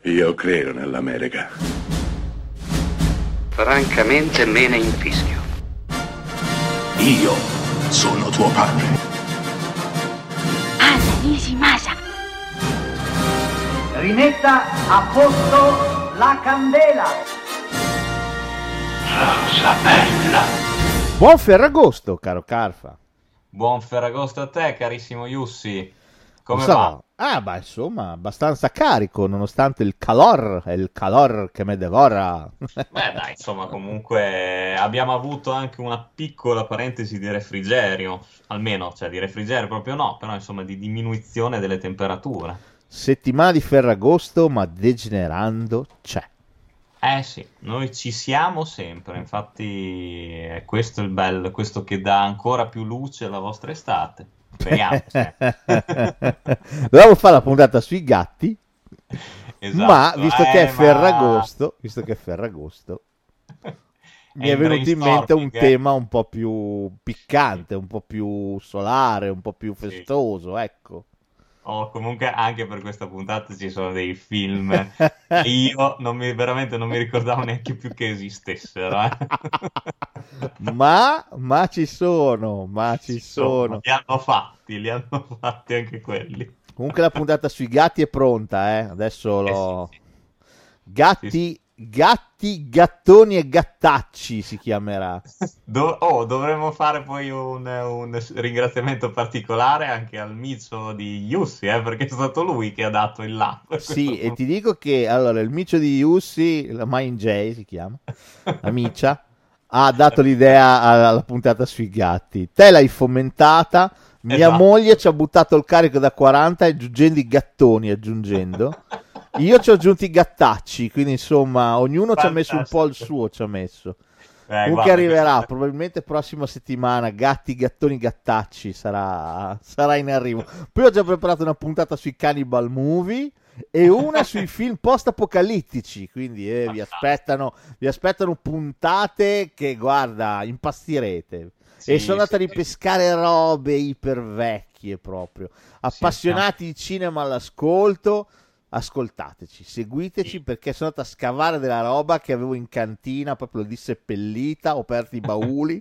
Io credo nell'America. Francamente me ne infischio. Io sono tuo padre. Anna Nishimasa. Rimetta a posto la candela. Rosa bella. Buon Ferragosto, caro Carfa. Buon Ferragosto a te, carissimo Yussi. Come So, va? Insomma, abbastanza carico, nonostante il calor che me devora. Beh, dai, insomma, comunque abbiamo avuto anche una piccola parentesi di refrigerio, almeno, cioè di refrigerio proprio no, però insomma di diminuzione delle temperature. Settimana di Ferragosto, ma degenerando c'è. Sì, noi ci siamo sempre, infatti è questo il bello, questo che dà ancora più luce alla vostra estate. Speriamo. Dovevamo fare la puntata sui gatti, Esatto. ma visto che è Ferragosto, mi è venuto in mente un tema un po' più piccante, un po' più solare, un po' più festoso, ecco. Comunque anche per questa puntata ci sono dei film che io veramente non mi ricordavo neanche più che esistessero. Ma ci sono. Li hanno fatti anche quelli. Comunque la puntata sui gatti è pronta, eh? Adesso Sì. Gatti, gattoni e gattacci si chiamerà. Dovremmo fare poi un ringraziamento particolare anche al micio di Yussi, perché è stato lui che ha dato il là. Sì, e ti dico che allora il micio di Yussi, la Mind J si chiama, la micia, ha dato l'idea alla puntata sui gatti. Te l'hai fomentata, mia moglie ci ha buttato il carico da 40 aggiungendo i gattoni, Io ci ho aggiunti i gattacci, quindi insomma ognuno ci ha messo un po' il suo, ci ha messo. Comunque arriverà, probabilmente prossima settimana, gatti, gattoni, gattacci, sarà in arrivo. Poi ho già preparato una puntata sui Cannibal Movie e una sui film post-apocalittici, quindi vi aspettano puntate che, guarda, impazzirete. E sono andato a ripescare robe iper vecchie proprio. Appassionati di cinema all'ascolto, ascoltateci, seguiteci, perché sono andato a scavare della roba che avevo in cantina, proprio disseppellita, ho aperto i bauli.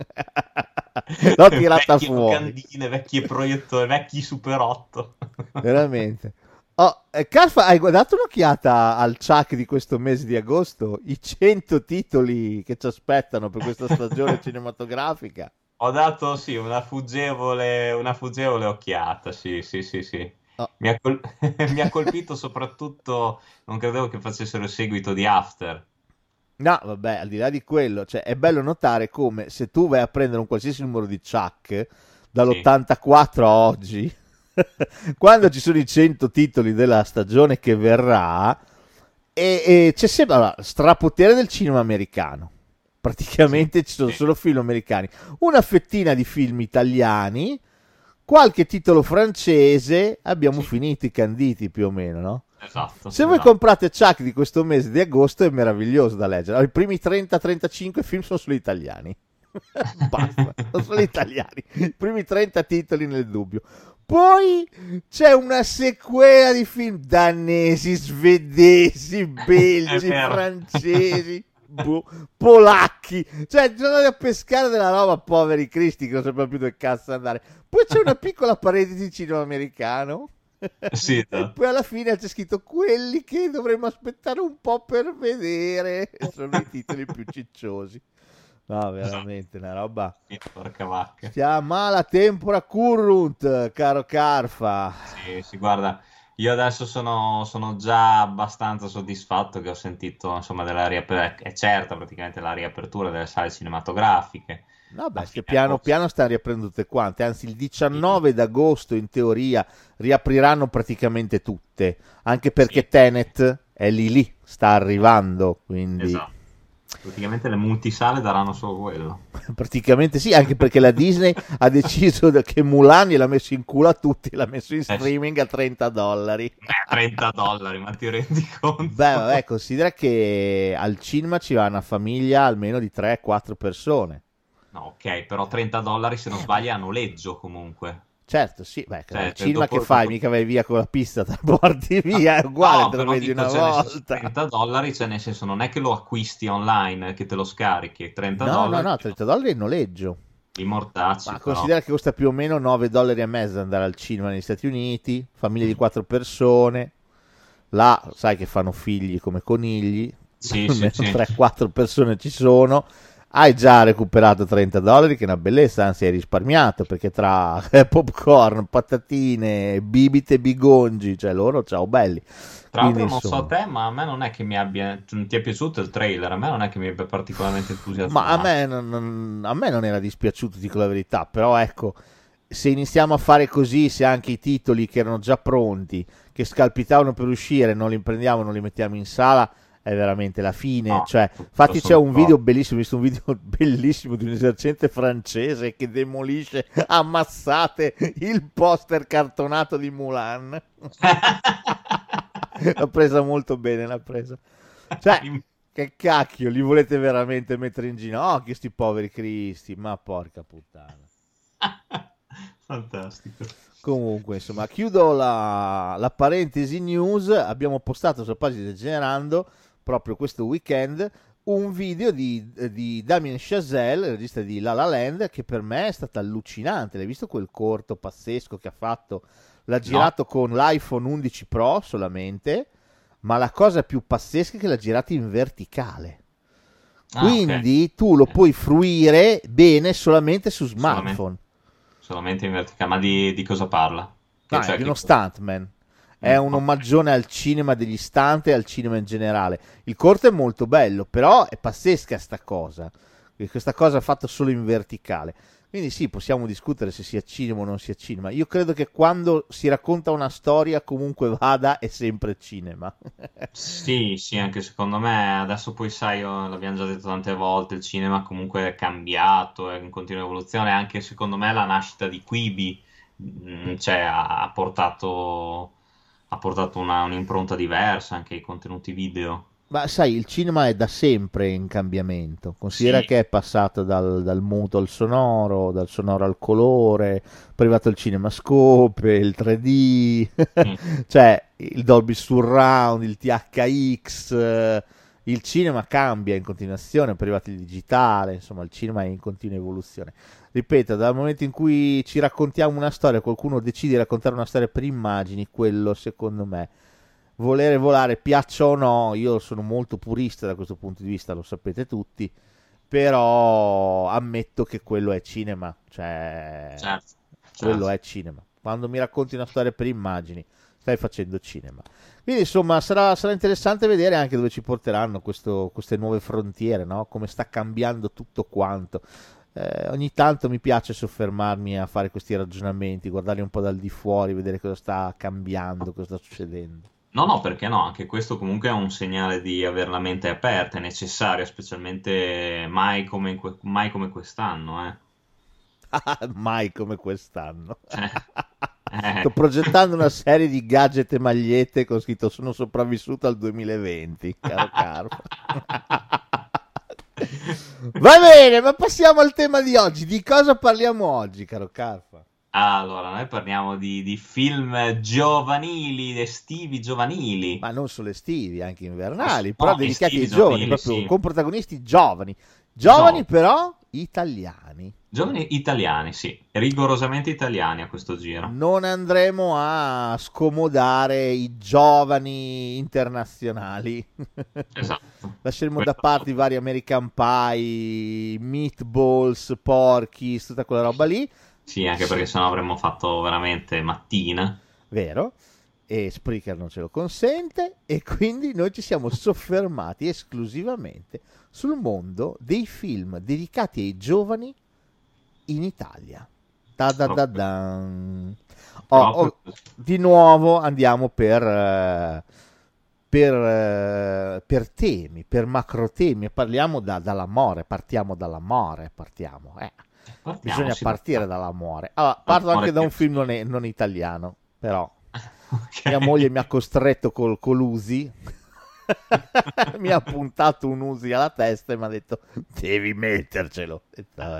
L'ho tirata fuori. Candine, vecchi proiettori, vecchi Super 8. Veramente. Carfa, hai dato un'occhiata al Chuck di questo mese di agosto? I 100 titoli che ci aspettano per questa stagione cinematografica. Ho dato, una fuggevole occhiata, sì. Oh. Mi ha colpito soprattutto, non credevo che facessero il seguito di After. No, vabbè, al di là di quello, cioè, è bello notare come se tu vai a prendere un qualsiasi numero di Chuck, dall'84 a oggi, quando ci sono i 100 titoli della stagione che verrà, e c'è sempre strapotere del cinema americano. Praticamente ci sono solo film americani, una fettina di film italiani, qualche titolo francese, abbiamo finito i canditi più o meno, no? Esatto. Se voi comprate Chuck di questo mese di agosto è meraviglioso da leggere. I primi 30-35 film sono solo italiani. Basta, sono solo italiani. I primi 30 titoli nel dubbio. Poi c'è una sequela di film danesi, svedesi, belgi, francesi, polacchi. Cioè, sono andati a pescare della roba, poveri cristi, che non sapevano più dove cazzo andare. Poi c'è una piccola parentesi di cinema americano. Sì, E poi alla fine c'è scritto quelli che dovremmo aspettare un po' per vedere. Sono i titoli più cicciosi. No, veramente una roba. Porca vacca. Chiama la tempora currunt, caro Carfa. Sì, guarda, io adesso sono già abbastanza soddisfatto che ho sentito, insomma, della riapertura. È certa praticamente la riapertura delle sale cinematografiche. No, beh, che piano piano stanno riaprendo tutte quante, anzi il 19 d'agosto in teoria riapriranno praticamente tutte, anche perché Tenet è lì, sta arrivando, quindi... Esatto. Praticamente le multisale daranno solo quello. Praticamente sì, anche perché la Disney ha deciso che Mulan gliel'ha messo in culo a tutti, l'ha messo in streaming a $30. $30, ma ti rendi conto? Beh, vabbè, considera che al cinema ci va una famiglia almeno di 3-4 persone. No, ok, però $30 se non sbagli a noleggio comunque. Certo, sì, beh, Cioè, al cinema dopo- che fai? dopo- Mica vai via con la pista, te la porti via, è uguale, No, te lo però vedi dico, una cioè, nel senso, volta. $30, cioè nel senso non è che lo acquisti online, che te lo scarichi, $30 No, no, no, $30 in noleggio. li mortacci, Ma però. considera che costa più o meno $9,50 andare al cinema negli Stati Uniti, famiglie di 4 persone, là sai che fanno figli come conigli, Sì, almeno sì, sì. 3-4 persone ci sono, hai già recuperato $30, che è una bellezza, anzi hai risparmiato, perché tra popcorn, patatine, bibite, bigongi, cioè loro ciao belli. Tra l'altro Quindi, non so insomma, te, ma a me non è che mi abbia... non ti è piaciuto il trailer? A me non è che mi abbia particolarmente ma entusiasmato. a me non era dispiaciuto, dico la verità, però ecco, se iniziamo a fare così, se anche i titoli che erano già pronti, che scalpitavano per uscire, non li prendiamo, non li mettiamo in sala, è veramente la fine. No, Cioè, tutto infatti c'è sono un video bellissimo, ho visto un video bellissimo di un esercente francese che demolisce a massate il poster cartonato di Mulan. L'ha presa molto bene, l'ha presa. Cioè, che cacchio, li volete veramente mettere in ginocchio sti poveri cristi? Ma porca puttana. Fantastico. Comunque, insomma, chiudo la parentesi news. Abbiamo postato sulla pagina del Generando proprio questo weekend un video di Damien Chazelle, il regista di La La Land, che per me è stato allucinante. L'hai visto quel corto pazzesco che ha fatto? L'ha girato con l'iPhone 11 Pro solamente, ma la cosa più pazzesca è che l'ha girato in verticale. Quindi tu lo puoi fruire bene solamente su smartphone. Solamente in verticale. Ma di cosa parla? Che No, cioè è di uno che- stuntman. È un ok. omaggione al cinema degli stunt e al cinema in generale. Il corto è molto bello, però è pazzesca sta cosa. Questa cosa fatta solo in verticale. Quindi sì, possiamo discutere se sia cinema o non sia cinema. Io credo che quando si racconta una storia, comunque vada, è sempre cinema. Sì, sì, anche secondo me adesso poi sai, l'abbiamo già detto tante volte, il cinema comunque è cambiato, è in continua evoluzione, anche secondo me la nascita di Quibi, cioè, ha portato un'impronta diversa anche ai contenuti video. Ma sai, il cinema è da sempre in cambiamento. Considera Sì. che è passato dal muto al sonoro, dal sonoro al colore, poi è arrivato il cinemascope, il 3D, Mm. cioè il Dolby Surround, il THX. Il cinema cambia in continuazione, poi è arrivato il digitale, insomma, il cinema è in continua evoluzione. Ripeto, dal momento in cui ci raccontiamo una storia, qualcuno decide di raccontare una storia per immagini, quello secondo me volere volare, piaccia o no, io sono molto purista da questo punto di vista, lo sapete tutti, però ammetto che quello è cinema, cioè Certo, quello certo. è cinema. Quando mi racconti una storia per immagini, stai facendo cinema. Quindi insomma sarà interessante vedere anche dove ci porteranno queste nuove frontiere, no? Come sta cambiando tutto quanto. Ogni tanto mi piace soffermarmi a fare questi ragionamenti, guardarli un po' dal di fuori, vedere cosa sta cambiando, cosa sta succedendo. No, no, perché no? Anche questo comunque è un segnale di avere la mente aperta, è necessario, specialmente mai come quest'anno, eh. Mai come quest'anno. Cioè, Sto progettando una serie di gadget e magliette con scritto sono sopravvissuto al 2020, caro Carfa. Va bene, ma passiamo al tema di oggi. Di cosa parliamo oggi, caro Carfa? Allora, noi parliamo di film giovanili, estivi giovanili. Ma non solo estivi, anche invernali, però No, dedicati ai estivi, giovani, giovanili, proprio sì. con protagonisti giovani. Giovani Giovani. però italiani. Giovani italiani, sì, rigorosamente italiani a questo giro. Non andremo a scomodare i giovani internazionali. Esatto. Lasceremo da Questo- parte i vari American Pie, Meatballs, Porky's, tutta quella roba lì. Sì, anche perché sennò avremmo fatto veramente mattina. Vero? E Spreaker non ce lo consente e quindi noi ci siamo soffermati esclusivamente sul mondo dei film dedicati ai giovani in Italia. Da da da dan. Proprio- Di nuovo andiamo per temi, per macro temi, parliamo dall'amore, partiamo. Partiamo, Bisogna sì, partire partiamo. dall'amore. Allora, parto Amore anche da un che- film non italiano, però Ok. mia moglie mi ha costretto col Uzi, mi ha puntato un Uzi alla testa e mi ha detto devi mettercelo. E vabbè.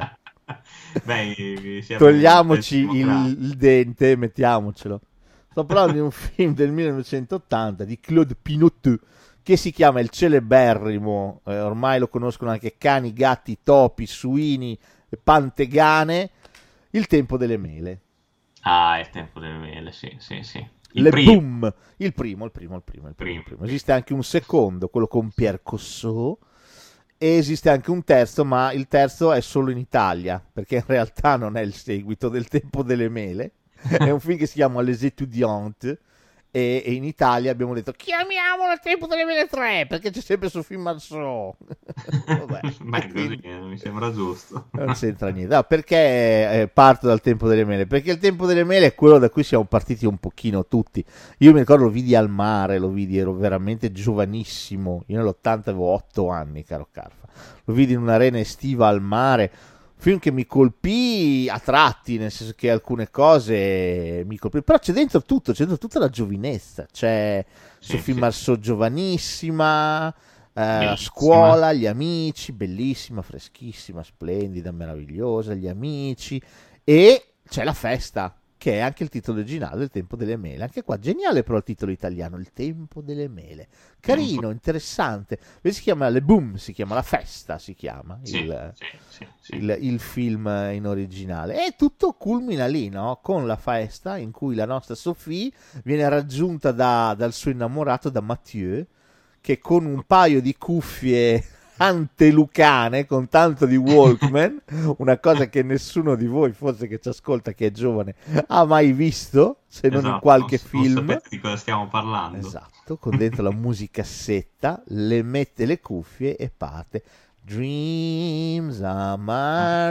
Beh, Togliamoci il dente e mettiamocelo. Sto parlando di un film del 1980 di Claude Pinotot che si chiama il celeberrimo, ormai lo conoscono anche cani, gatti, topi, suini, pantegane, Il tempo delle mele. Ah, il tempo delle mele, sì, sì, sì. Le Boom, il primo. Esiste anche un secondo, quello con Pierre Cossot, e esiste anche un terzo, ma il terzo è solo in Italia, perché in realtà non è il seguito del Tempo delle mele. È un film che si chiama Les Étudiantes, e in Italia abbiamo detto chiamiamolo Il tempo delle mele 3, perché c'è sempre Sophie Marceau. Vabbè, beh, così mi sembra giusto. Non c'entra niente. No, perché parto dal Tempo delle mele? Perché il Tempo delle mele è quello da cui siamo partiti un pochino tutti. Io mi ricordo, lo vidi al mare, ero veramente giovanissimo. Io nell'80 avevo 8 anni, caro Carfa. Lo vidi in un'arena estiva al mare. Film che mi colpì a tratti, nel senso che alcune cose mi colpì, però c'è dentro tutto, c'è dentro tutta la giovinezza. C'è Sophie Marceau giovanissima, a scuola, gli amici, bellissima, freschissima, splendida, meravigliosa, gli amici, e c'è la festa, che è anche il titolo originale, Il tempo delle mele. Anche qua geniale, però il titolo italiano, Il tempo delle mele, carino, interessante. Si chiama Le Boom, si chiama La festa, si chiama il film in originale, e tutto culmina lì, no? Con la festa in cui la nostra Sophie viene raggiunta dal suo innamorato, da Mathieu, che con un paio di cuffie antelucane, con tanto di Walkman, una cosa che nessuno di voi, forse che ci ascolta, che è giovane, ha mai visto, se non in qualche film. Non sapete di cosa stiamo parlando. Esatto, con dentro la musicassetta, le mette le cuffie e parte. Dreams are my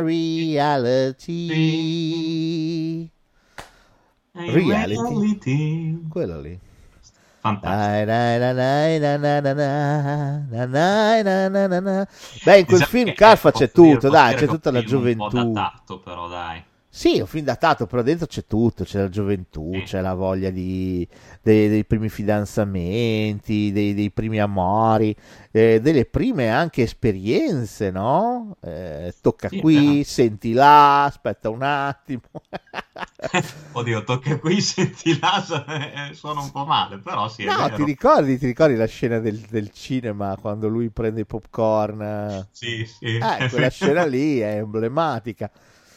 reality. Reality. Quello lì. Fantastico. Beh, in quel film Carfa c'è tutto, dai, c'è tutta la gioventù. Un po' datato, però, dai. Sì, è un film datato, però dentro c'è tutto, c'è la gioventù, c'è la voglia dei primi fidanzamenti, dei primi amori, delle prime anche esperienze, no? Tocca qui, senti là, aspetta un attimo. Oddio, tocca qui, senti là, suona un po' male, però sì, è no, vero. ti ricordi la scena del cinema quando lui prende i popcorn? Sì, sì. Quella scena lì è emblematica.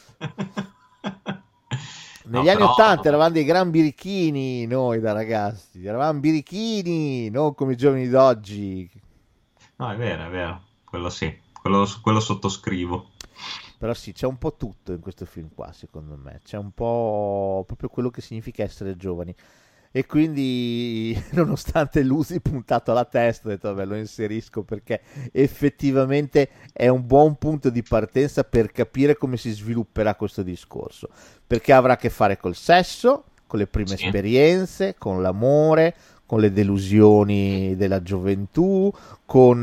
Negli anni 80 eravamo dei gran birichini noi da ragazzi, eravamo birichini, non come i giovani d'oggi. No, è vero, quello sì, quello sottoscrivo. Però sì, c'è un po' tutto in questo film qua, secondo me, c'è un po' proprio quello che significa essere giovani. E quindi, nonostante l'usi puntato alla testa, ho detto vabbè, lo inserisco perché effettivamente è un buon punto di partenza per capire come si svilupperà questo discorso, perché avrà a che fare col sesso, con le prime esperienze, con l'amore, con le delusioni della gioventù, con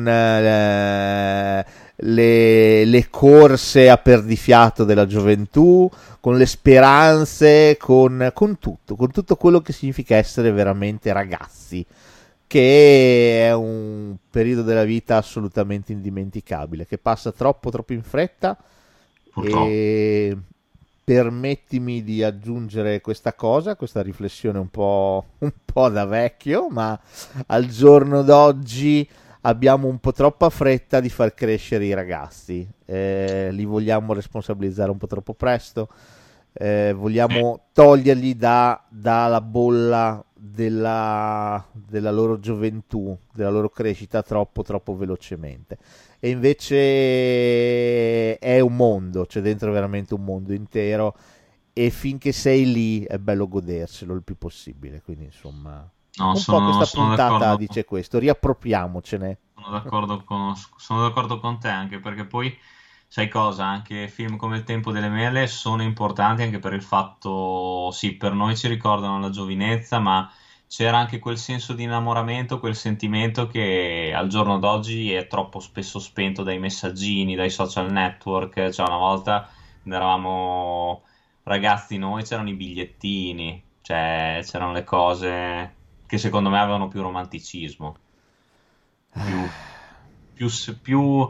le corse a perdifiato della gioventù, con le speranze, con tutto quello che significa essere veramente ragazzi, che è un periodo della vita assolutamente indimenticabile, che passa troppo in fretta. Purtroppo. E permettimi di aggiungere questa riflessione un po' da vecchio, ma al giorno d'oggi abbiamo un po' troppa fretta di far crescere i ragazzi, li vogliamo responsabilizzare un po' troppo presto, vogliamo togliergli dalla bolla della loro gioventù, della loro crescita troppo velocemente. E invece è un mondo, c'è dentro veramente un mondo intero, e finché sei lì è bello goderselo il più possibile. Quindi insomma, po' questa puntata dice questo, riappropriamocene. Sono d'accordo con te, anche perché poi sai cosa, anche film come Il tempo delle mele sono importanti anche per il fatto, sì, per noi ci ricordano la giovinezza, ma c'era anche quel senso di innamoramento, quel sentimento che al giorno d'oggi è troppo spesso spento dai messaggini, dai social network. Cioè, una volta quando eravamo ragazzi noi c'erano i bigliettini, cioè c'erano le cose che secondo me avevano più romanticismo, più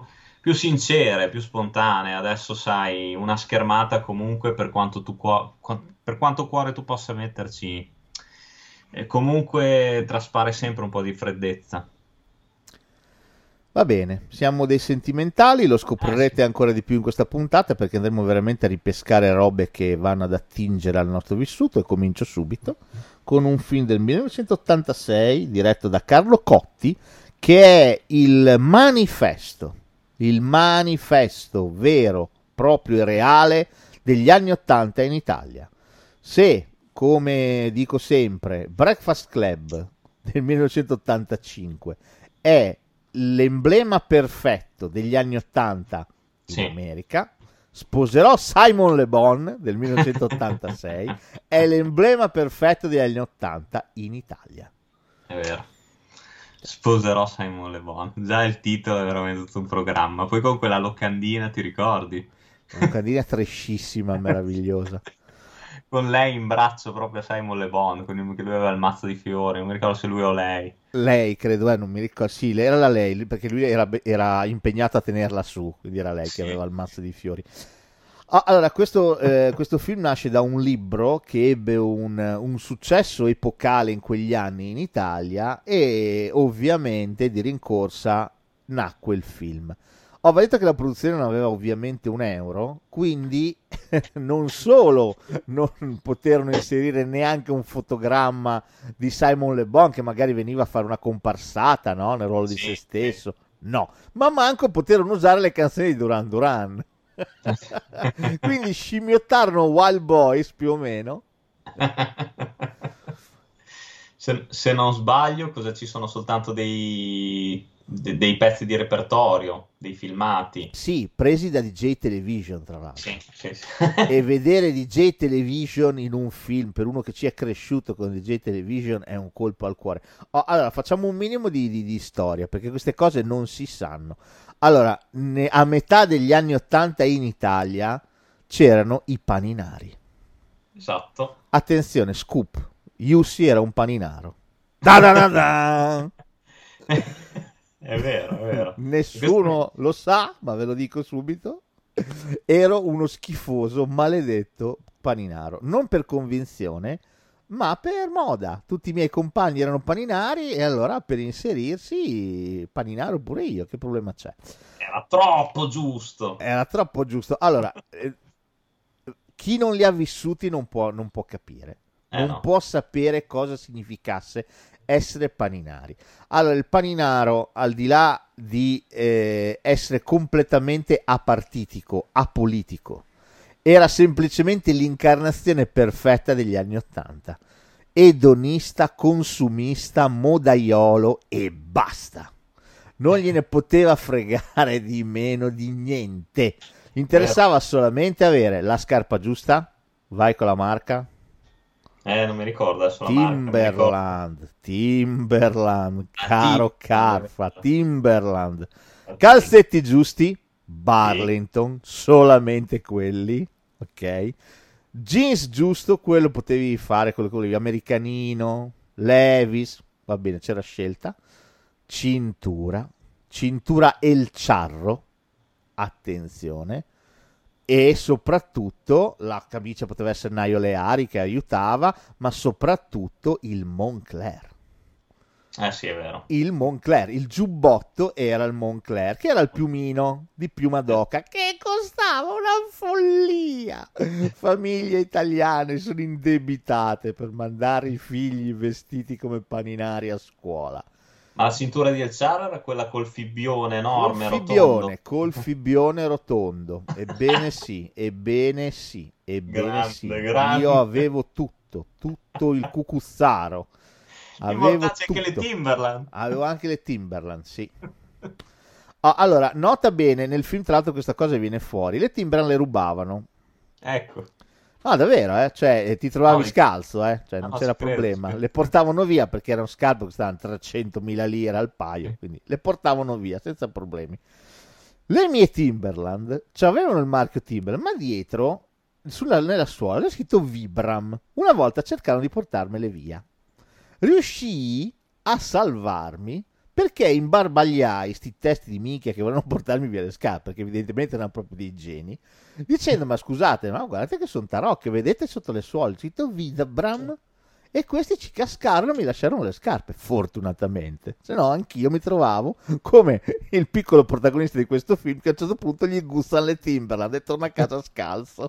più sincere, più spontanee. Adesso sai, una schermata comunque per quanto per quanto cuore tu possa metterci, comunque traspare sempre un po' di freddezza. Va bene, siamo dei sentimentali, lo scoprirete Sì. ancora di più in questa puntata perché andremo veramente a ripescare robe che vanno ad attingere al nostro vissuto e comincio subito con un film del 1986 diretto da Carlo Cotti che è il manifesto vero, proprio e reale degli anni 80 in Italia. Se, come dico sempre, Breakfast Club del 1985 è l'emblema perfetto degli anni 80 in Sì. America, Sposerò Simon Le Bon del 1986 è l'emblema perfetto degli anni 80 in Italia. È vero. Sposerò Simon Le Bon. Già il titolo è veramente tutto un programma. Poi con quella locandina, ti ricordi? Una candina trashissima, meravigliosa. Con lei in braccio proprio a Simon Le Bon, che lui aveva il mazzo di fiori, non mi ricordo se lui o lei. Lei, credo, non mi ricordo, sì, era la lei, perché lui era impegnato a tenerla su, quindi era lei Sì. che aveva il mazzo di fiori. Allora, questo film nasce da un libro che ebbe un successo epocale in quegli anni in Italia e ovviamente di rincorsa nacque il film. Va detto che la produzione non aveva ovviamente €1, quindi non solo non poterono inserire neanche un fotogramma di Simon Le Bon che magari veniva a fare una comparsata, no? Nel ruolo di Sì, se stesso, no, ma manco poterono usare le canzoni di Duran Duran. Quindi scimmiottarono Wild Boys più o meno. Se non sbaglio, cosa ci sono soltanto dei pezzi di repertorio, dei filmati. Sì, presi da DJ Television tra l'altro. Sì, sì, sì. E vedere DJ Television in un film per uno che ci è cresciuto con DJ Television è un colpo al cuore. Allora facciamo un minimo di storia perché queste cose non si sanno. Allora, a metà degli anni 80 in Italia c'erano i paninari. Esatto. Attenzione, scoop, Jussi era un paninaro. Da da da da! È vero, è vero. Nessuno lo sa, ma ve lo dico subito. Ero uno schifoso, maledetto paninaro. Non per convinzione, ma per moda. Tutti i miei compagni erano paninari e allora per inserirsi paninaro pure io. Che problema c'è? Era troppo giusto. Era troppo giusto. Allora, chi non li ha vissuti non può capire. Non No. può sapere cosa significasse essere paninari. Allora, il paninaro, al di là di essere completamente apartitico, apolitico, era semplicemente l'incarnazione perfetta degli anni 80. Edonista, consumista, modaiolo e basta. Non gliene poteva fregare di meno di niente. Interessava solamente avere la scarpa giusta. Vai con la marca. Non mi ricordo adesso la marca. Timberland, caro Carfa, Timberland. Ok. Calzetti giusti, Burlington, solamente quelli, ok? Jeans giusto, quello potevi fare, quello che volevi, americanino, Levi's, va bene, c'era scelta. Cintura El Charro, attenzione. E soprattutto la camicia poteva essere Naio Leari che aiutava, ma soprattutto il Moncler. Sì, è vero. Il Moncler, il giubbotto era il Moncler, che era il piumino di piuma d'oca, che costava una follia. Famiglie italiane sono indebitate per mandare i figli vestiti come paninari a scuola. Ma la cintura di El Char era quella col fibbione enorme, Col fibbione rotondo. Ebbene sì. Grande. Io avevo tutto il cucuzzaro. Avevo anche le tutto. Timberland. Avevo anche le Timberland, sì. Allora, nota bene, nel film tra l'altro questa cosa viene fuori. Le Timberland le rubavano. Ecco. No, davvero, cioè ti trovavi No, scalzo, cioè non no, c'era ci credo, problema. ci credo. Le portavano via perché erano scarpe che costavano 300.000 lire al paio, quindi le portavano via senza problemi. Le mie Timberland avevano il marchio Timberland, ma dietro, nella suola, c'era scritto Vibram. Una volta cercarono di portarmele via. Riuscii a salvarmi perché imbarbagliai sti testi di minchia che volevano portarmi via le scarpe, perché evidentemente erano proprio dei geni, dicendo ma scusate, ma guardate che sono tarocche, vedete sotto le suole scritto Vidabram, e questi ci cascarono e mi lasciarono le scarpe, fortunatamente, se no anch'io mi trovavo come il piccolo protagonista di questo film che a un certo punto gli gussano le Timberland e torna a casa scalzo.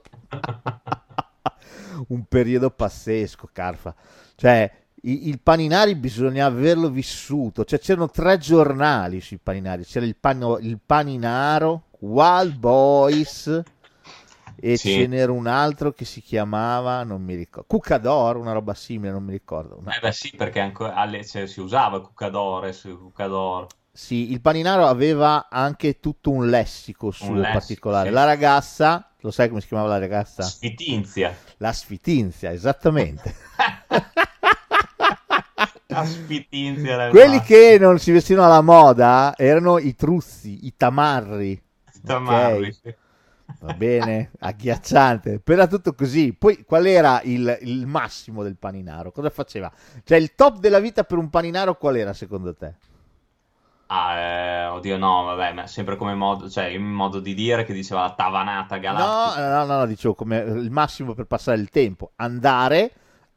Un periodo pazzesco, Carfa, cioè il Paninari bisogna averlo vissuto, cioè c'erano 3 giornali sui Paninari, c'era il Paninaro, Wild Boys e Sì. ce n'era un altro che si chiamava, non mi ricordo, Cucador, una roba simile, non mi ricordo. No. Beh, sì, perché ancora si usava Cucador, Cucador. Sì, il Paninaro aveva anche tutto un lessico suo lessico, particolare. sì. La ragazza, lo sai come si chiamava la ragazza? Sfitinzia. La Sfitinzia, esattamente. La Sfitinzia del Quelli mare. che non si vestivano alla moda erano i truzzi, i tamarri. Tamarri, Ok? sì. Va bene, agghiacciante, però era tutto così. Poi qual era il massimo del Paninaro? Cosa faceva? Cioè il top della vita per un Paninaro qual era secondo te? Oddio, no, vabbè, ma sempre come modo, cioè il modo di dire che diceva la tavanata No, galattica. no, dicevo come il massimo per passare il tempo, andare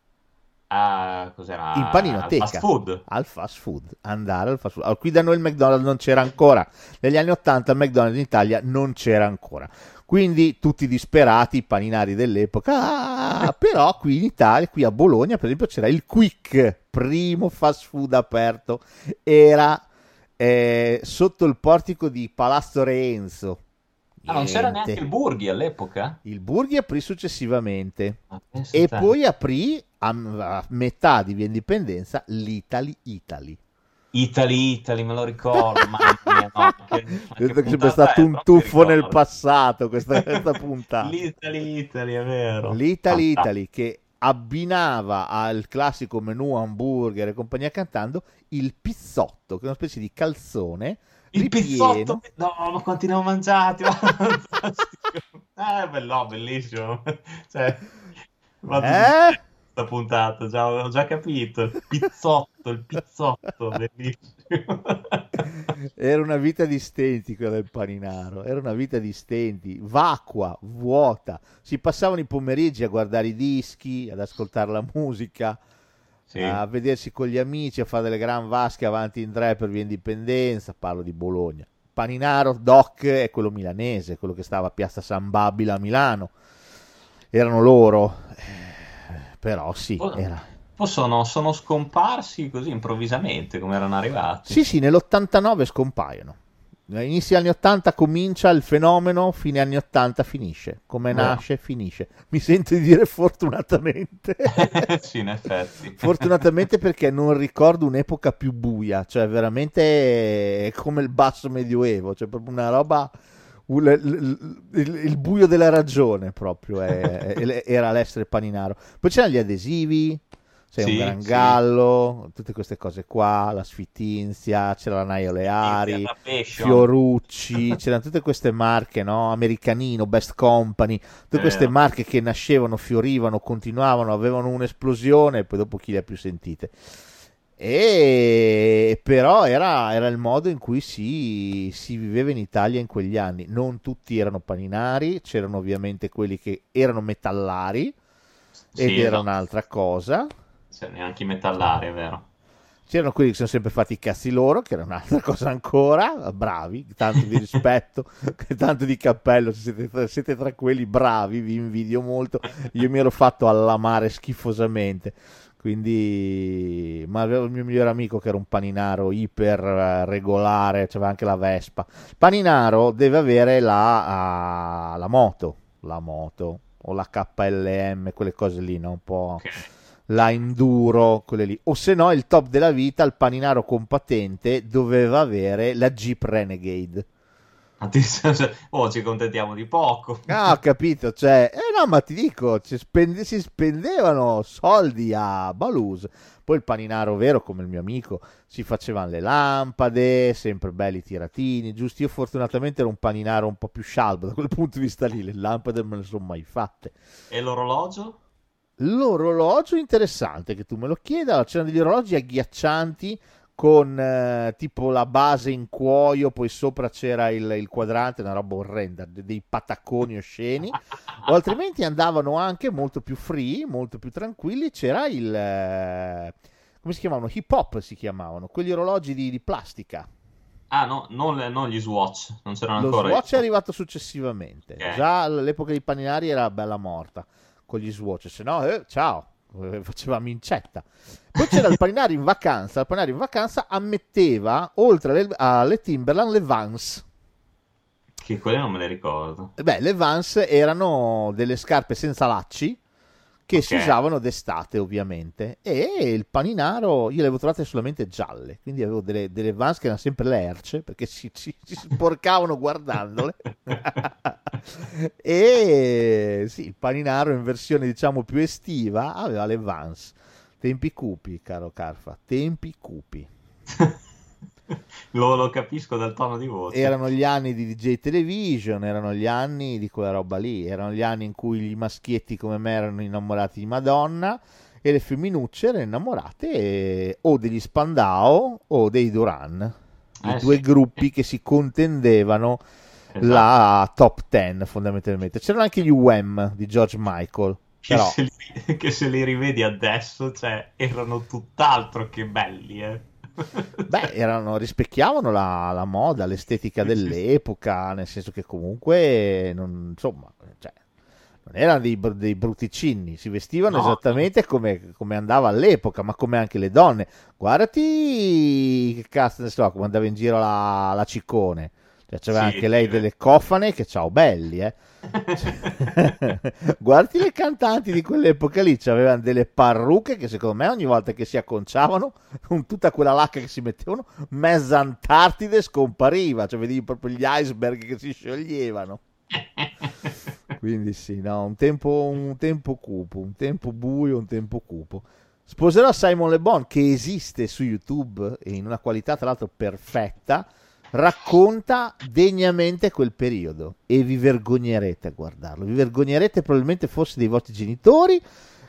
Cos'era? in paninoteca, Al fast food. al fast food, andare al fast food. Allora, qui da noi il McDonald's non c'era ancora, negli anni 80 il McDonald's in Italia non c'era ancora, quindi tutti disperati, i paninari dell'epoca, però qui in Italia, qui a Bologna per esempio c'era il Quick, primo fast food aperto, era sotto il portico di Palazzo Reenzo. Non c'era Niente. neanche il Burghi all'epoca? Il Burghi aprì successivamente Pensa e te. poi aprì a metà di Via Indipendenza l'Italy Italy. Italy, me lo ricordo, mamma mia, no, Vedo che c'è puntata stato è, un proprio tuffo nel ricordo. passato questa puntata. L'Italy, è vero. L'Italy Fantastico. Italy che abbinava al classico menù hamburger e compagnia cantando il pizzotto, che è una specie di calzone Il ripieno. pizzotto, no, ma quanti ne ho mangiati? Fantastico. No, bellissimo. Cioè, vado di questa puntata, ho già capito. Il pizzotto, bellissimo. Era una vita di stenti quella del Paninaro, era una vita di stenti, vacua, vuota. Si passavano i pomeriggi a guardare i dischi, ad ascoltare la musica, Sì. a vedersi con gli amici, a fare delle gran vasche avanti in 3 per Via Indipendenza, parlo di Bologna. Paninaro, Doc, è quello milanese, quello che stava a Piazza San Babila a Milano. Erano loro, però sì, era... Poi sono scomparsi così improvvisamente come erano arrivati. Sì, nell'89 scompaiono. Inizio anni 80 comincia il fenomeno, fine anni 80 finisce. Come nasce, finisce. Mi sento di dire fortunatamente. Sì, in effetti. Fortunatamente perché non ricordo un'epoca più buia, cioè veramente è come il basso medioevo, cioè proprio una roba... Il buio della ragione proprio era l'essere Paninaro. Poi c'erano gli adesivi, sei un gran gallo, tutte queste cose qua, la Sfitinzia, c'era la Naio Leari, Fiorucci, c'erano tutte queste marche, no? Americanino, Best Company, tutte queste marche che nascevano, fiorivano, continuavano, avevano un'esplosione e poi dopo chi le ha più sentite. E però era il modo in cui si viveva in Italia in quegli anni. Non tutti erano paninari, c'erano ovviamente quelli che erano metallari ed era un'altra cosa. Cioè, neanche i metallari, è vero. C'erano quelli che si sono sempre fatti i cazzi loro, che era un'altra cosa ancora. Bravi, tanto di rispetto, tanto di cappello. Se siete tra quelli bravi, vi invidio molto. Io mi ero fatto allamare schifosamente. Quindi, ma avevo il mio migliore amico che era un paninaro iper regolare, c'aveva anche la Vespa. Paninaro deve avere la moto o la KLM, quelle cose lì, no? Un po' la enduro, quelle lì. O se no, il top della vita, il paninaro con patente doveva avere la Jeep Renegade. Ci contentiamo di poco. Ah, ho capito, cioè, no, ma ti dico, si spendevano soldi a Balus. Poi il paninaro vero, come il mio amico, si facevano le lampade, sempre belli tiratini, giusti. Io fortunatamente ero un paninaro un po' più scialbo, da quel punto di vista lì, le lampade non me le sono mai fatte. E l'orologio? L'orologio interessante che tu me lo chieda, c'erano degli orologi agghiaccianti con tipo la base in cuoio, poi sopra c'era il quadrante, una roba orrenda, dei pataconi osceni, o altrimenti andavano anche molto più free, molto più tranquilli, c'era come si chiamavano? Hip hop si chiamavano, quegli orologi di plastica. Ah, no, non gli Swatch, non c'erano Lo ancora. Swatch è arrivato successivamente, Ok. già all'epoca dei paninari era bella morta con gli Swatch, se no, ciao, faceva mincetta. Poi c'era il paninaro in vacanza, ammetteva, oltre alle Timberland, le Vans. Che quelle non me le ricordo. Beh, le Vans erano delle scarpe senza lacci che si Ok. usavano d'estate, ovviamente. E il paninaro, io le avevo trovate solamente gialle, quindi avevo delle Vans che erano sempre lerce, perché si sporcavano guardandole. E sì, il paninaro in versione, diciamo, più estiva aveva le Vans. Tempi cupi, caro Carfa, tempi cupi. Lo capisco dal tono di voce. Erano gli anni di DJ Television, erano gli anni di quella roba lì, erano gli anni in cui gli maschietti come me erano innamorati di Madonna e le femminucce erano innamorate o degli Spandau o dei Duran, i due Sì. gruppi che si contendevano Esatto. la top 10 fondamentalmente. C'erano anche gli Wham di George Michael, Che però che se li rivedi adesso, cioè, erano tutt'altro che belli, eh. beh, rispecchiavano la moda, l'estetica Sì, sì, sì. dell'epoca, nel senso che comunque, insomma, cioè, non erano dei brutticini, si vestivano No. esattamente come andava all'epoca, ma come anche le donne. Guardati che cazzo ne so, come andava in giro la Ciccone. Cioè, c'aveva Sì, anche lei sì. delle cofane che ciao belli, Guardi le cantanti di quell'epoca lì, avevano delle parrucche che secondo me ogni volta che si acconciavano, con tutta quella lacca che si mettevano, mezza Antartide scompariva, cioè vedevi proprio gli iceberg che si scioglievano. Quindi sì, no, un tempo cupo, un tempo buio, un tempo cupo. Sposerò Simon Le Bon, che esiste su YouTube e in una qualità tra l'altro perfetta, racconta degnamente quel periodo e vi vergognerete a guardarlo, vi vergognerete probabilmente forse dei vostri genitori,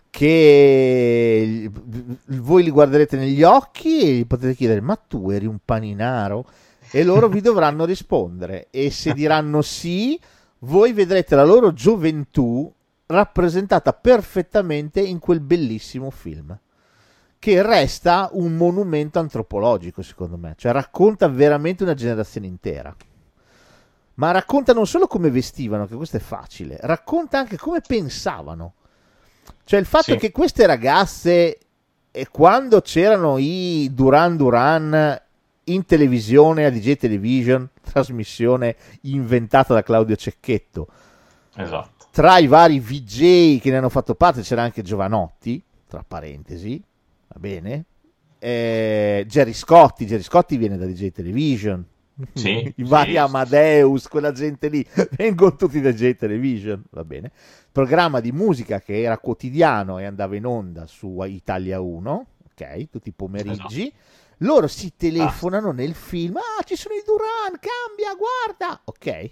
che voi li guarderete negli occhi e gli potete chiedere: ma tu eri un paninaro? E loro vi dovranno rispondere, e se diranno sì, voi vedrete la loro gioventù rappresentata perfettamente in quel bellissimo film, che resta un monumento antropologico, secondo me. Cioè, racconta veramente una generazione intera. Ma racconta non solo come vestivano, che questo è facile, racconta anche come pensavano. Cioè, il fatto Sì. che queste ragazze, quando c'erano i Duran Duran in televisione, a DJ Television, trasmissione inventata da Claudio Cecchetto, Esatto. tra i vari VJ che ne hanno fatto parte c'era anche Giovanotti, tra parentesi, va bene? Gerry Scotti viene da DJ Television. Sì, I vari sì. Amadeus, quella gente lì, vengono tutti da DJ Television, va bene? Programma di musica che era quotidiano e andava in onda su Italia 1, ok? Tutti i pomeriggi. Loro si telefonano nel film: ah, ci sono i Duran, cambia, guarda,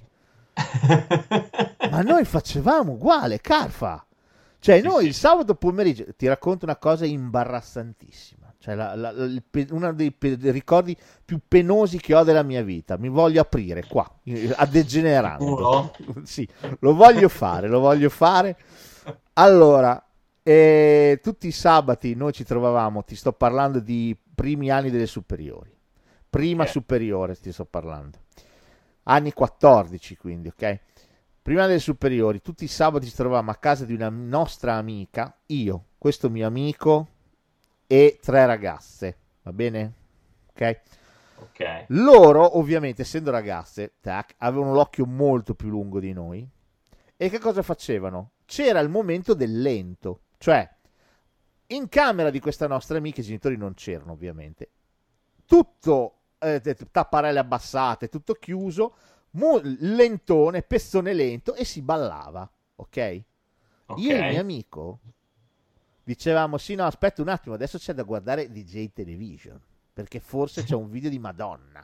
ok? Ma noi facevamo uguale, Carfa. Cioè, Sì, noi sì. il sabato pomeriggio, ti racconto una cosa imbarazzantissima, cioè uno dei ricordi più penosi che ho della mia vita. Mi voglio aprire qua, a degenerando. Sicuro? Sì, lo voglio fare. Allora, tutti i sabati noi ci trovavamo, ti sto parlando di primi anni delle superiori. Prima superiore ti sto parlando. Anni 14, quindi, ok? Prima delle superiori, tutti i sabati ci trovavamo a casa di una nostra amica, io, questo mio amico e 3 ragazze, va bene? Ok? Ok. Loro, ovviamente, essendo ragazze, avevano l'occhio molto più lungo di noi. E che cosa facevano? C'era il momento del lento, cioè in camera di questa nostra amica i genitori non c'erano, ovviamente. Tutto tapparelle abbassate, tutto chiuso, lentone, pezzone lento, e si ballava, ok? Io e il mio amico dicevamo: sì, no, aspetta un attimo, adesso c'è da guardare DJ Television, perché forse c'è un video di Madonna.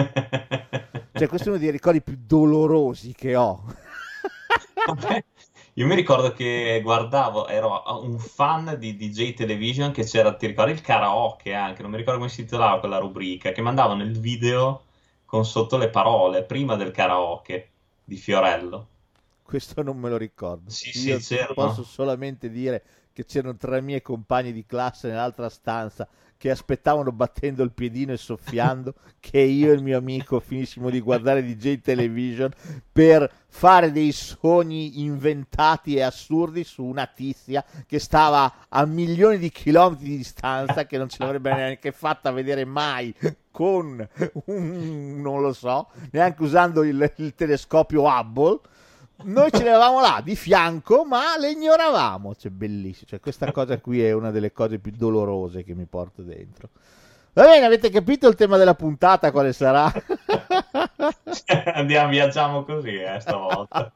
Cioè, questo è uno dei ricordi più dolorosi che ho. Vabbè, Io mi ricordo che guardavo, ero un fan di DJ Television che c'era, ti ricordi il karaoke anche, non mi ricordo come si titolava quella rubrica, che mandavano il video con sotto le parole, prima del karaoke di Fiorello. Questo non me lo ricordo. Sì, Io c'erano. posso solamente dire che c'erano 3 miei compagni di classe nell'altra stanza che aspettavano battendo il piedino e soffiando che io e il mio amico finissimo di guardare DJ Television per fare dei sogni inventati e assurdi su una tizia che stava a milioni di chilometri di distanza, che non ce l'avrebbe neanche fatta vedere mai con non lo so, neanche usando il telescopio Hubble. Noi ce l'avevamo là di fianco, ma le ignoravamo. Cioè, bellissimo. Cioè, questa cosa qui è una delle cose più dolorose che mi porto dentro. Va bene, avete capito il tema della puntata quale sarà? Andiamo, viaggiamo così, stavolta.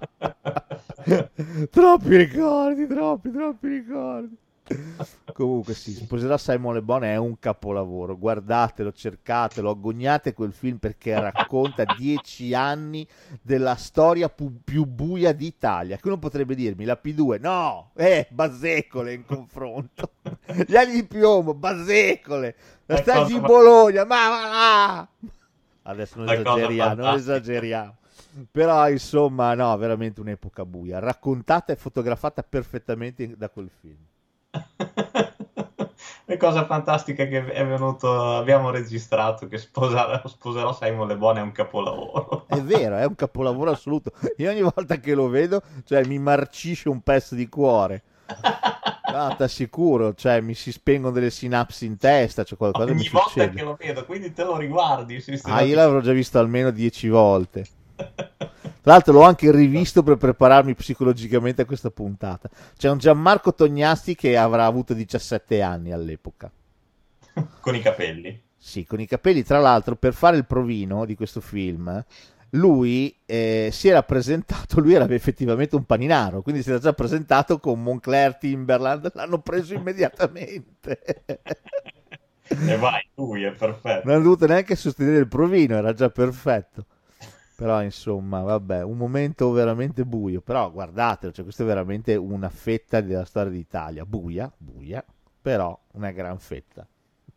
Troppi ricordi, troppi ricordi. Comunque sì, Sposerò Simon Le Bon è un capolavoro, guardatelo, cercatelo, agognate quel film perché racconta 10 anni della storia più buia d'Italia, che uno potrebbe dirmi la P2, no, Basecole in confronto, gli anni di piombo, Basecole, la strage di Bologna, ma va là! Adesso non esageriamo. Però insomma no, veramente un'epoca buia, raccontata e fotografata perfettamente da quel film. La cosa fantastica che è venuto, abbiamo registrato che Sposerò Simon Le Bon è un capolavoro. È vero, è un capolavoro assoluto. Io ogni volta che lo vedo, cioè, mi marcisce un pezzo di cuore. No, t'assicuro, cioè, mi si spengono delle sinapsi in testa, cioè qualcosa Ogni mi volta succede. che lo vedo, quindi te lo riguardi. Io l'avrò già visto almeno 10 volte. Tra l'altro l'ho anche rivisto per prepararmi psicologicamente a questa puntata. C'è un Gianmarco Tognasti che avrà avuto 17 anni all'epoca. Con i capelli. Sì, con i capelli. Tra l'altro, per fare il provino di questo film, lui si era presentato, lui era effettivamente un paninaro, quindi si era già presentato con Moncler, Timberland, l'hanno preso immediatamente. E vai, lui è perfetto. Non hanno dovuto neanche sostenere il provino, era già perfetto. Però insomma, vabbè, un momento veramente buio, però guardatelo, cioè, questa è veramente una fetta della storia d'Italia, buia, però una gran fetta.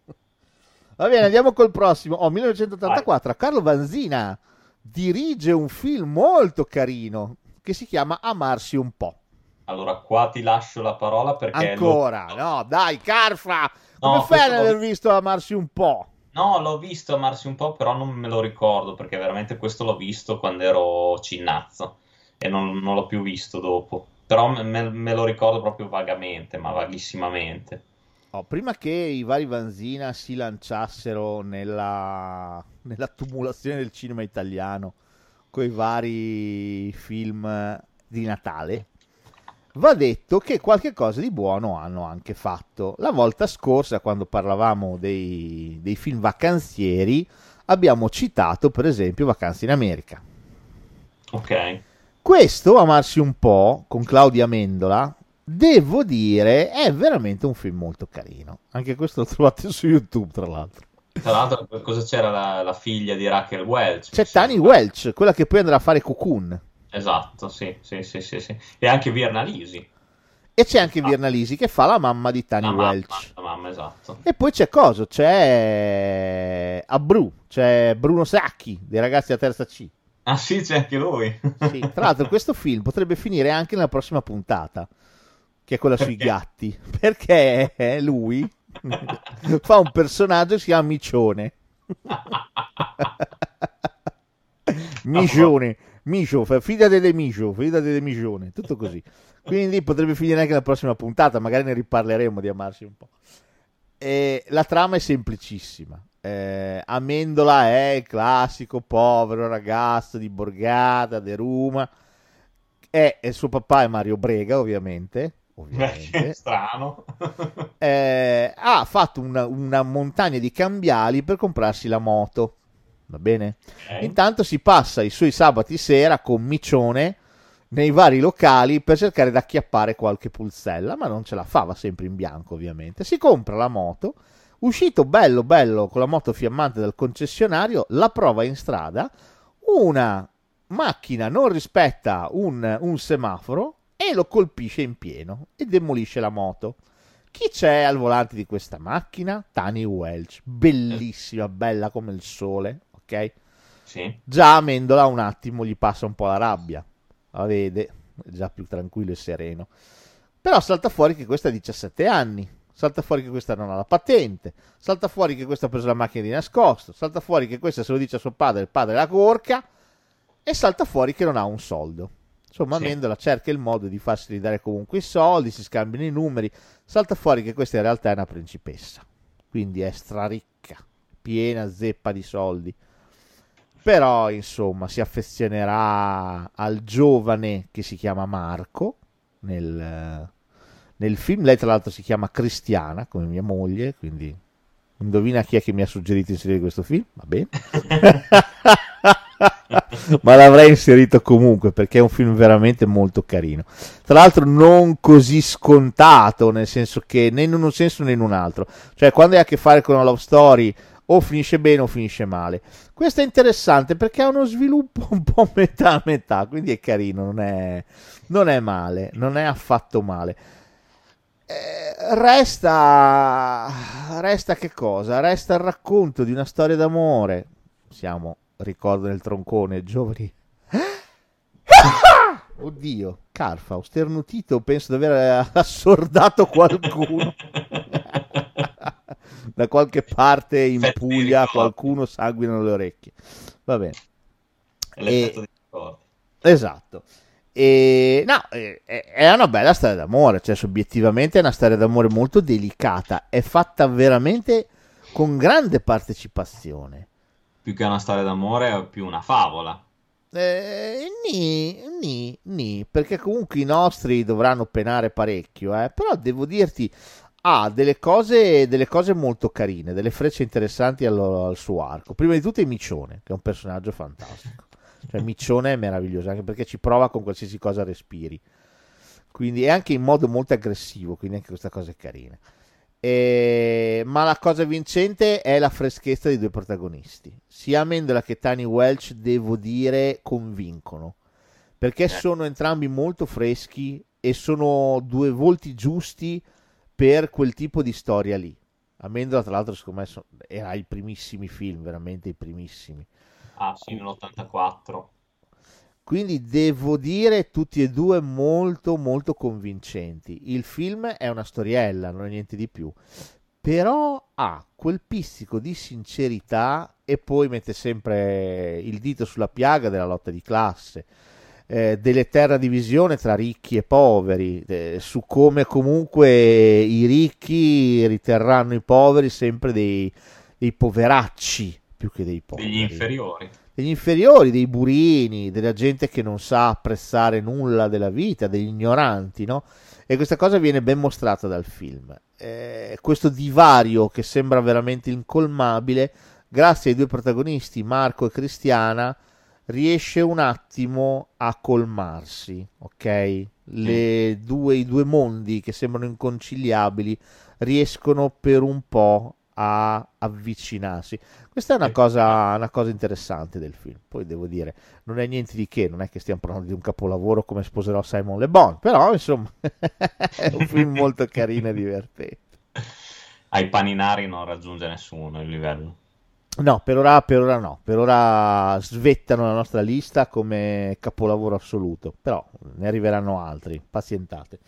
Va bene, andiamo col prossimo. 1984, Carlo Vanzina dirige un film molto carino che si chiama Amarsi un po'. Allora, qua ti lascio la parola perché... Ancora? No, dai, Carfa! Come fai ad aver visto Amarsi un po'? No, l'ho visto Amarsi un po', però non me lo ricordo, perché veramente questo l'ho visto quando ero cinnazzo e non l'ho più visto dopo. Però me lo ricordo proprio vagamente, ma vaghissimamente. Prima che i vari Vanzina si lanciassero nella tumulazione del cinema italiano con i vari film di Natale, va detto che qualche cosa di buono hanno anche fatto. La volta scorsa, quando parlavamo dei film vacanzieri, abbiamo citato per esempio Vacanze in America. Ok. Questo, Amarsi un po', con Claudia Amendola, devo dire, è veramente un film molto carino. Anche questo lo trovate su YouTube, tra l'altro. Tra l'altro, cosa c'era la figlia di Raquel Welch? C'è Tani Welch, quella che poi andrà a fare Cocoon. Esatto, sì. E anche Virna Lisi. E c'è anche Virna Lisi che fa la mamma di Tani Welch. La mamma, esatto. E poi c'è coso, c'è c'è Bruno Sacchi, dei ragazzi a terza C. Ah sì, c'è anche lui. Sì, tra l'altro questo film potrebbe finire anche nella prossima puntata, che è quella sui gatti, perché lui fa un personaggio che si chiama Micione. Micio, fidate di Micione, tutto così. Quindi potrebbe finire anche la prossima puntata, magari ne riparleremo di Amarsi un po'. La trama è semplicissima. Amendola è il classico povero ragazzo di borgata, di Roma. E il suo papà è Mario Brega, ovviamente. Che strano. Ha fatto una montagna di cambiali per comprarsi la moto. Va bene? Okay. Intanto si passa i suoi sabati sera con Micione nei vari locali per cercare di acchiappare qualche pulsella, ma non ce la fa, va sempre in bianco ovviamente. Si compra la moto, uscito bello con la moto fiammante dal concessionario, la prova in strada, una macchina non rispetta un semaforo e lo colpisce in pieno e demolisce la moto. Chi c'è al volante di questa macchina? Tani Welch, bellissima, bella come il sole, ok? Sì. Già Amendola un attimo gli passa un po' la rabbia, la vede, è già più tranquillo e sereno. Però salta fuori che questa ha 17 anni, salta fuori che questa non ha la patente, salta fuori che questa ha preso la macchina di nascosto, salta fuori che questa se lo dice a suo padre, il padre la corca, e salta fuori che non ha un soldo. Insomma, Sì. Amendola cerca il modo di farsi ridare comunque i soldi, si scambiano i numeri, salta fuori che questa in realtà è una principessa, quindi è straricca, piena zeppa di soldi. Però, insomma, si affezionerà al giovane che si chiama Marco nel film. Lei, tra l'altro, si chiama Cristiana, come mia moglie, quindi indovina chi è che mi ha suggerito di inserire questo film? Va bene. Ma l'avrei inserito comunque perché è un film veramente molto carino. Tra l'altro non così scontato, nel senso che né in un senso né in un altro. Cioè, quando hai a che fare con una love story, o finisce bene o finisce male. Questo è interessante perché ha uno sviluppo un po' metà a metà, quindi è carino, non è male, non è affatto male. Resta che cosa? Resta il racconto di una storia d'amore. Ricordo nel troncone, giovani. Oddio, Carfa, ho sternutito, penso di aver assordato qualcuno. Da qualche parte in Puglia qualcuno sanguinano le orecchie. Va bene. L'effetto di ricordo. Esatto. È una bella storia d'amore, cioè obiettivamente è una storia d'amore molto delicata, è fatta veramente con grande partecipazione. Più che una storia d'amore è più una favola. Perché comunque i nostri dovranno penare parecchio, però devo dirti delle cose molto carine, delle frecce interessanti al suo arco. Prima di tutto è Miccione, che è un personaggio fantastico. Cioè Miccione è meraviglioso, anche perché ci prova con qualsiasi cosa respiri. Quindi è anche in modo molto aggressivo, quindi anche questa cosa è carina. Ma la cosa vincente è la freschezza dei due protagonisti. Sia Amendola che Tani Welch, devo dire, convincono. Perché sono entrambi molto freschi e sono due volti giusti per quel tipo di storia lì. Amendola, tra l'altro, secondo me era i primissimi film, veramente i primissimi. Ah sì, nell'84. Quindi devo dire tutti e due molto molto convincenti. Il film è una storiella, non è niente di più, però ha quel pizzico di sincerità e poi mette sempre il dito sulla piaga della lotta di classe, dell'eterna divisione tra ricchi e poveri, su come comunque i ricchi riterranno i poveri sempre dei poveracci più che dei poveri. Degli inferiori, dei burini, della gente che non sa apprezzare nulla della vita, degli ignoranti, no? E questa cosa viene ben mostrata dal film. Questo divario che sembra veramente incolmabile, grazie ai due protagonisti, Marco e Cristiana, riesce un attimo a colmarsi, ok? I due mondi che sembrano inconciliabili riescono per un po' a avvicinarsi. Questa è una cosa interessante del film. Poi devo dire, non è niente di che, non è che stiamo parlando di un capolavoro come Sposerò Simon Le Bon, però insomma è un film molto carino e divertente. Ai paninari non raggiunge nessuno il livello. No, per ora no, per ora svettano la nostra lista come capolavoro assoluto, però ne arriveranno altri, pazientate.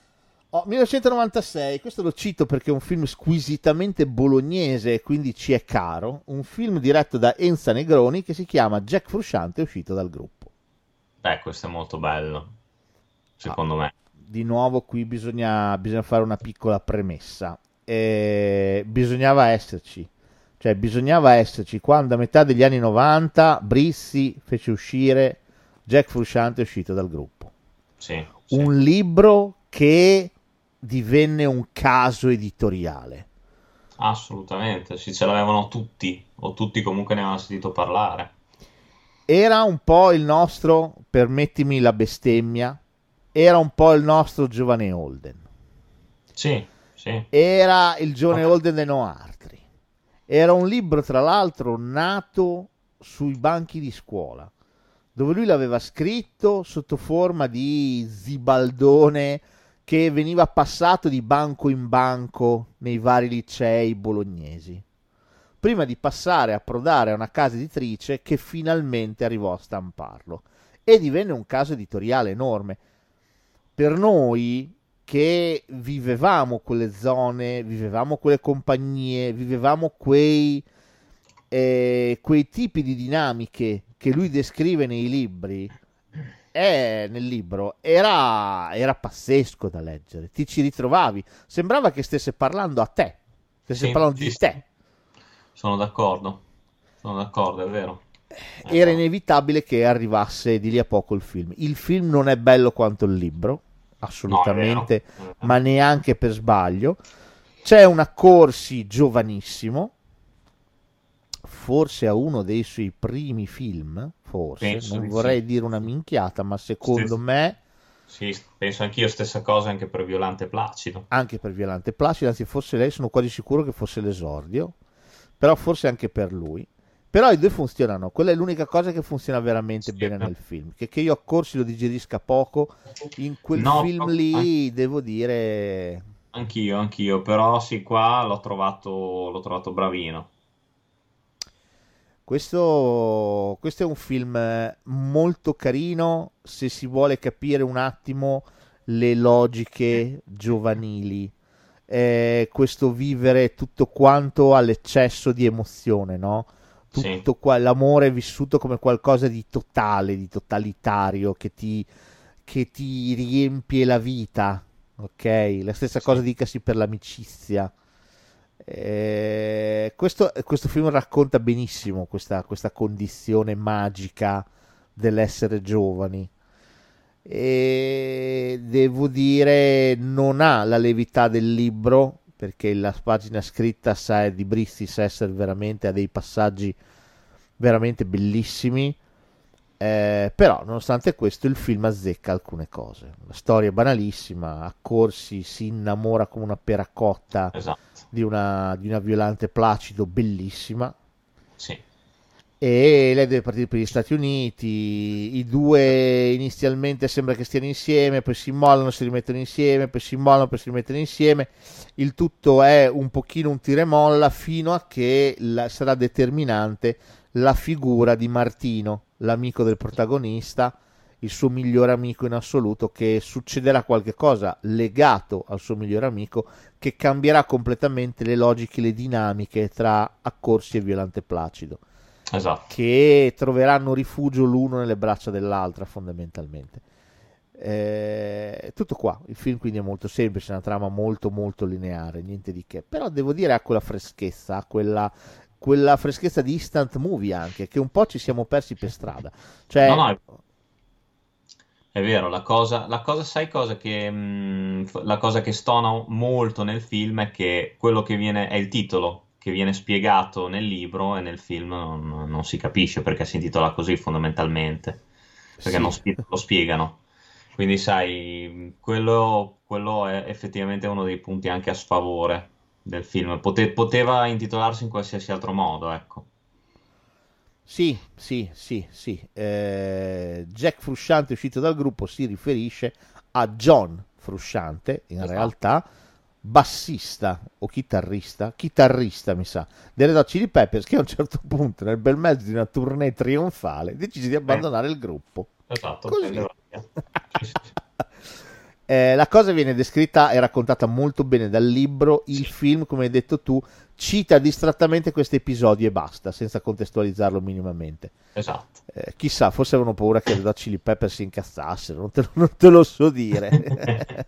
1996, questo lo cito perché è un film squisitamente bolognese e quindi ci è caro, un film diretto da Enza Negroni che si chiama Jack Frusciante, uscito dal gruppo. Questo è molto bello, secondo me. Di nuovo qui bisogna fare una piccola premessa. Bisognava esserci quando a metà degli anni 90 Brissi fece uscire Jack Frusciante, uscito dal gruppo. Sì. Un libro che divenne un caso editoriale. Assolutamente, sì, ce l'avevano tutti, o tutti comunque ne avevano sentito parlare. Era un po' il nostro, permettimi la bestemmia, era un po' il nostro giovane Holden. Sì. Era il giovane Holden dei No Altri. Era un libro, tra l'altro, nato sui banchi di scuola. dove lui l'aveva scritto sotto forma di zibaldone che veniva passato di banco in banco nei vari licei bolognesi, prima di passare a approdare a una casa editrice che finalmente arrivò a stamparlo. E divenne un caso editoriale enorme. Per noi che vivevamo quelle zone, vivevamo quelle compagnie, vivevamo quei tipi di dinamiche che lui descrive nei libri, nel libro, era pazzesco da leggere. Ti ci ritrovavi, sembrava che stesse parlando a te, stesse parlando di te. Sono d'accordo, è vero. Era inevitabile che arrivasse di lì a poco il film. Il film non è bello quanto il libro, assolutamente, no, ma neanche per sbaglio. C'è un Accorsi giovanissimo, forse a uno dei suoi primi film, forse, Penso non di vorrei sì. dire una minchiata, ma secondo me Sì, penso anch'io stessa cosa anche per Violante Placido. anche per Violante Placido, anzi forse lei, sono quasi sicuro che fosse l'esordio, però forse anche per lui. Però i due funzionano, quella è l'unica cosa che funziona veramente bene nel film, che io Accorsi lo digerisca poco, in quel film lì devo dire... Anch'io, però sì, qua l'ho trovato bravino. Questo è un film molto carino se si vuole capire un attimo le logiche giovanili, questo vivere tutto quanto all'eccesso di emozione, no? Tutto qua, l'amore è vissuto come qualcosa di totale, di totalitario, che ti riempie la vita, ok? La stessa cosa dicasi per l'amicizia. Questo film racconta benissimo questa condizione magica dell'essere giovani, e devo dire non ha la levità del libro, perché la pagina scritta di Bristi sa essere veramente, ha dei passaggi veramente bellissimi, però nonostante questo il film azzecca alcune cose. La storia è banalissima, Accorsi si innamora come una pera cotta, Esatto. di una Violante Placido bellissima, Sì. e lei deve partire per gli Stati Uniti. I due inizialmente sembra che stiano insieme, poi si mollano, si rimettono insieme, poi si mollano, poi si rimettono insieme. Il tutto è un pochino un tira e molla, fino a che sarà determinante la figura di Martino, l'amico del protagonista, il suo migliore amico in assoluto, che succederà qualche cosa legato al suo migliore amico che cambierà completamente le logiche, le dinamiche tra Accorsi e Violante Placido. Esatto. Che troveranno rifugio l'uno nelle braccia dell'altra, fondamentalmente. Tutto qua. Il film quindi è molto semplice, una trama molto molto lineare, niente di che, però devo dire ha quella freschezza, quella freschezza di instant movie anche, che un po' ci siamo persi per strada. Cioè, No, è vero, la cosa, sai cosa la cosa che stona molto nel film è che quello che è il titolo che viene spiegato nel libro, e nel film non si capisce perché si intitola così fondamentalmente, perché sì. non lo spiegano. Quindi sai, quello è effettivamente uno dei punti anche a sfavore del film. Poteva intitolarsi in qualsiasi altro modo, ecco. Sì. Jack Frusciante, uscito dal gruppo, si riferisce a John Frusciante, in realtà bassista o chitarrista mi sa, delle Red Hot Chili Peppers, che a un certo punto, nel bel mezzo di una tournée trionfale, decise di abbandonare il gruppo. Esatto. Così. Sì. La cosa viene descritta e raccontata molto bene dal libro. Il film, come hai detto tu, cita distrattamente questi episodi e basta, senza contestualizzarlo minimamente. Esatto. Chissà, forse avevano paura che le Red Hot Chili Peppers si incazzassero, non te lo so dire.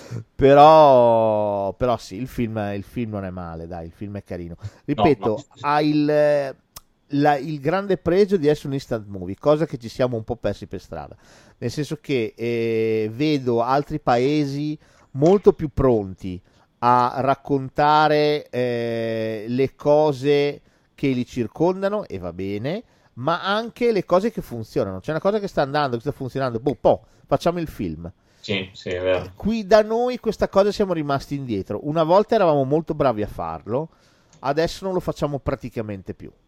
però sì, il film non è male, dai, il film è carino. Ripeto, No. ha il grande pregio di essere un instant movie, cosa che ci siamo un po' persi per strada, nel senso che vedo altri paesi molto più pronti a raccontare le cose che li circondano, e va bene, ma anche le cose che funzionano. C'è una cosa che sta andando, che sta funzionando, facciamo il film. Sì, è vero. Qui da noi questa cosa siamo rimasti indietro. Una volta eravamo molto bravi a farlo, adesso non lo facciamo praticamente più.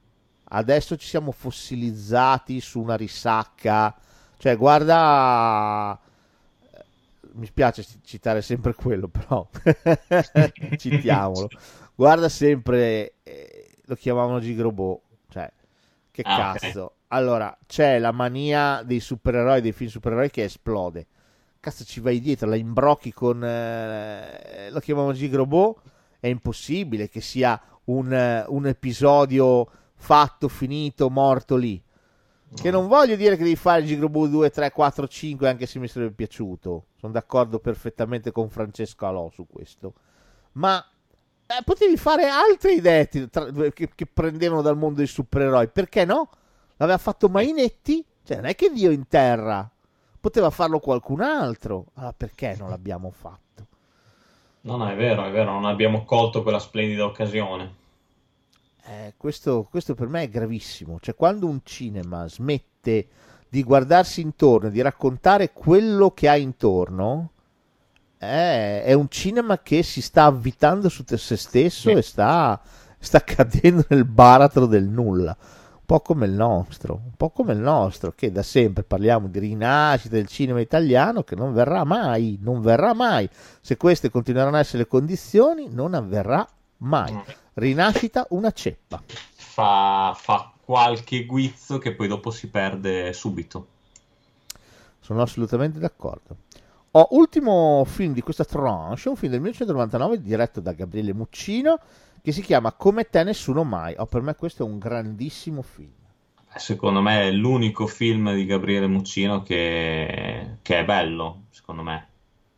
Adesso ci siamo fossilizzati su una risacca, cioè guarda, mi spiace citare sempre quello, però citiamolo. Guarda sempre, lo chiamavano Gigrobot, cioè che cazzo. Ok. Allora, c'è la mania dei supereroi, dei film supereroi che esplode. Cazzo, ci vai dietro, la imbrocchi con lo chiamavano Gigrobot, è impossibile che sia un episodio fatto, finito, morto lì. Che non voglio dire che devi fare Gigrobot 2, 3, 4, 5, anche se mi sarebbe piaciuto. Sono d'accordo perfettamente con Francesco Alò su questo. Ma potevi fare altre idee che prendevano dal mondo dei supereroi. Perché no? L'aveva fatto Mainetti. Cioè, non è che Dio in terra. Poteva farlo qualcun altro. Allora, perché non l'abbiamo fatto? No, è vero, non abbiamo colto quella splendida occasione. Questo per me è gravissimo. Cioè, quando un cinema smette di guardarsi intorno, di raccontare quello che ha intorno, è un cinema che si sta avvitando su se stesso Sì. e sta cadendo nel baratro del nulla. Un po' come il nostro, che da sempre parliamo di rinascita del cinema italiano, che non verrà mai, non verrà mai. Se queste continueranno a essere le condizioni, non avverrà mai. Rinascita una ceppa. Fa qualche guizzo che poi dopo si perde subito. Sono assolutamente d'accordo. Ultimo film di questa tranche, un film del 1999 diretto da Gabriele Muccino, che si chiama Come te nessuno mai. Per me questo è un grandissimo film. Secondo me è l'unico film di Gabriele Muccino che è bello, secondo me.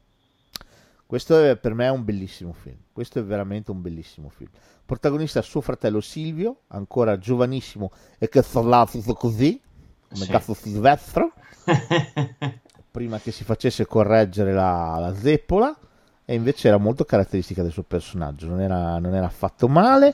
Per me è un bellissimo film. Questo è veramente un bellissimo film. Protagonista suo fratello Silvio, ancora giovanissimo e che parlava così, come Sì. cazzo Silvestro, prima che si facesse correggere la zeppola, e invece era molto caratteristica del suo personaggio, non era affatto male.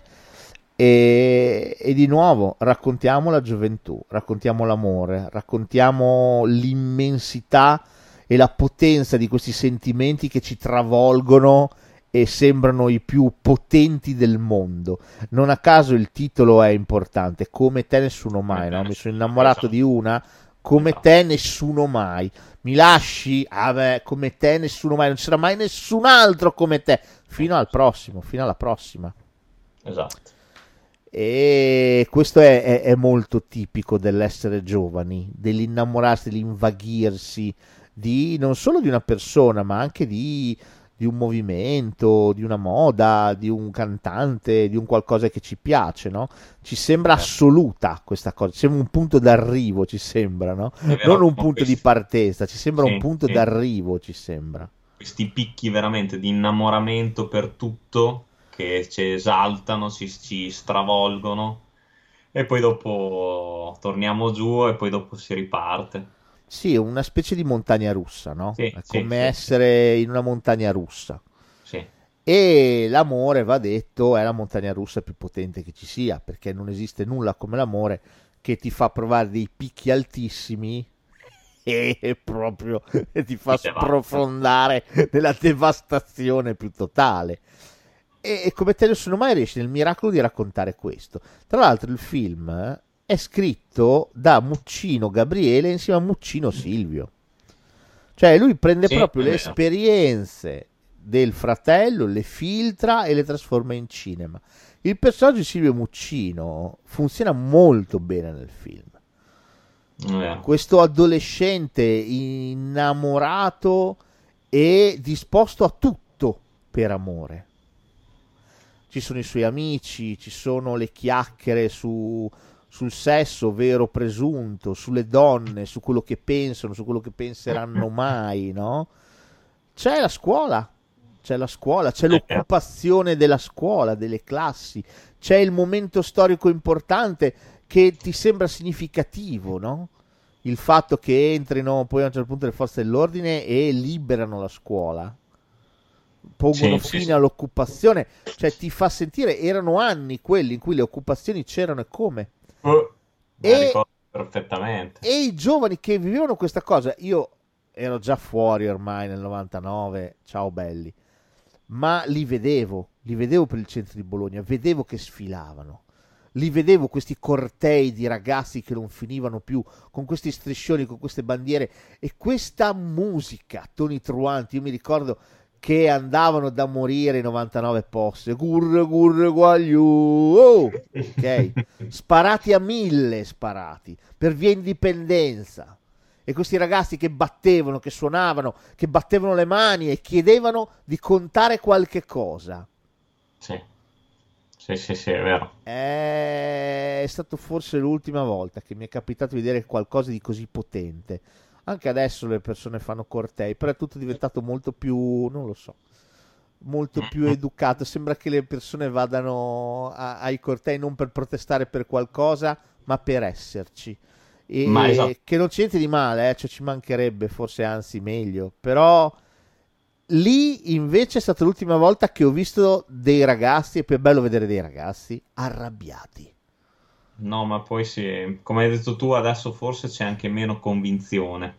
E di nuovo raccontiamo la gioventù, raccontiamo l'amore, raccontiamo l'immensità e la potenza di questi sentimenti che ci travolgono e sembrano i più potenti del mondo. Non a caso il titolo è importante, Come te nessuno mai, no? Mi sono innamorato di una, come te nessuno mai. Mi lasci? Ah beh, come te nessuno mai, non c'era mai nessun altro come te. Fino al prossimo, fino alla prossima. Esatto. E questo è molto tipico dell'essere giovani, dell'innamorarsi, dell'invaghirsi non solo di una persona, ma anche di un movimento, di una moda, di un cantante, di un qualcosa che ci piace, no? Ci sembra assoluta questa cosa, sembra un punto d'arrivo, ci sembra, no? È vero, Non un con punto di partenza, ci sembra un sì, punto sì. d'arrivo, ci sembra. Questi picchi veramente di innamoramento per tutto che ci esaltano, ci stravolgono e poi dopo torniamo giù e poi dopo si riparte. Sì, una specie di montagna russa, no? Sì, È sì, come sì, essere in una montagna russa. sì, E l'amore, va detto, è la montagna russa più potente che ci sia, perché non esiste nulla come l'amore che ti fa provare dei picchi altissimi e proprio ti fa Ti devasta. sprofondare nella devastazione più totale. E come te nessuno mai riesce nel miracolo di raccontare questo. Tra l'altro il film è scritto da Muccino Gabriele insieme a Muccino Silvio. Cioè lui prende Sì, proprio è le vero. esperienze del fratello, le filtra e le trasforma in cinema. Il personaggio di Silvio Muccino funziona molto bene nel film. È vero. Questo adolescente innamorato e disposto a tutto per amore. Ci sono i suoi amici, ci sono le chiacchiere sul sesso vero o presunto, sulle donne, su quello che pensano, su quello che penseranno mai, no? C'è la scuola, c'è l'occupazione della scuola, delle classi, c'è il momento storico importante che ti sembra significativo, no? Il fatto che entrino poi a un certo punto le forze dell'ordine e liberano la scuola, pongono Sì, fine sì. all'occupazione, cioè ti fa sentire, erano anni quelli in cui le occupazioni c'erano e come. Me la E, ricordo perfettamente. e i giovani che vivevano questa cosa, io ero già fuori ormai nel 99, ciao belli, ma li vedevo per il centro di Bologna, vedevo che sfilavano, li vedevo questi cortei di ragazzi che non finivano più, con questi striscioni, con queste bandiere e questa musica tonitruante. Io mi ricordo che andavano da morire i 99 posse, gurre gurre guagliù, oh! Ok, sparati a 1000, sparati per via indipendenza. E questi ragazzi che battevano, che suonavano, che battevano le mani e chiedevano di contare qualche cosa. Sì, sì, sì, sì, è vero. È stato forse l'ultima volta che mi è capitato di vedere qualcosa di così potente. Anche adesso le persone fanno cortei, però è tutto diventato molto più, non lo so, molto più educato. Sembra che le persone vadano ai cortei non per protestare per qualcosa, ma per esserci. Ma esatto. E che non c'è niente di male, cioè ci mancherebbe, forse anzi meglio. Però lì invece è stata l'ultima volta che ho visto dei ragazzi, e poi è bello vedere dei ragazzi arrabbiati. No, ma poi sì, come hai detto tu, adesso forse c'è anche meno convinzione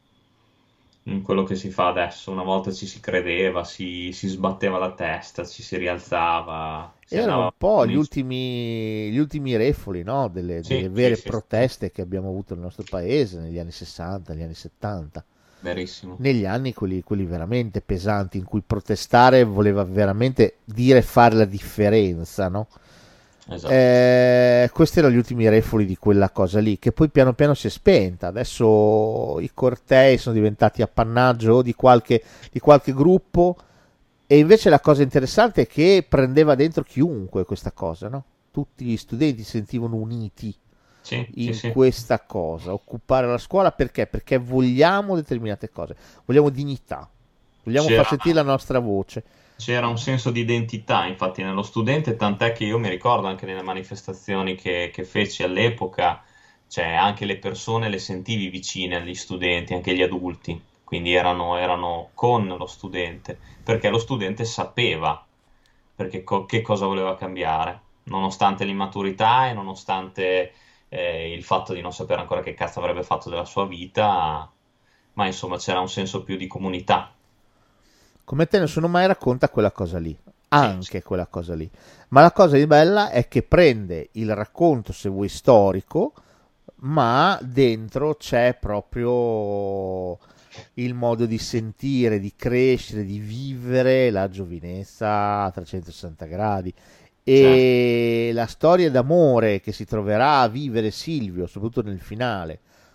in quello che si fa adesso. Una volta ci si credeva, si sbatteva la testa, ci si rialzava, si Erano un andava po' con il... gli ultimi refoli, no? Delle Sì, sì, vere sì, sì, proteste che abbiamo avuto nel nostro paese negli anni 60, negli anni 70, verissimo. negli anni quelli veramente pesanti in cui protestare voleva veramente dire fare la differenza, no? Esatto. Questi erano gli ultimi refoli di quella cosa lì, che poi piano piano si è spenta. Adesso i cortei sono diventati appannaggio di qualche gruppo, e invece la cosa interessante è che prendeva dentro chiunque questa cosa, no? Tutti gli studenti si sentivano uniti Sì, sì, in sì. questa cosa, occupare la scuola perché? Perché vogliamo determinate cose, vogliamo dignità, vogliamo far C'era sentire la nostra voce. c'era un senso di identità, infatti, nello studente, tant'è che io mi ricordo anche nelle manifestazioni che feci all'epoca, cioè anche le persone le sentivi vicine agli studenti, anche gli adulti, quindi erano con lo studente, perché lo studente sapeva che cosa voleva cambiare, nonostante l'immaturità e nonostante il fatto di non sapere ancora che cazzo avrebbe fatto della sua vita, ma insomma c'era un senso più di comunità. Come te nessuno mai racconta quella cosa lì, Sì, anche quella cosa lì. Ma la cosa di bella è che prende il racconto, se vuoi, storico, ma dentro c'è proprio il modo di sentire, di crescere, di vivere la giovinezza a 360 gradi. certo. E la storia d'amore che si troverà a vivere Silvio, soprattutto nel finale,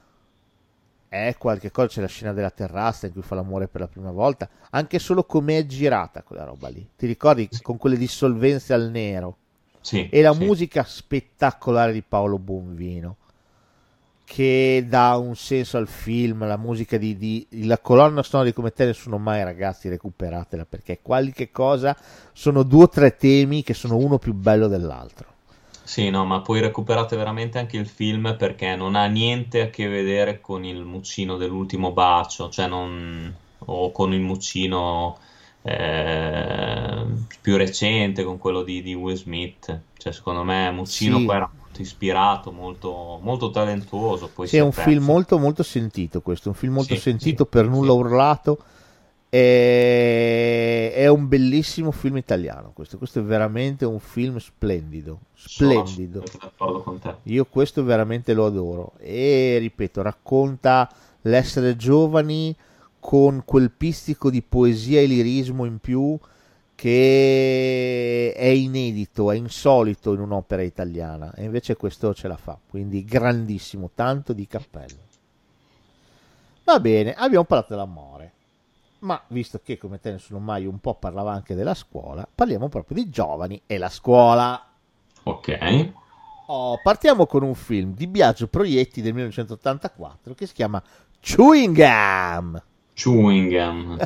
è qualche cosa. C'è la scena della terrazza in cui fa l'amore per la prima volta, anche solo come è girata quella roba lì, ti ricordi, Sì, con quelle dissolvenze al nero, sì, e la sì. musica spettacolare di Paolo Bonvino che dà un senso al film, la musica la colonna sonora di Come te nessuno mai, ragazzi, recuperatela, perché qualche cosa, sono 2 o 3 temi che sono uno più bello dell'altro. Sì, no, ma poi recuperate veramente anche il film perché non ha niente a che vedere con il Muccino dell'ultimo bacio, cioè non... o con il Muccino più recente, con quello di Will Smith. Cioè, secondo me Muccino Sì, qua era molto ispirato, molto, molto talentuoso, poi sì, è si è un film perso. molto molto sentito questo, un film molto Sì, sì, sentito, per nulla sì. urlato. È un bellissimo film italiano questo è veramente un film splendido, Sono splendido. assolutamente d'accordo con te. Io questo veramente lo adoro, e ripeto, racconta l'essere giovani con quel pizzico di poesia e lirismo in più che è inedito, è insolito in un'opera italiana, e invece questo ce la fa, quindi grandissimo, tanto di cappello. Va bene, abbiamo parlato dell'amore, ma visto che come te nessuno mai un po' parlava anche della scuola, parliamo proprio di giovani e la scuola. Ok. Oh, partiamo con un film di Biagio Proietti del 1984 che si chiama Chewing Gum. Chewing gum.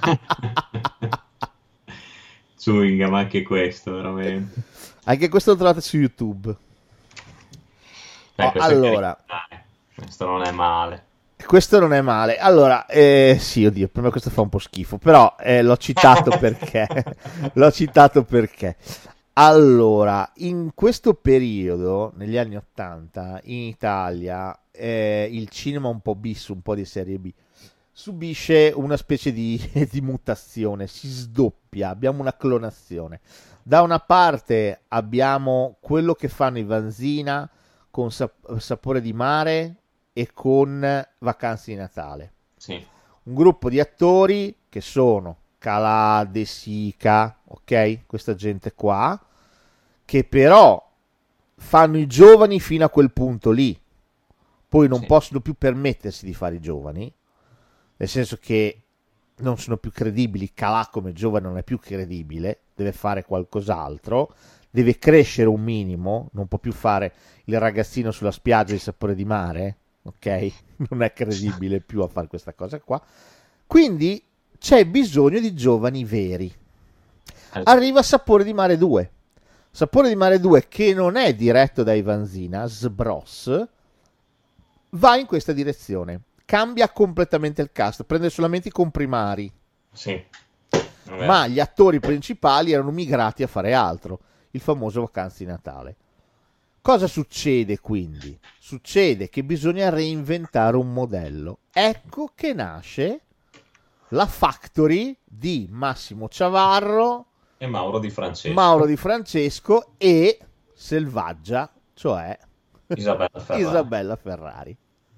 Chewing gum, anche questo, veramente. Anche questo lo trovate su YouTube. Oh, Questo è carino, allora, dai. Questo non è male. questo non è male. Allora, sì, oddio, per me questo fa un po' schifo, però l'ho citato perché. L'ho citato perché. Allora, in questo periodo, negli anni 80, in Italia, il cinema un po' bis, un po' di serie B, subisce una specie di mutazione, si sdoppia, abbiamo una clonazione. Da una parte abbiamo quello che fanno i Vanzina con Sapore di mare e con Vacanze di Natale. Sì. Un gruppo di attori che sono Calà, De Sica, ok? Questa gente qua, che però fanno i giovani fino a quel punto lì. Poi non possono più permettersi di fare i giovani, nel senso che non sono più credibili. Calà come giovane non è più credibile, deve fare qualcos'altro, deve crescere un minimo, non può più fare il ragazzino sulla spiaggia di Sapore di mare, ok? Non è credibile più a fare questa cosa qua. Quindi c'è bisogno di giovani veri. Arriva Sapore di mare 2. Sapore di mare 2, che non è diretto da Vanzina, Sbros, va in questa direzione. Cambia completamente il cast, prende solamente i comprimari. Sì. Ma gli attori principali erano migrati a fare altro, il famoso Vacanze di Natale. Cosa succede quindi? Succede che bisogna reinventare un modello. Ecco che nasce la Factory di Massimo Ciavarro e Mauro Di Francesco e Selvaggia, cioè Isabella Ferrari.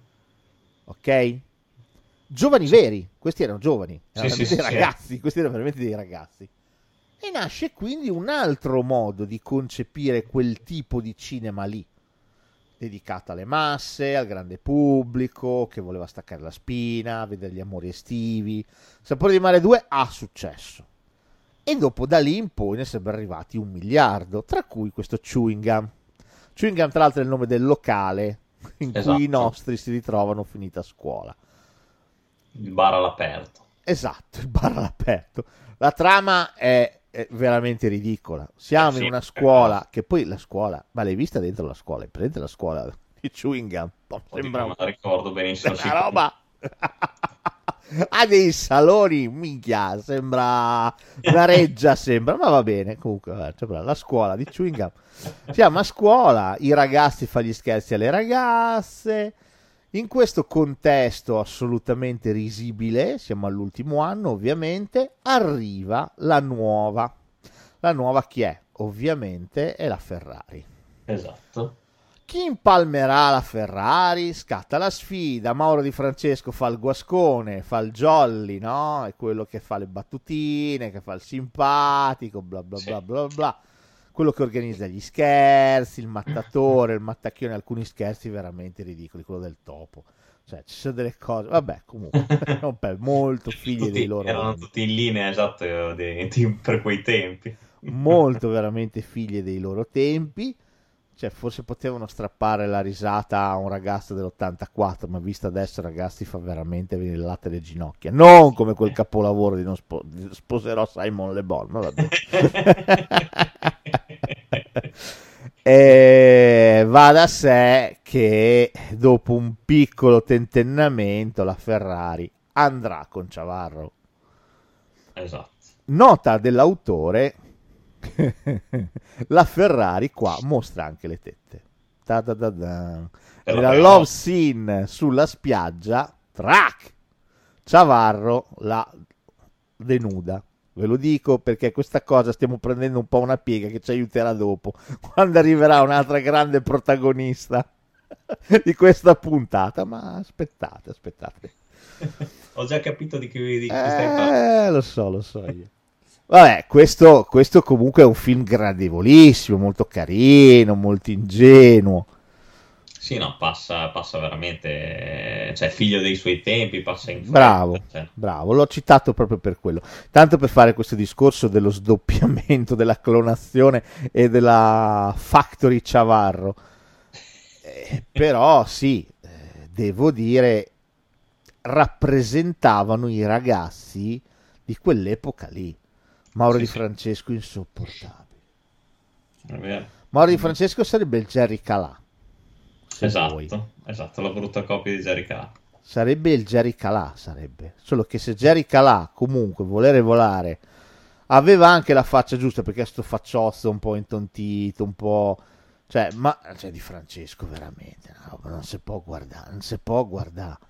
Ok? Giovani veri, questi erano giovani, erano dei ragazzi, questi erano veramente dei ragazzi. E nasce quindi un altro modo di concepire quel tipo di cinema lì, dedicato alle masse, al grande pubblico, che voleva staccare la spina, vedere gli amori estivi. Sapore di mare 2 ha successo. E dopo da lì in poi ne sarebbero arrivati 1 miliardo, tra cui questo Chewing Gum. Chewing Gum tra l'altro è il nome del locale in cui i nostri si ritrovano finita scuola. Il bar all'aperto. Esatto, il bar all'aperto. La trama è veramente ridicola. Siamo in una scuola, che poi la scuola, ma l'hai vista dentro la scuola? È presente la scuola di Chewing Gum? Sembra non la ricordo benissimo. Una roba... ha dei saloni, minchia, sembra una reggia, sembra, ma va bene, comunque la scuola di Chewing Gum. Siamo a scuola, i ragazzi fanno gli scherzi alle ragazze, in questo contesto assolutamente risibile, siamo all'ultimo anno ovviamente, arriva la nuova chi è? Ovviamente è la Ferrari. Esatto. Chi impalmerà la Ferrari? Scatta la sfida. Mauro Di Francesco fa il guascone, fa il jolly, no? È quello che fa le battutine, che fa il simpatico, bla bla bla bla bla. Quello che organizza gli scherzi, il mattatore, il mattacchione, alcuni scherzi veramente ridicoli, quello del topo. Cioè, ci sono delle cose, vabbè, comunque, molto figli dei loro... Erano tutti in linea, esatto, per quei tempi. Molto veramente figli dei loro tempi. Cioè, forse potevano strappare la risata a un ragazzo dell'84, ma visto adesso, ragazzi, fa veramente venire il latte alle ginocchia. Non come quel capolavoro di Non sposerò Simon Le Bon, ma vabbè. E va da sé che dopo un piccolo tentennamento la Ferrari andrà con Ciavarro. Esatto. Nota dell'autore: la Ferrari qua mostra anche le tette. Nella love scene sulla spiaggia, Ciavarro la denuda. Ve lo dico perché questa cosa stiamo prendendo un po' una piega che ci aiuterà dopo, quando arriverà un'altra grande protagonista di questa puntata. Ma aspettate. Ho già capito di chi stai parlando. Lo so io. Vabbè, questo comunque è un film gradevolissimo, molto carino, molto ingenuo. Sì, no, passa veramente, cioè figlio dei suoi tempi, passa in fretta. Bravo, l'ho citato proprio per quello. Tanto per fare questo discorso dello sdoppiamento, della clonazione e della Factory Ciavarro. Però sì, devo dire, rappresentavano i ragazzi di quell'epoca lì. Mauro Di Francesco insopportabile. Mauro Di Francesco sarebbe il Jerry Calà. Esatto, la brutta copia di Jerry Calà. Sarebbe il Jerry Calà, sarebbe. Solo che se Jerry Calà, comunque, volare, aveva anche la faccia giusta, perché sto facciozzo un po' intontito, un po'... Cioè, Di Francesco veramente, no, non si può guardare.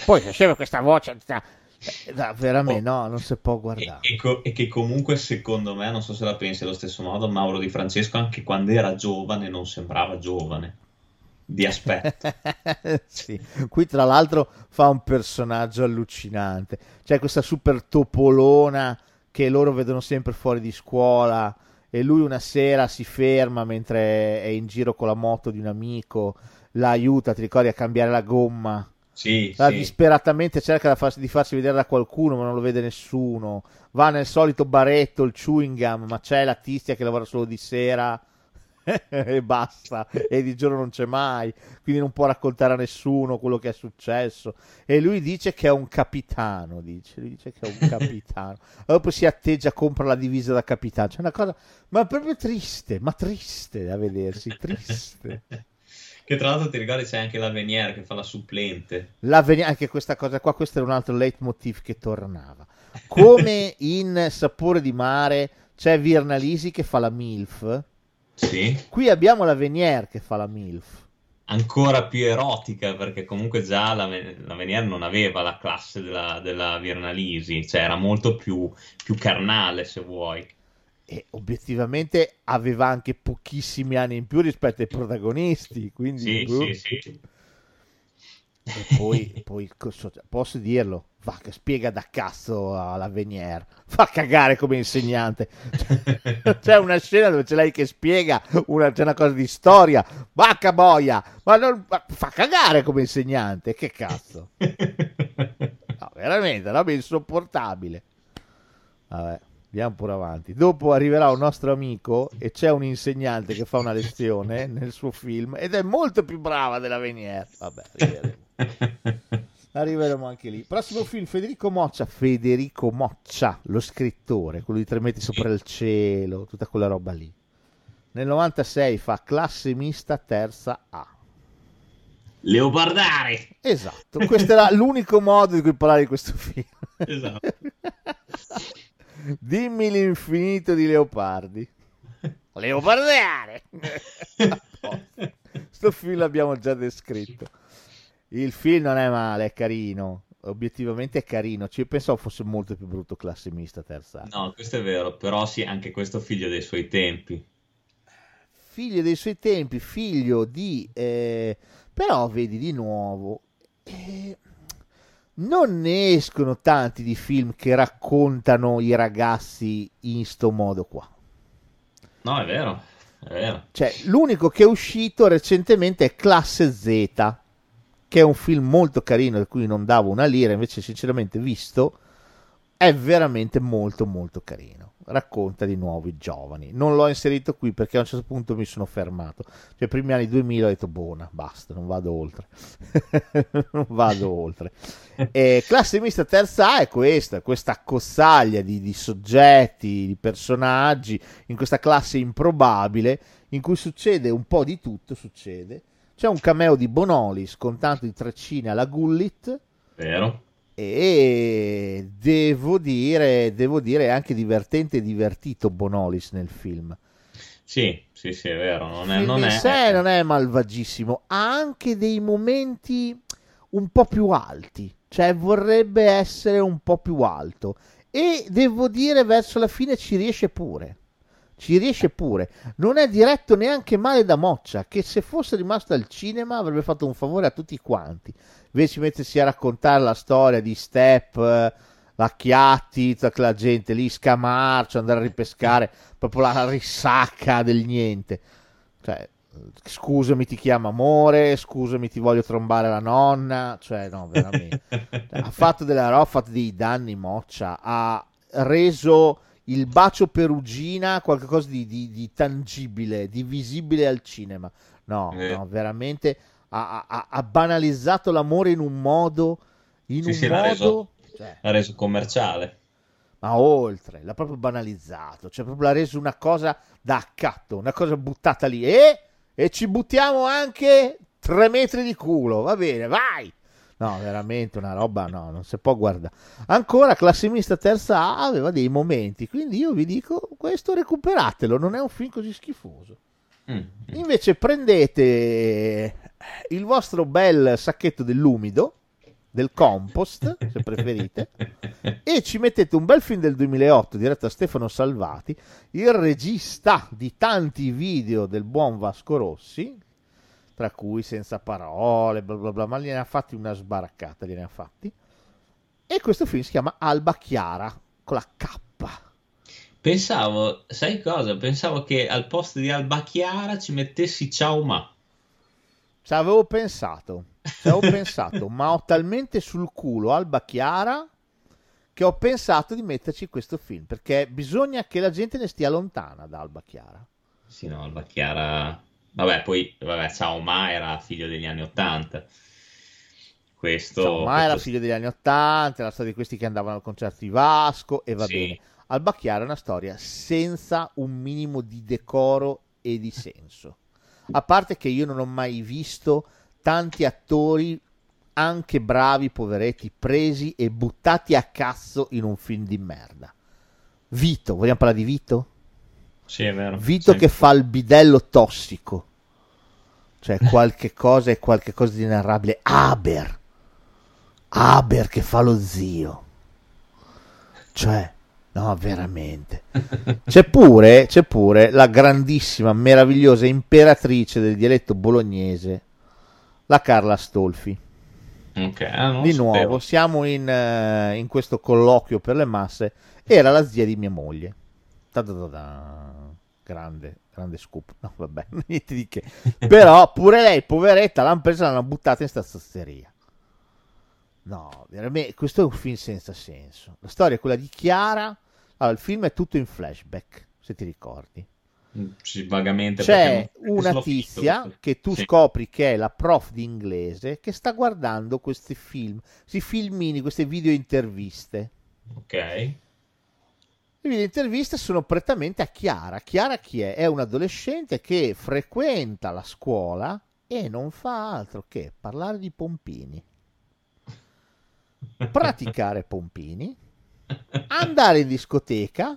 Poi c'è sempre questa voce, veramente no, non si può guardare. E che comunque secondo me, non so se la pensi allo stesso modo, Mauro Di Francesco anche quando era giovane non sembrava giovane di aspetto. Sì. Qui tra l'altro fa un personaggio allucinante, c'è questa super topolona che loro vedono sempre fuori di scuola e lui una sera si ferma mentre è in giro con la moto di un amico, la aiuta, ti ricordi, a cambiare la gomma. Sì, Disperatamente cerca di farsi vedere da qualcuno, ma non lo vede nessuno. Va nel solito baretto, il chewing gum, ma c'è la tizia che lavora solo di sera e basta, e di giorno non c'è mai, quindi non può raccontare a nessuno quello che è successo. E lui dice che è un capitano, lui dice che è un capitano. Dopo si atteggia, compra la divisa da capitano. C'è una cosa, ma proprio triste da vedersi, triste. Che tra l'altro ti ricordi c'è anche la Venier che fa la supplente. Anche questa cosa qua, questo era un altro leitmotiv che tornava. Come in Sapore di mare c'è Virnalisi che fa la MILF. Sì. Qui abbiamo la Venier che fa la MILF. Ancora più erotica, perché comunque già la Venier non aveva la classe della Virnalisi, cioè era molto più carnale, se vuoi. E obiettivamente aveva anche pochissimi anni in più rispetto ai protagonisti, quindi sì. E poi posso dirlo, va che spiega da cazzo alla Venier, fa cagare come insegnante. C'è una scena dove c'è lei che spiega c'è una cosa di storia, vacca boia, ma fa cagare come insegnante, che cazzo. No, veramente una roba insopportabile. Vabbè, andiamo pure avanti. Dopo arriverà un nostro amico e c'è un insegnante che fa una lezione nel suo film ed è molto più brava della Venier. Vabbè, arriveremo anche lì. Prossimo film, Federico Moccia, lo scrittore, quello di 3 metri sopra il cielo, tutta quella roba lì. Nel 96 fa Classe mista terza A. Leopardare. Esatto, questo era l'unico modo di cui parlare di questo film. Esatto. Dimmi l'infinito di Leopardi. Leopardare. Sto film l'abbiamo già descritto. Il film non è male, è carino. Obiettivamente è carino. Ci pensavo fosse molto più brutto Classe mista terza. No, questo è vero, però sì, anche questo figlio dei suoi tempi. Figlio dei suoi tempi, figlio di... però vedi di nuovo... non ne escono tanti di film che raccontano i ragazzi in sto modo qua. No, è vero, è vero. Cioè, l'unico che è uscito recentemente è Classe Z, che è un film molto carino, di cui non davo una lira, invece sinceramente visto è veramente molto molto carino. Racconta di nuovo i giovani. Non l'ho inserito qui perché a un certo punto mi sono fermato. Cioè, primi anni 2000 ho detto, buona, basta, non vado oltre. Non vado oltre. E Classe mista terza A è questa accozzaglia di soggetti, di personaggi, in questa classe improbabile, in cui succede un po' di tutto, C'è un cameo di Bonolis con tanto di treccine alla Gullit. Vero. E devo dire anche divertente e divertito Bonolis nel film. Sì, è vero, non è malvagissimo, ha anche dei momenti un po' più alti, cioè vorrebbe essere un po' più alto e devo dire verso la fine ci riesce pure. Non è diretto neanche male da Moccia, che se fosse rimasto al cinema avrebbe fatto un favore a tutti quanti. Invece di mettersi a raccontare la storia di Step, la Chiatti, tutta la gente lì, scamarcio, andare a ripescare, proprio la risacca del niente. Cioè, scusami ti chiamo amore, scusami ti voglio trombare la nonna, cioè no, veramente. Ha fatto dei danni Moccia, ha reso il bacio perugina qualcosa di tangibile, di visibile al cinema. No, veramente ha banalizzato l'amore in un modo l'ha reso commerciale. Ma oltre, l'ha proprio banalizzato, cioè proprio l'ha reso una cosa da accatto, una cosa buttata lì e ci buttiamo anche 3 metri di culo, va bene, vai! No, veramente una roba, no, non si può guardare. Ancora Classe mista terza A aveva dei momenti, quindi io vi dico, questo recuperatelo, non è un film così schifoso. Invece prendete il vostro bel sacchetto dell'umido, del compost, se preferite, e ci mettete un bel film del 2008 diretto da Stefano Salvati, il regista di tanti video del buon Vasco Rossi, tra cui Senza parole, bla bla bla, ma gliene ha fatti una sbaraccata, gliene ha fatti. E questo film si chiama Alba Chiara, con la K. Pensavo, sai cosa? Pensavo che al posto di Alba Chiara ci mettessi Ciao Ma. Ci avevo pensato, ma ho talmente sul culo Alba Chiara che ho pensato di metterci questo film, perché bisogna che la gente ne stia lontana da Alba Chiara. Sì, no, Alba Chiara... Vabbè, Ciao Ma era figlio degli anni '80. Ma era figlio degli anni '80, la storia di questi che andavano al concerto di Vasco, e va bene. Alba Chiara è una storia senza un minimo di decoro e di senso. A parte che io non ho mai visto tanti attori, anche bravi, poveretti, presi e buttati a cazzo in un film di merda. Vito, vogliamo parlare di Vito? Sì, è vero. Vito che fa il bidello tossico. Cioè qualche cosa di inarrabile. Aber che fa lo zio. Cioè, no, veramente. C'è pure la grandissima, meravigliosa imperatrice del dialetto bolognese, la Carla Stolfi. Di nuovo, siamo in questo colloquio per le masse. Era la zia di mia moglie. Grande scoop. No, vabbè, niente di che. Però pure lei, poveretta, l'hanno presa e l'hanno buttata in sta osteria. No, veramente, questo è un film senza senso. La storia è quella di Chiara. Allora, il film è tutto in flashback, se ti ricordi. Sì, vagamente. C'è una tizia che tu scopri che è la prof di inglese che sta guardando questi film, questi filmini, queste video interviste. Ok. Le video interviste sono prettamente a Chiara. Chiara chi è? È un adolescente che frequenta la scuola e non fa altro che parlare di pompini, praticare pompini, andare in discoteca,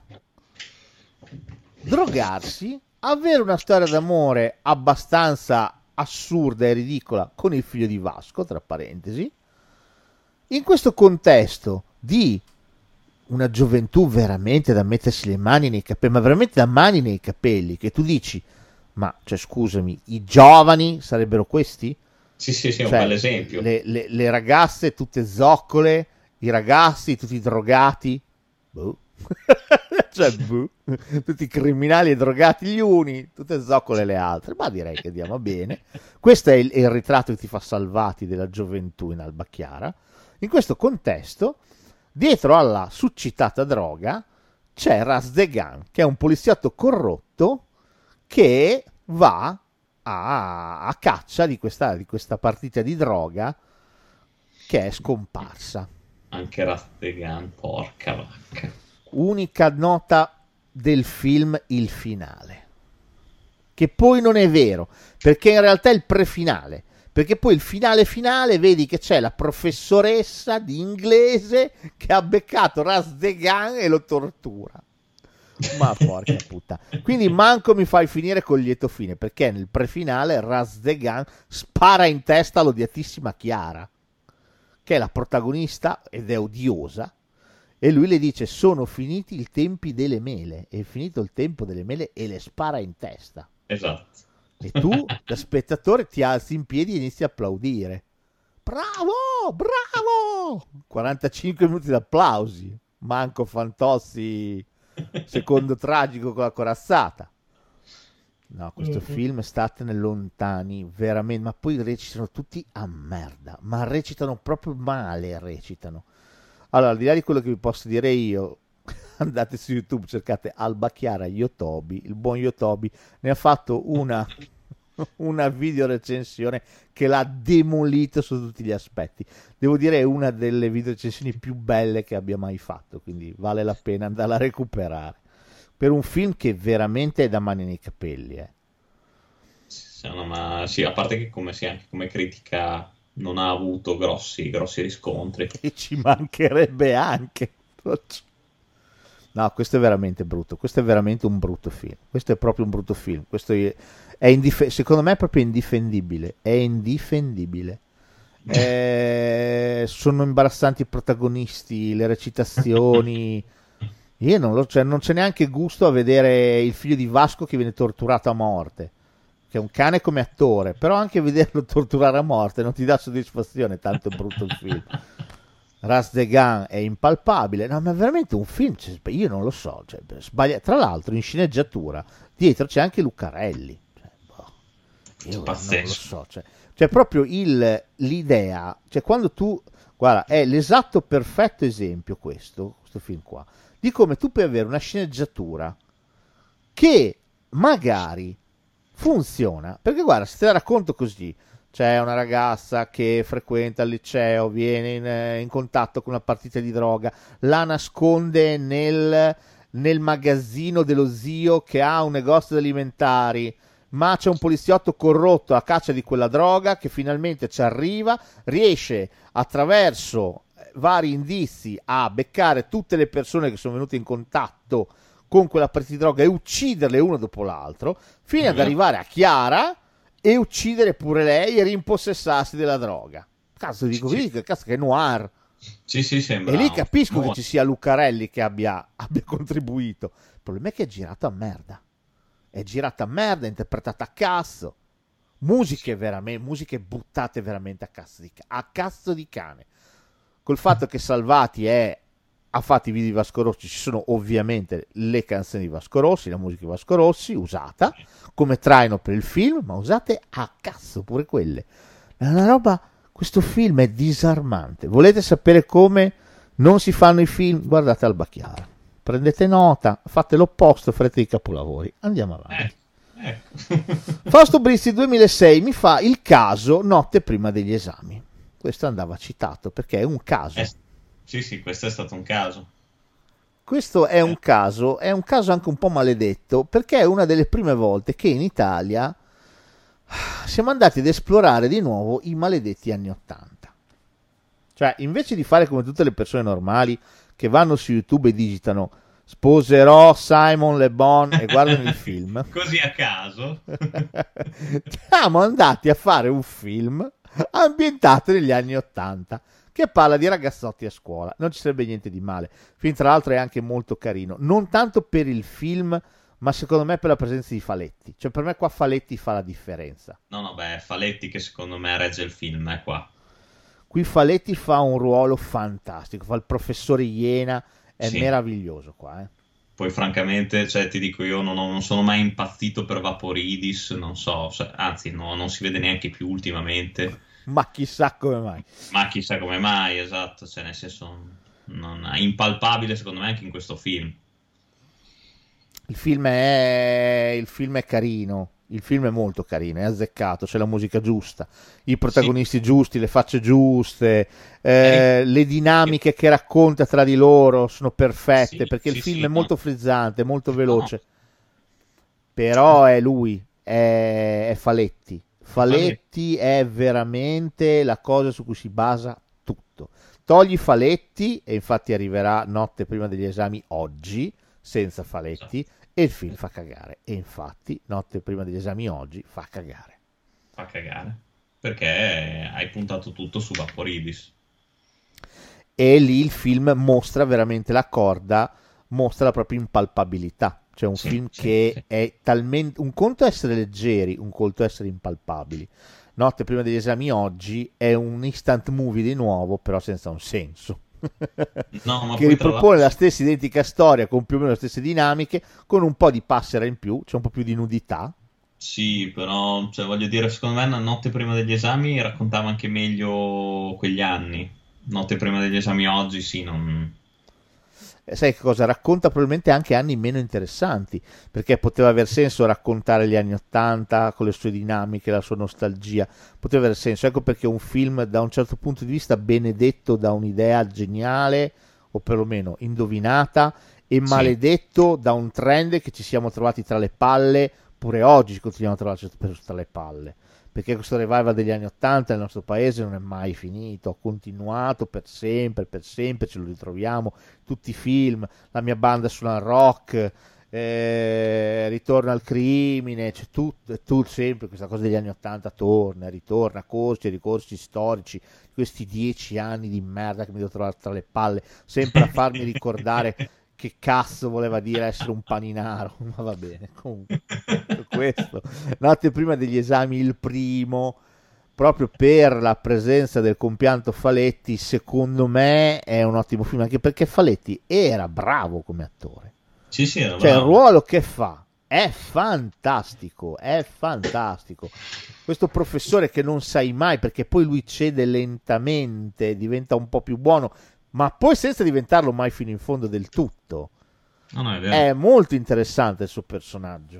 drogarsi, avere una storia d'amore abbastanza assurda e ridicola con il figlio di Vasco, tra parentesi. In questo contesto di una gioventù veramente da mettersi le mani nei capelli, ma veramente da mani nei capelli, che tu dici, ma cioè scusami, i giovani sarebbero questi? Sì, cioè, un bel esempio. Le ragazze tutte zoccole, i ragazzi tutti drogati, cioè, tutti criminali e drogati gli uni, tutte zoccole le altre, ma direi che andiamo bene. Questo è il ritratto che ti fa Salvati della gioventù in Alba Chiara. In questo contesto, dietro alla succitata droga c'è Razdegan, che è un poliziotto corrotto che va a caccia di questa partita di droga che è scomparsa. Anche Razdegan, porca vacca. Unica nota del film, il finale, che poi non è vero, perché in realtà è il prefinale, perché poi il finale vedi che c'è la professoressa di inglese che ha beccato Razdegan e lo tortura. Ma porca puttana. Quindi manco mi fai finire col lieto fine, perché nel prefinale Razdegan spara in testa all'odiatissima Chiara, che è la protagonista ed è odiosa, e lui le dice sono finiti i tempi delle mele, è finito il tempo delle mele, e le spara in testa. Esatto. E tu da spettatore ti alzi in piedi e inizi a applaudire. Bravo 45 minuti di applausi, manco Fantozzi secondo tragico con la corazzata. No, questo film statene lontani, veramente. Ma poi recitano tutti a merda, ma recitano proprio male, recitano. Allora, al di là di quello che vi posso dire io, andate su YouTube, cercate Alba Chiara Yotobi, il buon Yotobi ne ha fatto una video recensione che l'ha demolito su tutti gli aspetti. Devo dire è una delle video recensioni più belle che abbia mai fatto, quindi vale la pena andarla a recuperare per un film che veramente è da mani nei capelli. Ma sì, a parte che anche come critica non ha avuto grossi riscontri, e ci mancherebbe anche. No, questo è veramente brutto, questo è veramente un brutto film, questo è proprio un brutto film, questo è secondo me è proprio indifendibile, è indifendibile. sono imbarazzanti i protagonisti, le recitazioni. Io non c'è neanche gusto a vedere il figlio di Vasco che viene torturato a morte, che è un cane come attore, però anche vederlo torturare a morte non ti dà soddisfazione, tanto è brutto il film. Ras de Gan è impalpabile, no, ma è veramente un film, io non lo so, cioè, sbaglia. Tra l'altro in sceneggiatura dietro c'è anche Lucarelli, cioè, io non lo so, cioè proprio l'idea, cioè quando tu, guarda, è l'esatto perfetto esempio questo film qua, di come tu puoi avere una sceneggiatura che magari funziona, perché guarda, se te la racconto così, c'è una ragazza che frequenta il liceo, viene in contatto con una partita di droga, la nasconde nel magazzino dello zio che ha un negozio di alimentari, ma c'è un poliziotto corrotto a caccia di quella droga che finalmente ci arriva, riesce attraverso vari indizi a beccare tutte le persone che sono venute in contatto con quella partita di droga e ucciderle uno dopo l'altro, fino ad arrivare a Chiara e uccidere pure lei e rimpossessarsi della droga. Cazzo, dico così, cazzo che è noir. Sì, sembra. E lì capisco che ci sia Lucarelli che abbia contribuito. Il problema è che è girato a merda. È girata a merda, è interpretata a cazzo. Musiche buttate veramente a cazzo di cane. Col fatto che Salvati ha fatto i video di Vasco Rossi, ci sono ovviamente le canzoni di Vasco Rossi, la musica di Vasco Rossi usata come traino per il film, ma usate a cazzo pure quelle. È una roba, questo film è disarmante. Volete sapere come non si fanno i film? Guardate Alba Chiara, prendete nota, fate l'opposto, farete i capolavori. Andiamo avanti. Fausto Brizzi 2006 mi fa il caso Notte prima degli esami. Questo andava citato perché è un caso. Sì, questo è stato un caso. Questo è un caso anche un po' maledetto, perché è una delle prime volte che in Italia siamo andati ad esplorare di nuovo i maledetti anni '80. Cioè, invece di fare come tutte le persone normali che vanno su YouTube e digitano sposerò Simon Le Bon e guardano il film. Così a caso. Siamo andati a fare un film ambientato negli anni '80 che parla di ragazzotti a scuola. Non ci sarebbe niente di male. Il film tra l'altro è anche molto carino, non tanto per il film, ma secondo me per la presenza di Faletti. Cioè per me qua Faletti fa la differenza. No, Faletti che secondo me regge il film, è qua. Qui Faletti fa un ruolo fantastico, fa il professore Iena, è meraviglioso qua. Poi francamente, cioè, ti dico, io non sono mai impazzito per Vaporidis, non so, anzi non si vede neanche più ultimamente. Ma chissà come mai. Esatto, cioè nel senso è impalpabile secondo me anche in questo film. Il film è carino, il film è molto carino, è azzeccato, c'è la musica giusta, i protagonisti giusti, le facce giuste, le dinamiche che racconta tra di loro sono perfette, perché il film è molto frizzante, molto veloce. Però è lui, è Faletti. Faletti è veramente la cosa su cui si basa tutto. Togli Faletti e infatti arriverà Notte prima degli esami oggi senza Faletti e il film fa cagare. E infatti Notte prima degli esami oggi fa cagare. Fa cagare perché hai puntato tutto su Vaporidis. E lì il film mostra veramente la corda, mostra la propria impalpabilità. Cioè un film che è talmente... Un conto è essere leggeri, un conto è essere impalpabili. Notte prima degli esami oggi è un instant movie di nuovo, però senza un senso. Ma che ripropone la stessa identica storia, con più o meno le stesse dinamiche, con un po' di passera in più, c'è un po' più di nudità. Sì, però, cioè, voglio dire, secondo me Notte prima degli esami raccontava anche meglio quegli anni. Notte prima degli esami oggi, sì, non... Sai che cosa? Racconta probabilmente anche anni meno interessanti, perché poteva aver senso raccontare gli anni '80 con le sue dinamiche, la sua nostalgia, poteva aver senso. Ecco perché un film da un certo punto di vista benedetto da un'idea geniale, o perlomeno indovinata, e maledetto da un trend che ci siamo trovati tra le palle, pure oggi continuiamo a trovarci tra le palle. Perché questo revival degli anni '80 nel nostro paese non è mai finito, ha continuato per sempre, ce lo ritroviamo, tutti i film, la mia banda suona rock, Ritorno al crimine, c'è tutto sempre questa cosa degli anni 80, ritorna, corsi e ricorsi storici, questi 10 anni di merda che mi devo trovare tra le palle, sempre a farmi ricordare che cazzo voleva dire essere un paninaro, ma va bene, comunque questo, notte prima degli esami, il primo, proprio per la presenza del compianto Faletti, secondo me è un ottimo film, anche perché Faletti era bravo come attore. Sì, era cioè bravo. Il ruolo che fa è fantastico, questo professore che non sai mai, perché poi lui cede lentamente, diventa un po' più buono, ma poi senza diventarlo mai fino in fondo del tutto. No, è vero. È molto interessante il suo personaggio.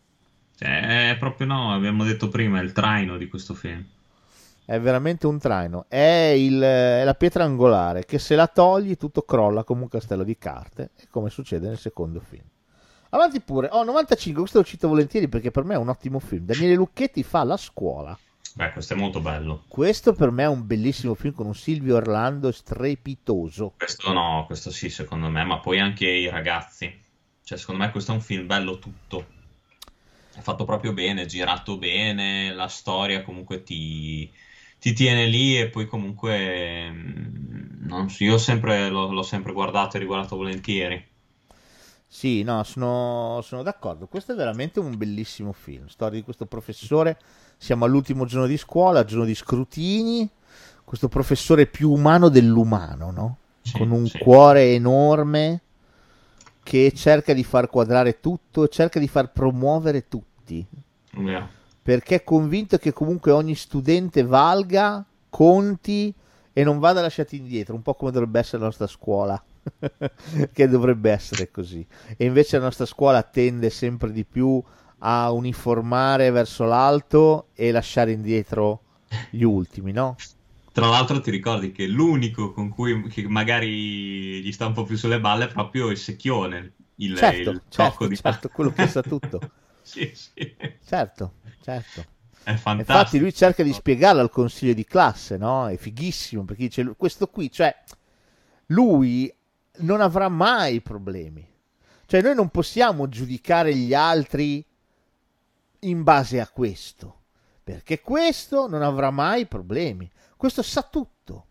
È proprio, abbiamo detto prima, il traino di questo film. È veramente un traino, è la pietra angolare che se la togli tutto crolla come un castello di carte, come succede nel secondo film. Avanti pure, 95, questo lo cito volentieri perché per me è un ottimo film. Daniele Lucchetti fa La scuola. Beh, questo è molto bello. Questo per me è un bellissimo film con un Silvio Orlando strepitoso. Questo sì, secondo me, ma poi anche i ragazzi. Cioè, secondo me questo è un film bello tutto. È fatto proprio bene, girato bene, la storia comunque ti tiene lì e poi comunque non so, io l'ho sempre guardato e riguardato volentieri. Sì, no, sono d'accordo. Questo è veramente un bellissimo film. Storia di questo professore. Siamo all'ultimo giorno di scuola, giorno di scrutini. Questo professore più umano dell'umano, no? Sì, con un sì. cuore enorme che cerca di far quadrare tutto, cerca di far promuovere tutti. Yeah. Perché è convinto che comunque ogni studente valga, conti e non vada lasciato indietro, un po' come dovrebbe essere la nostra scuola, che dovrebbe essere così. E invece la nostra scuola tende sempre di più a uniformare verso l'alto e lasciare indietro gli ultimi, no? Tra l'altro ti ricordi che l'unico con cui che magari gli sta un po' più sulle balle è proprio il secchione, il tocco di certo, quello che sa tutto. Sì. Certo. È fantastico. Infatti lui cerca di spiegarlo al consiglio di classe, no? È fighissimo perché dice questo qui, cioè lui non avrà mai problemi. Cioè noi non possiamo giudicare gli altri in base a questo, perché questo non avrà mai problemi. Questo sa tutto.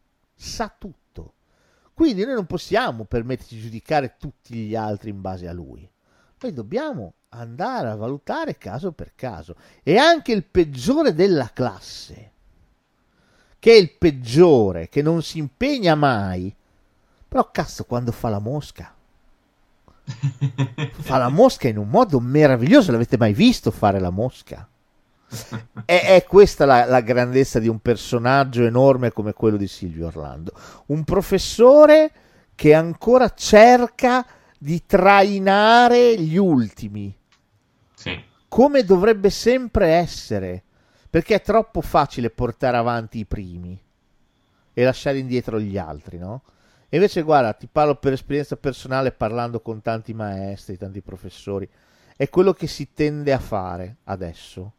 Quindi noi non possiamo permetterci di giudicare tutti gli altri in base a lui. Noi dobbiamo andare a valutare caso per caso. E anche il peggiore della classe, che è il peggiore, che non si impegna mai, però cazzo quando fa la mosca in un modo meraviglioso. L'avete mai visto fare la mosca? È questa la grandezza di un personaggio enorme come quello di Silvio Orlando, un professore che ancora cerca di trainare gli ultimi, sì, come dovrebbe sempre essere, perché è troppo facile portare avanti i primi e lasciare indietro gli altri, no? E invece guarda, ti parlo per esperienza personale, parlando con tanti maestri, tanti professori, è quello che si tende a fare adesso.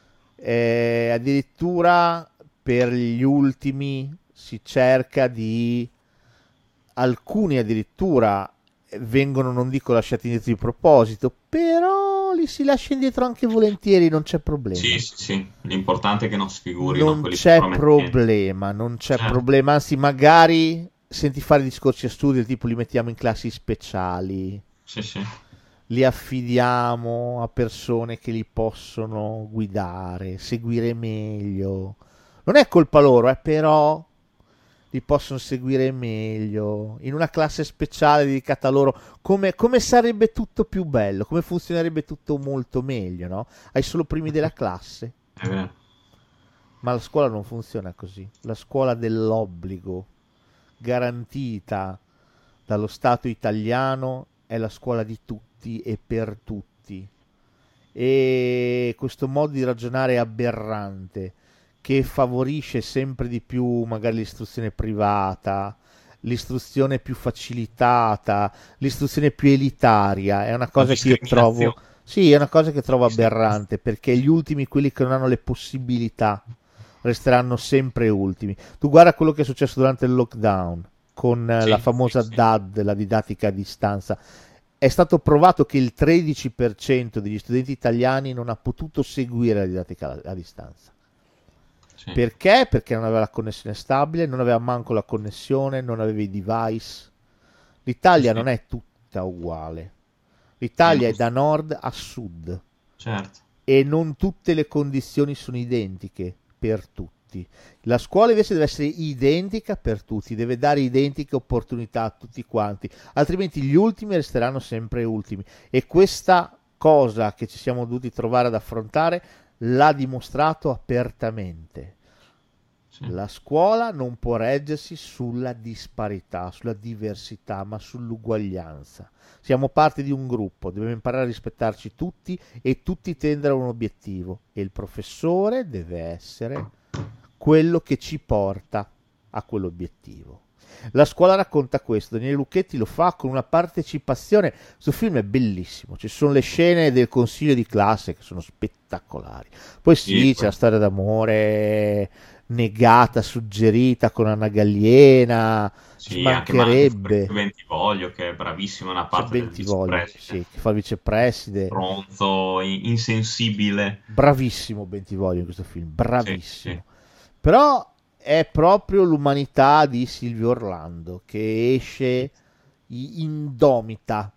Addirittura per gli ultimi si cerca di, alcuni addirittura vengono, non dico lasciati indietro di proposito, però li si lascia indietro anche volentieri, non c'è problema. Sì, l'importante è che non sfigurino non quelli c'è promettenti. problema, anzi magari senti fare discorsi a studio, tipo li mettiamo in classi speciali, Sì. li affidiamo a persone che li possono guidare, seguire meglio. Non è colpa loro, però li possono seguire meglio in una classe speciale dedicata a loro. Come sarebbe tutto più bello, come funzionerebbe tutto molto meglio, no? Hai solo primi della classe. È vero. Ma la scuola non funziona così. La scuola dell'obbligo, garantita dallo Stato italiano, è la scuola di tutti e per tutti. E questo modo di ragionare è aberrante, che favorisce sempre di più magari l'istruzione privata, l'istruzione più facilitata, l'istruzione più elitaria. È una cosa che io trovo, sì, è una cosa che trovo aberrante, perché gli ultimi, quelli che non hanno le possibilità, resteranno sempre ultimi. Tu guarda quello che è successo durante il lockdown con la famosa DAD, la didattica a distanza. è stato provato che il 13% degli studenti italiani non ha potuto seguire la didattica a distanza. Sì. Perché? Perché non aveva la connessione stabile, non aveva manco la connessione, non aveva i device. L'Italia Sì. non è tutta uguale. L'Italia è da nord a sud. Certo. E non tutte le condizioni sono identiche per tutti. La scuola invece deve essere identica per tutti, deve dare identiche opportunità a tutti quanti, altrimenti gli ultimi resteranno sempre ultimi. E questa cosa che ci siamo dovuti trovare ad affrontare l'ha dimostrato apertamente. Sì. La scuola non può reggersi sulla disparità, sulla diversità, ma sull'uguaglianza. Siamo parte di un gruppo, dobbiamo imparare a rispettarci tutti e tutti tendere a un obiettivo, e il professore deve essere quello che ci porta a quell'obiettivo. La scuola racconta questo, Daniele Lucchetti lo fa con una partecipazione. Questo film è bellissimo, ci sono le scene del consiglio di classe che sono spettacolari. Poi sì, c'è la storia d'amore negata, suggerita con Anna Galliena, ci Sì, mancherebbe. anche Bentivoglio, che è bravissimo nella C'è parte del Bentivoglio, vicepresidente. sì, che fa il vicepreside. Stronzo, insensibile. Bravissimo Bentivoglio in questo film, bravissimo. Sì. Però è proprio l'umanità di Silvio Orlando che esce indomita,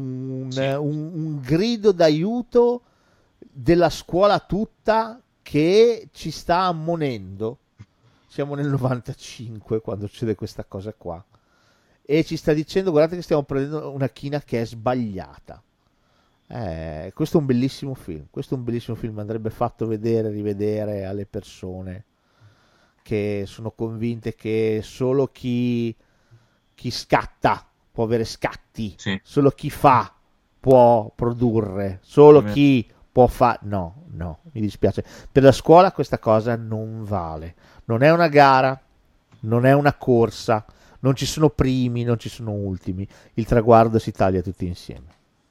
un grido d'aiuto della scuola tutta che ci sta ammonendo. Siamo nel 95 quando succede questa cosa qua e ci sta dicendo: guardate che stiamo prendendo una china che è sbagliata. Questo è un bellissimo film, andrebbe fatto vedere, rivedere alle persone che sono convinte che solo chi scatta può avere scatti, Sì. solo chi fa può produrre, solo chi può fare. No, mi dispiace. Per la scuola questa cosa non vale. Non è una gara, non è una corsa, non ci sono primi, non ci sono ultimi. Il traguardo si taglia tutti insieme.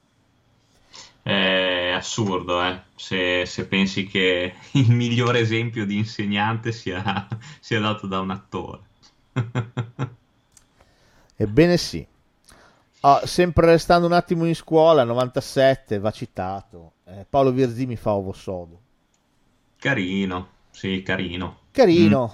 È assurdo, se pensi che il migliore esempio di insegnante sia dato da un attore. Ebbene sì. Sempre restando un attimo in scuola, 97, va citato. Paolo Virzì mi fa Ovo Sodo. Carino, sì, carino. Carino.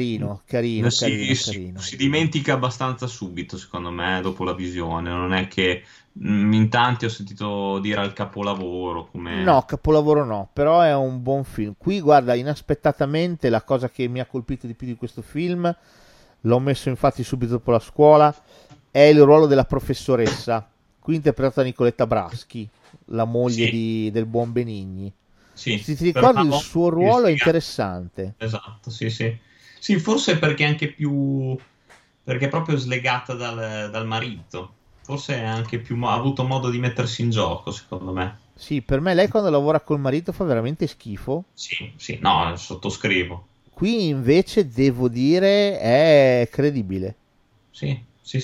Si dimentica abbastanza subito, secondo me, dopo la visione. Non è che in tanti ho sentito dire al capolavoro. Come... No, capolavoro no, però è un buon film. Qui, guarda, inaspettatamente la cosa che mi ha colpito di più di questo film, l'ho messo infatti subito dopo la scuola, è il ruolo della professoressa, qui interpretata da Nicoletta Braschi, la moglie del buon Benigni. Sì, Se ti ricordi il suo ruolo è interessante. Esatto, sì. Sì, forse perché è anche più... perché è proprio slegata dal marito. Forse ha anche ha avuto modo di mettersi in gioco, secondo me. Sì, per me lei quando lavora col marito fa veramente schifo. Sì, no, sottoscrivo. Qui invece devo dire è credibile. Sì.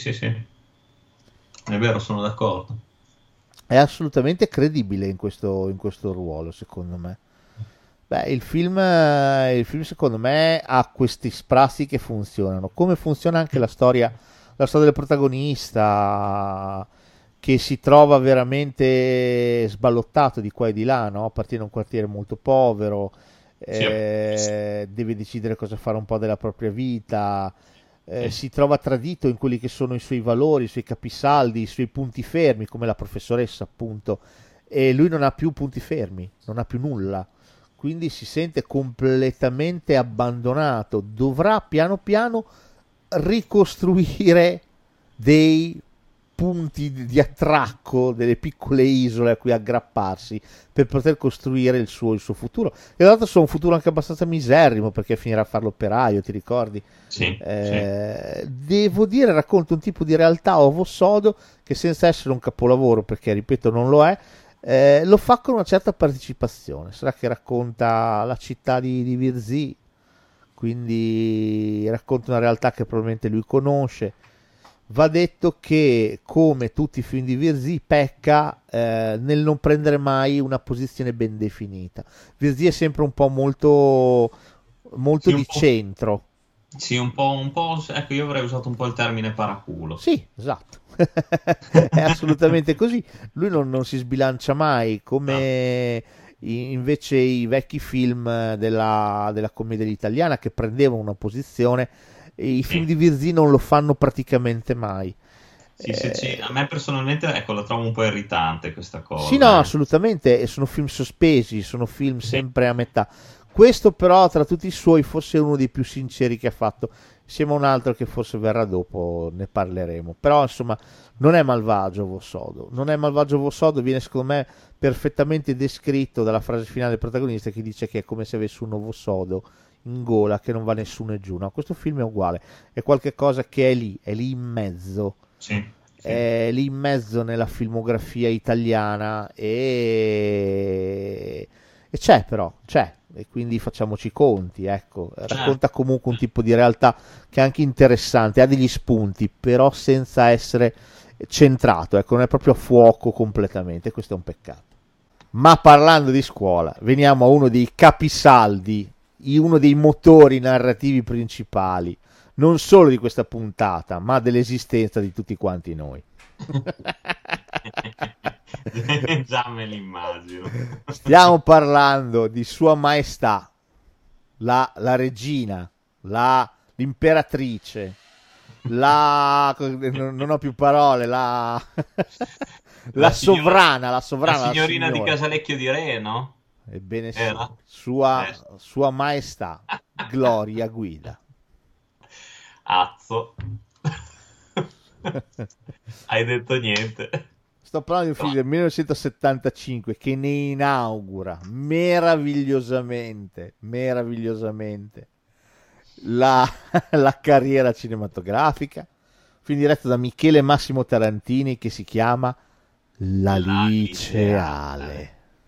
È vero, sono d'accordo. È assolutamente credibile in questo ruolo, secondo me. Beh, il film secondo me ha questi sprazzi che funzionano. Come funziona anche la storia del protagonista che si trova veramente sballottato di qua e di là, no? Appartiene a un quartiere molto povero, deve decidere cosa fare un po' della propria vita. Si trova tradito in quelli che sono i suoi valori, i suoi capisaldi, i suoi punti fermi, come la professoressa appunto, e lui non ha più punti fermi, non ha più nulla, quindi si sente completamente abbandonato, dovrà piano piano ricostruire dei punti di attracco, delle piccole isole a cui aggrapparsi per poter costruire il suo futuro. E tra l'altro sarà un futuro anche abbastanza miserrimo, perché finirà a fare l'operaio, ti ricordi? Sì. Devo dire, racconta un tipo di realtà Ovo Sodo che, senza essere un capolavoro, perché ripeto non lo è, lo fa con una certa partecipazione. Sarà che racconta la città di Virzì, quindi racconta una realtà che probabilmente lui conosce. Va detto che, come tutti i film di Virzì, pecca nel non prendere mai una posizione ben definita. Virzì è sempre un po' molto Sì, di centro. Sì, un po', ecco, io avrei usato un po' il termine paraculo. Sì, esatto. È assolutamente così. Lui non si sbilancia mai, No. come invece i vecchi film della commedia italiana che prendevano una posizione, e i film Sì. di Virzì non lo fanno praticamente mai. Sì, a me personalmente, ecco, la trovo un po' irritante questa Sì, no, cosa, eh. assolutamente, e sono film sospesi, sono film Sì, sempre a metà. Questo però, tra tutti i suoi, forse è uno dei più sinceri che ha fatto, insieme a un altro che forse verrà dopo, ne parleremo. Però, insomma, non è malvagio Vosodo, non è malvagio Vosodo, viene secondo me perfettamente descritto dalla frase finale del protagonista che dice che è come se avesse un uovo sodo in gola che non va nessuno e giù. No, questo film è uguale, è qualcosa che è lì in mezzo, sì, sì. è lì in mezzo nella filmografia italiana e c'è però, c'è. E quindi facciamoci i conti, ecco. Racconta Certo, comunque un certo. tipo di realtà che è anche interessante, ha degli spunti, però senza essere centrato, ecco, non è proprio a fuoco completamente, questo è un peccato. Ma parlando di scuola, veniamo a uno dei capisaldi, uno dei motori narrativi principali, non solo di questa puntata, ma dell'esistenza di tutti quanti noi. Già me l'immagino. Stiamo parlando di Sua Maestà, la regina, l'imperatrice, non ho più parole, La signora, la la sovrana, la signorina di signora. Casalecchio di Re, no? Ebbene sì, Era? Eh. sua Maestà, Gloria Guida. Azzo. Hai detto niente. Sto parlando di un film del 1975 che ne inaugura meravigliosamente la, la carriera cinematografica. Film diretto da Michele Massimo Tarantini che si chiama La La Liceale. liceale.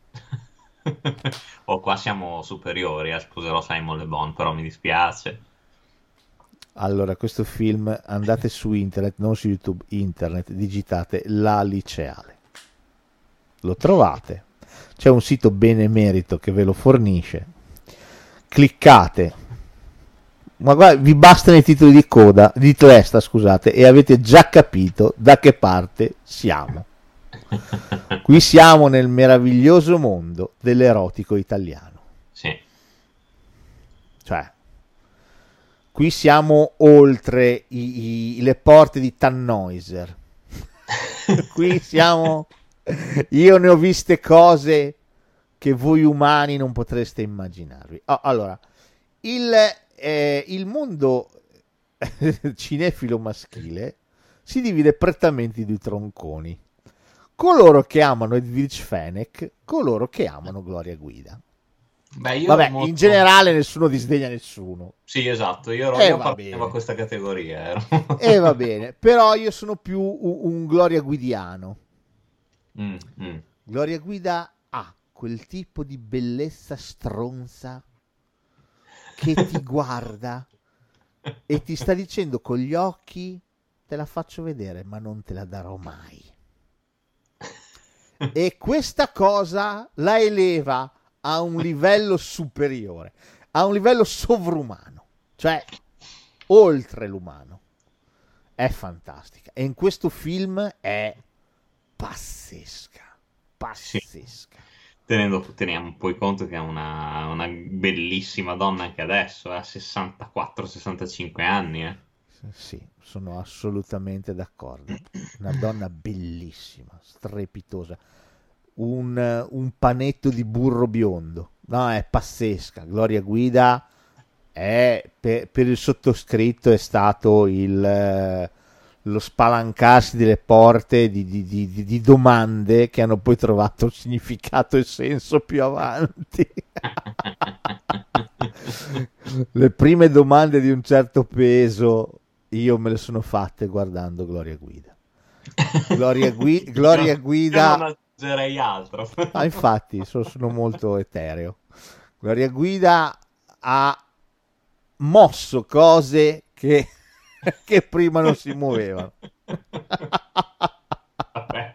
Oh, qua siamo superiori, sposerò Simon Le Bon, però mi dispiace. Allora, questo film andate su internet, non su YouTube, internet, digitate La Liceale. Lo trovate. C'è un sito benemerito che ve lo fornisce. Cliccate. Ma guarda, vi bastano i titoli di coda, di testa, scusate, e avete già capito da che parte siamo. Qui siamo nel meraviglioso mondo dell'erotico italiano. Sì. Cioè, qui siamo oltre le porte di Tannhäuser. Qui siamo... Io ne ho viste cose che voi umani non potreste immaginarvi. Allora, il mondo cinefilo maschile si divide prettamente in due tronconi. Coloro che amano Edwige Fenech, coloro che amano Gloria Guida. Beh, io ero Vabbè, in molto... generale nessuno disdegna nessuno. Sì, esatto, io E va appartenevo a bene. questa categoria. E va bene, però io sono più un Gloria Guidiano. Mm, mm. Gloria Guida ha quel tipo di bellezza stronza che ti guarda e ti sta dicendo con gli occhi te la faccio vedere, ma non te la darò mai. E questa cosa la eleva a un livello superiore, a un livello sovrumano, cioè oltre l'umano. È fantastica. E in questo film è pazzesca, Sì. pazzesca. Teniamo poi conto che è una bellissima donna anche adesso, ha 64-65 anni, eh. Sì, sono assolutamente d'accordo. Una donna bellissima, strepitosa. Un panetto di burro biondo. No, è pazzesca. Gloria Guida è, per il sottoscritto è stato lo spalancarsi delle porte di domande che hanno poi trovato il significato e il senso più avanti. Le prime domande di un certo peso io me le sono fatte guardando Gloria Guida. Gloria Io Guida. non aggiungerei altro. Ah, infatti, sono molto etereo. Gloria Guida ha mosso cose che prima non si muovevano. Vabbè.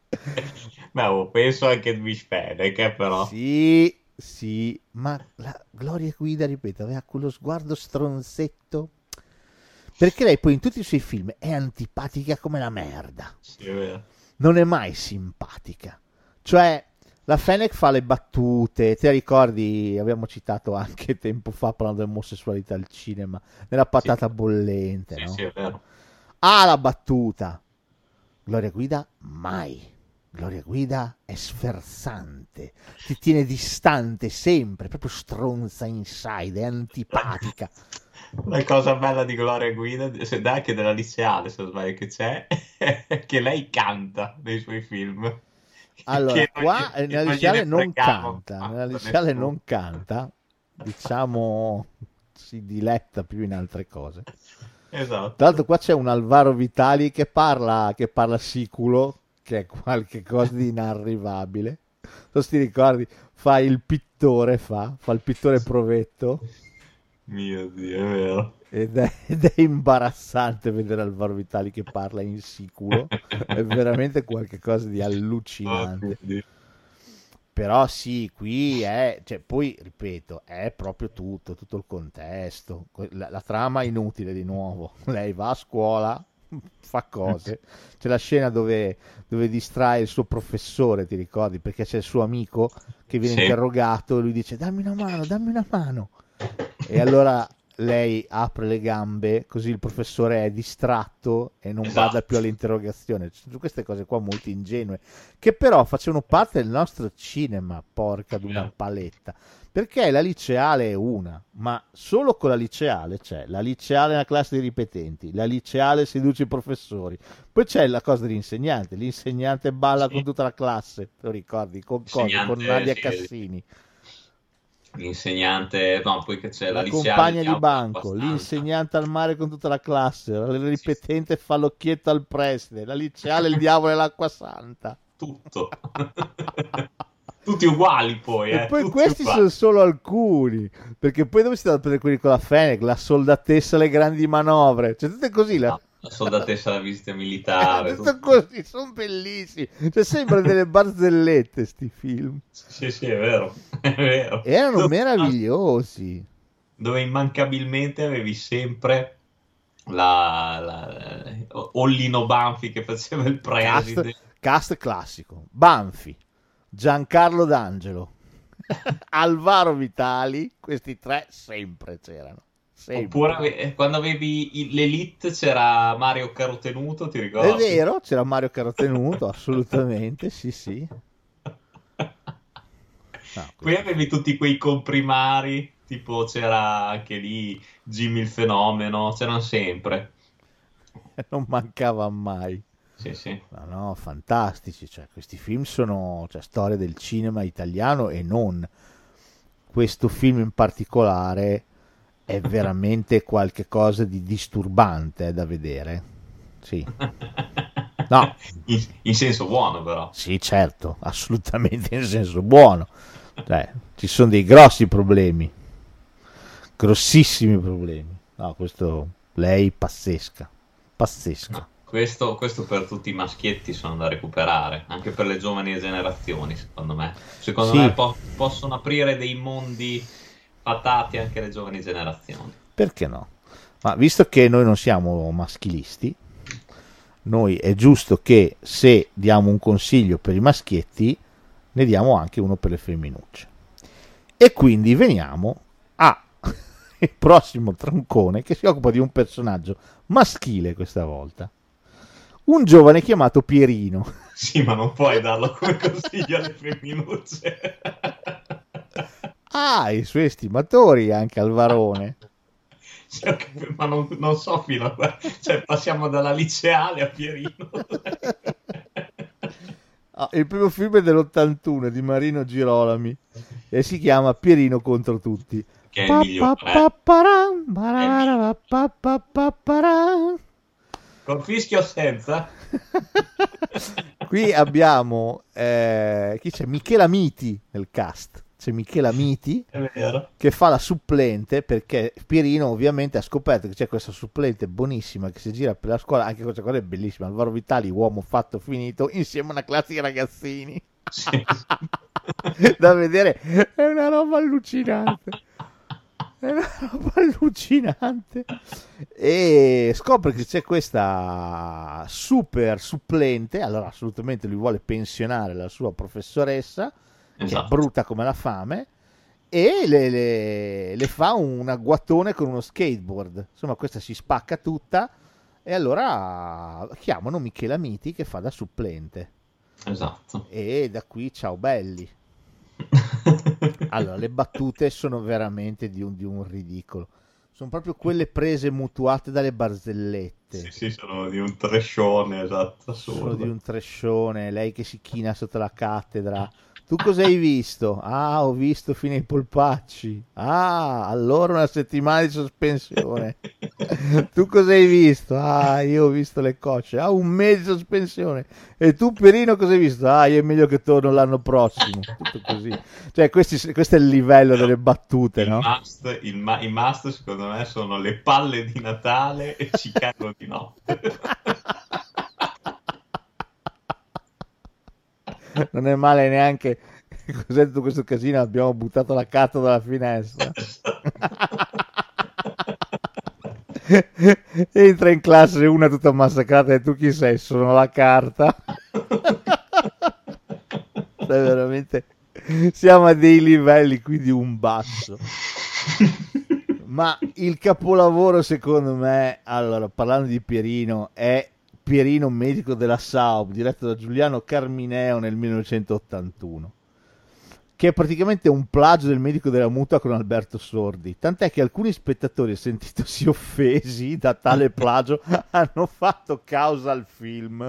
Beh, penso anche di Fede, che però... Sì, sì, ma Gloria Guida, ripeto, aveva quello sguardo stronzetto, perché lei poi in tutti i suoi film è antipatica come la merda, Sì, è vero. non è mai simpatica, cioè la Fennec fa le battute, te ricordi, abbiamo citato anche tempo fa parlando dell'omosessualità al cinema, nella patata bollente, Sì, no? sì, è vero. Ah, la battuta. Gloria Guida mai. Gloria Guida è sferzante, ti tiene distante sempre, proprio stronza inside, è antipatica. La cosa bella di Gloria Guida, anche della liceale, se non sbaglio, che c'è, è che lei canta nei suoi film. Allora, Che qua che nella non liceale gliene non fregava un canta, cazzo, nella liceale nessuno. non canta, diciamo si diletta più in altre cose. Esatto. Tra l'altro qua c'è un Alvaro Vitali che parla siculo, che è qualche cosa di inarrivabile. Non ti ricordi? Fa il pittore, fa il pittore provetto, Mio Dio, è vero. ed è imbarazzante vedere Alvaro Vitali che parla in siculo, è veramente qualche cosa di Oh, allucinante. mio Dio. Però sì, qui è, cioè, poi ripeto, è proprio tutto il contesto, la trama inutile di nuovo, lei va a scuola, fa cose, c'è la scena dove distrae il suo professore, ti ricordi, perché c'è il suo amico che viene Sì. interrogato e lui dice dammi una mano, e allora lei apre le gambe, così il professore è distratto e non Esatto. bada più all'interrogazione. Ci sono queste cose qua molto ingenue, che però facevano parte del nostro cinema, porca di una paletta. Perché la liceale è una, ma solo con la liceale c'è la liceale nella classe dei ripetenti, la liceale seduce i professori, poi c'è la cosa dell'insegnante, l'insegnante balla con tutta la classe, te lo ricordi? Con cosa? Con L'insegnante, Nadia sì, Cassini. l'insegnante, no, poi che c'è la La liceale, compagna di diavolo, banco, abbastanza. l'insegnante al mare con tutta la classe, la ripetente fa l'occhietto al preside, la liceale il diavolo e l'acqua santa. Tutto. Tutti uguali poi, E poi tutti questi uguali. sono solo alcuni, perché poi dove si andano a prendere quelli con la Fennec, la soldatessa alle grandi manovre, cioè tutte così, No, la soldatessa alla visita tutto militare. così, sono bellissimi, cioè sembrano delle barzellette sti film, Sì, sì, è vero. È vero. erano meravigliosi. Dove immancabilmente avevi sempre Ollino Banfi che faceva il preside. Cast classico, Banfi, Giancarlo D'Angelo, Alvaro Vitali, questi tre sempre c'erano. Sempre. Oppure quando avevi l'Elite c'era Mario Carotenuto, ti È ricordi? vero, c'era Mario Carotenuto, assolutamente, sì. No, Poi avevi tutti quei comprimari, tipo c'era anche lì Jimmy il Fenomeno, c'erano sempre. non mancava mai. Sì, sì. No, fantastici, cioè, questi film sono, cioè, storia del cinema italiano e non. Questo film in particolare è veramente qualche cosa di disturbante da vedere. Sì. No. In senso buono però. Sì, certo, assolutamente in senso buono. Cioè, ci sono dei grossi problemi, grossissimi problemi. No, questo lei pazzesca. No, questo per tutti i maschietti sono da recuperare, anche per le giovani generazioni, secondo me. Secondo Sì. me possono aprire dei mondi patati anche alle giovani generazioni. Perché no? Ma visto che noi non siamo maschilisti, noi è giusto che se diamo un consiglio per i maschietti, ne diamo anche uno per le femminucce. E quindi veniamo al prossimo troncone che si occupa di un personaggio maschile questa volta. Un giovane chiamato Pierino. Sì, ma non puoi darlo come consiglio alle femminucce. Ha i suoi estimatori anche al varone. Cioè, ma non so fino a... Cioè, passiamo dalla liceale a Pierino. Il primo film è dell'81 di Marino Girolami e si chiama Pierino contro tutti. Che è il migliore. Con fischio o senza? Qui abbiamo chi c'è? Michela Miti nel cast. C'è Michela Miti È vero. che fa la supplente, perché Pierino ovviamente ha scoperto che c'è questa supplente buonissima che si gira per la scuola. Anche questa cosa è bellissima. Alvaro Vitali, uomo fatto finito, insieme a una classe di ragazzini. Sì. Da vedere, è una roba allucinante. È una roba allucinante. E scopre che c'è questa super supplente. Allora, assolutamente lui vuole pensionare la sua professoressa, che è Esatto. brutta come la fame, e le fa un agguatone con uno skateboard. Insomma, questa si spacca tutta. E allora chiamano Michela Miti che fa da supplente. Esatto. E da qui ciao belli. Allora, le battute sono veramente di un ridicolo. Sono proprio quelle prese mutuate dalle barzellette. Sì, sì, sono di un trescione, esatto, Sono assurdo. di un trescione. Lei che si china sotto la cattedra. Tu cosa hai visto? Ah, ho visto fino ai polpacci. Ah, allora una settimana di sospensione. Tu cosa hai visto? Ah, io ho visto le cosce. Ah, un mese di sospensione. E tu, Pierino, cosa hai visto? Ah, io è meglio che torno l'anno prossimo. Tutto così. Cioè, questo è il livello delle battute, no? I must, secondo me, sono le palle di Natale e Chicago di notte. Non è male neanche. Cos'è tutto questo casino? Abbiamo buttato la carta dalla finestra. Entra in classe una tutta massacrata e tu chi sei? Sono la carta. Cioè, veramente siamo a dei livelli qui di un basso. Ma il capolavoro secondo me, allora, parlando di Pierino, è Pierino medico della Saub, diretto da Giuliano Carmineo nel 1981, che è praticamente un plagio del medico della mutua con Alberto Sordi, tant'è che alcuni spettatori, sentitosi offesi da tale plagio, hanno fatto causa al film.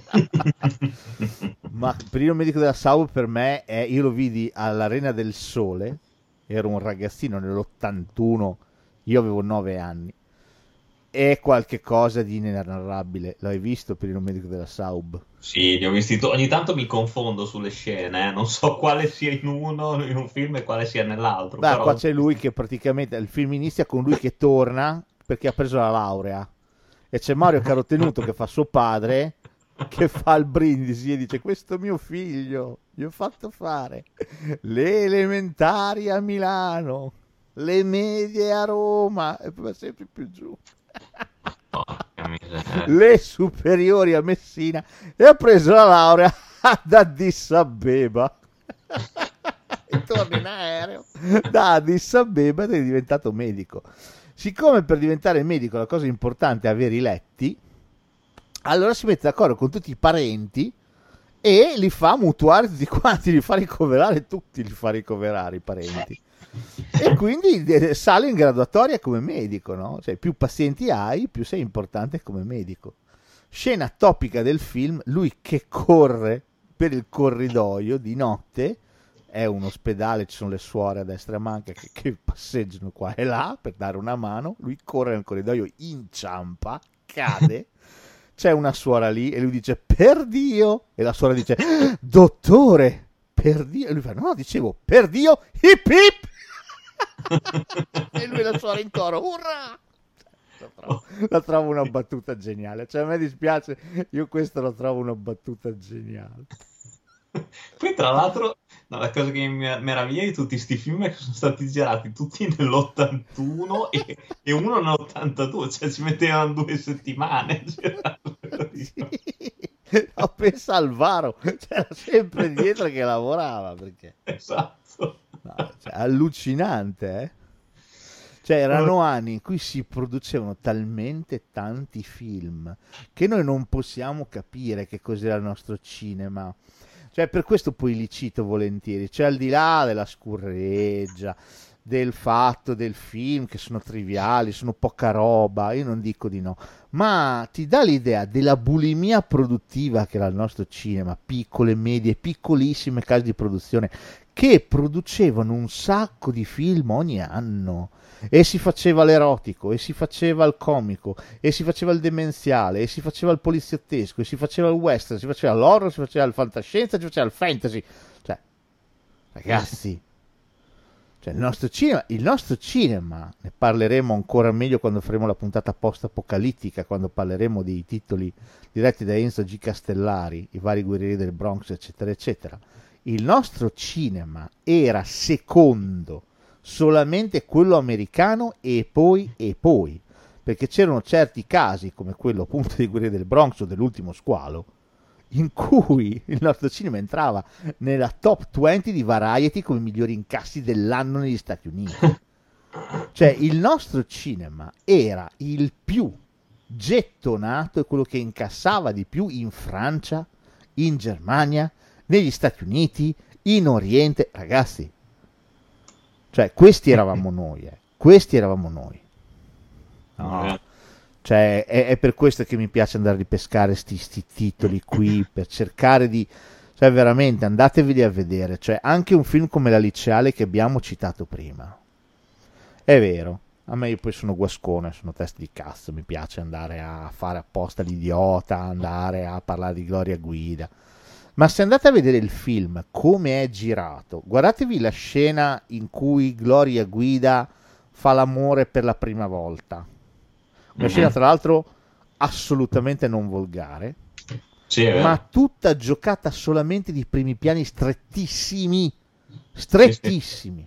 Ma Pierino medico della Saub per me è, io lo vidi all'Arena del Sole, ero un ragazzino nell'81, io avevo 9 anni, è qualche cosa di inenarrabile. L'hai visto Pierino medico della Saub? Sì, li ho visti ogni tanto mi confondo sulle scene, non so quale sia in un film e quale sia nell'altro. Beh, però... qua c'è lui che praticamente il film inizia con lui che torna perché ha preso la laurea e c'è Mario Carotenuto che fa suo padre, che fa il brindisi e dice: questo mio figlio gli ho fatto fare le elementari a Milano, le medie a Roma e poi va sempre più giù, Porca miseria. le superiori a Messina, e ha preso la laurea ad Addis Abeba. E torna in aereo da Addis Abeba ed è diventato medico. Siccome per diventare medico la cosa importante è avere i letti, allora si mette d'accordo con tutti i parenti e li fa mutuare tutti quanti, li fa ricoverare tutti, li fa ricoverare i parenti. E quindi sale in graduatoria come medico, no? Cioè, più pazienti hai, più sei importante come medico. Scena topica del film, lui che corre per il corridoio di notte, è un ospedale, ci sono le suore a destra e a manca che passeggiano qua e là per dare una mano, lui corre nel corridoio, inciampa, cade, c'è una suora lì e lui dice per Dio, e la suora dice dottore, per Dio, e lui fa no, dicevo per Dio, hip hip. E lui e la suora in coro, urrà! La trovo una battuta geniale, cioè a me dispiace, io questo lo trovo una battuta geniale. Poi tra l'altro la cosa che mi meraviglia di tutti questi film è che sono stati girati tutti nell'81 e uno nell'82, cioè ci mettevano 2 settimane. No, pensa Alvaro, c'era sempre dietro che lavorava, perché Esatto. no, cioè, allucinante, eh? Cioè erano anni in cui si producevano talmente tanti film che noi non possiamo capire che cos'era il nostro cinema. Cioè, per questo poi li cito volentieri, cioè al di là della scurreggia, del fatto del film che sono triviali, sono poca roba, io non dico di no, ma ti dà l'idea della bulimia produttiva che era il nostro cinema, piccole, medie, piccolissime case di produzione che producevano un sacco di film ogni anno. E si faceva l'erotico, e si faceva il comico, e si faceva il demenziale, e si faceva il poliziottesco, e si faceva il western, si faceva l'horror, si faceva il fantascienza, si faceva il fantasy. Cioè, ragazzi, cioè il nostro cinema, ne parleremo ancora meglio quando faremo la puntata post-apocalittica, quando parleremo dei titoli diretti da Enzo G. Castellari, i vari guerrieri del Bronx, eccetera, eccetera. Il nostro cinema era secondo solamente quello americano e poi, perché c'erano certi casi, come quello appunto di Guerrieri del Bronx o dell'Ultimo Squalo, in cui il nostro cinema entrava nella top 20 di Variety come migliori incassi dell'anno negli Stati Uniti. Cioè il nostro cinema era il più gettonato e quello che incassava di più in Francia, in Germania, negli Stati Uniti, in Oriente. Ragazzi, cioè questi eravamo noi, questi eravamo noi. No. Cioè è per questo che mi piace andare a ripescare sti titoli qui, per cercare di, cioè veramente andateveli a vedere, cioè anche un film come La Liceale che abbiamo citato prima, è vero, a me io poi sono guascone, sono testa di cazzo, mi piace andare a fare apposta l'idiota, andare a parlare di Gloria Guida, ma se andate a vedere il film come è girato, guardatevi la scena in cui Gloria Guida fa l'amore per la prima volta. Una scena tra l'altro assolutamente non volgare, sì, ma tutta giocata solamente di primi piani strettissimi, strettissimi.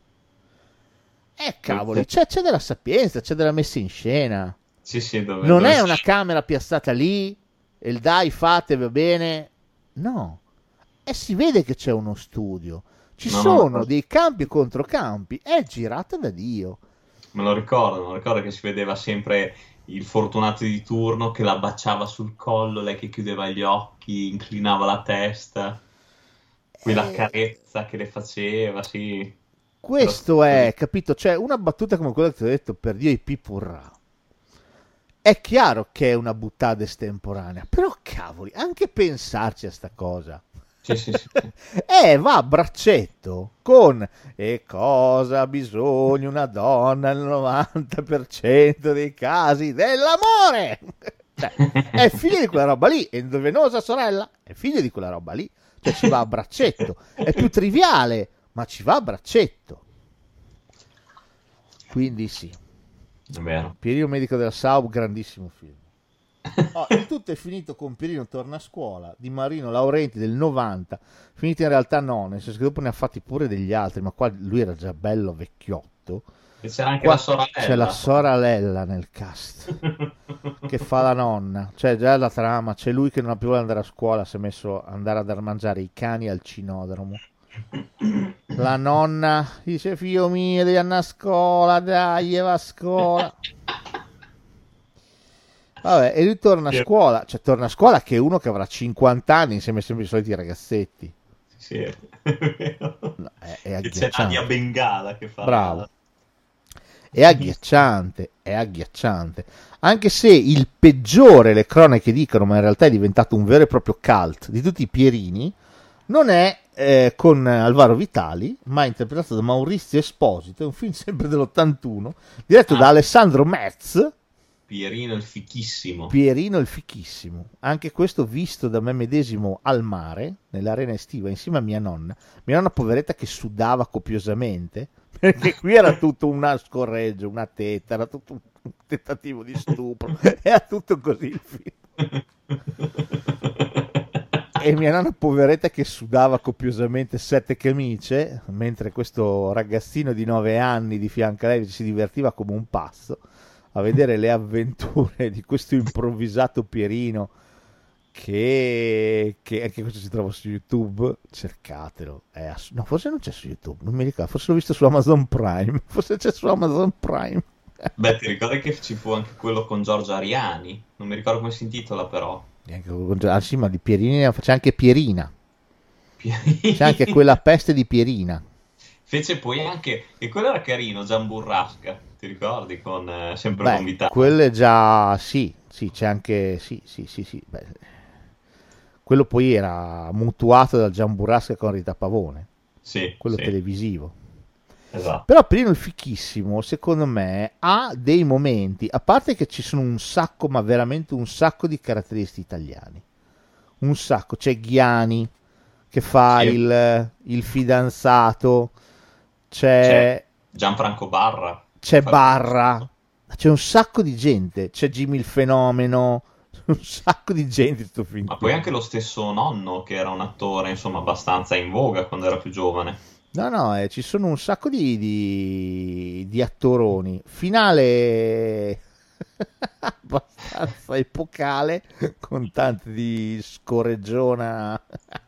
Cavoli, c'è della sapienza, c'è della messa in scena. Sì, non è una camera piazzata lì e il dai fate va bene, no, e si vede che c'è uno studio, ci sono dei campi e controcampi, è girata da Dio. Me lo ricordo che si vedeva sempre il fortunato di turno che la baciava sul collo, lei che chiudeva gli occhi, inclinava la testa, quella carezza che le faceva, sì. Questo è, capito? Cioè, una battuta come quella che ti ho detto, per Dio i pipurra. È chiaro che è una buttata estemporanea, però cavoli, anche pensarci a sta cosa. Sì. Va a braccetto con e cosa ha bisogno una donna nel 90% dei casi dell'amore. Cioè, è figlio di quella roba lì, endovenosa sorella, è figlio di quella roba lì, cioè ci va a braccetto, è più triviale, ma ci va a braccetto. Quindi sì, è vero. Pierino Medico della Saub, grandissimo film. Il tutto è finito con Pierino torna a scuola di Marino Laurenti del 90, finito in realtà no, nel senso che dopo ne ha fatti pure degli altri, ma qua lui era già bello vecchiotto. E c'era anche qua la sorella. C'è la sorella nel cast che fa la nonna, cioè già la trama, c'è lui che non ha più voglia di andare a scuola, si è messo ad andare a dar mangiare i cani al cinodromo. La nonna dice figlio mio devi andare a scuola, dai va a scuola. Vabbè, e lui torna a scuola, cioè torna a scuola che è uno che avrà 50 anni insieme sempre ai soliti ragazzetti. Sì, è vero. No, è agghiacciante. C'è Nadia Bengala che fa. Bravo. È agghiacciante, è agghiacciante. Anche se il peggiore, le cronache dicono, ma in realtà è diventato un vero e proprio cult di tutti i Pierini, non è con Alvaro Vitali, ma è interpretato da Maurizio Esposito, è un film sempre dell'81, diretto da Alessandro Merz. Pierino il fichissimo. Pierino il fichissimo. Anche questo visto da me medesimo al mare, nell'arena estiva, insieme a mia nonna. Mia nonna poveretta che sudava copiosamente, perché qui era tutto una scorreggio, una tetta, era tutto un tentativo di stupro. Era tutto così il film. E mia nonna poveretta che sudava copiosamente 7 camicie, mentre questo ragazzino di 9 anni di fianco a lei si divertiva come un pazzo a vedere le avventure di questo improvvisato Pierino che anche questo si trova su YouTube, cercatelo. No, forse non c'è su YouTube, non mi ricordo, forse l'ho visto su Amazon Prime, forse c'è su Amazon Prime. Beh, ti ricordi che ci fu anche quello con Giorgio Ariani? Non mi ricordo come si intitola però. Sì, ma di Pierini c'è anche Pierina. C'è anche quella peste di Pierina. Fece poi anche, e quello era carino, Gian Burrasca, ti ricordi? Con sempre con Vitali. Quello è già, sì, c'è anche, sì. Beh, quello poi era mutuato dal Gian Burrasca con Rita Pavone. Sì. Quello sì. televisivo. Esatto. Però Pierino il fichissimo, secondo me, ha dei momenti, a parte che ci sono un sacco, ma veramente un sacco di caratteristiche italiani. Un sacco, c'è Ghiani che fa il fidanzato, c'è Gianfranco Barra, c'è Barra, c'è un sacco di gente, c'è Jimmy il Fenomeno, un sacco di gente in sto film. Ma poi anche lo stesso nonno che era un attore insomma abbastanza in voga quando era più giovane. No, no, ci sono un sacco di attoroni. Finale abbastanza epocale, con tanti di scorreggiona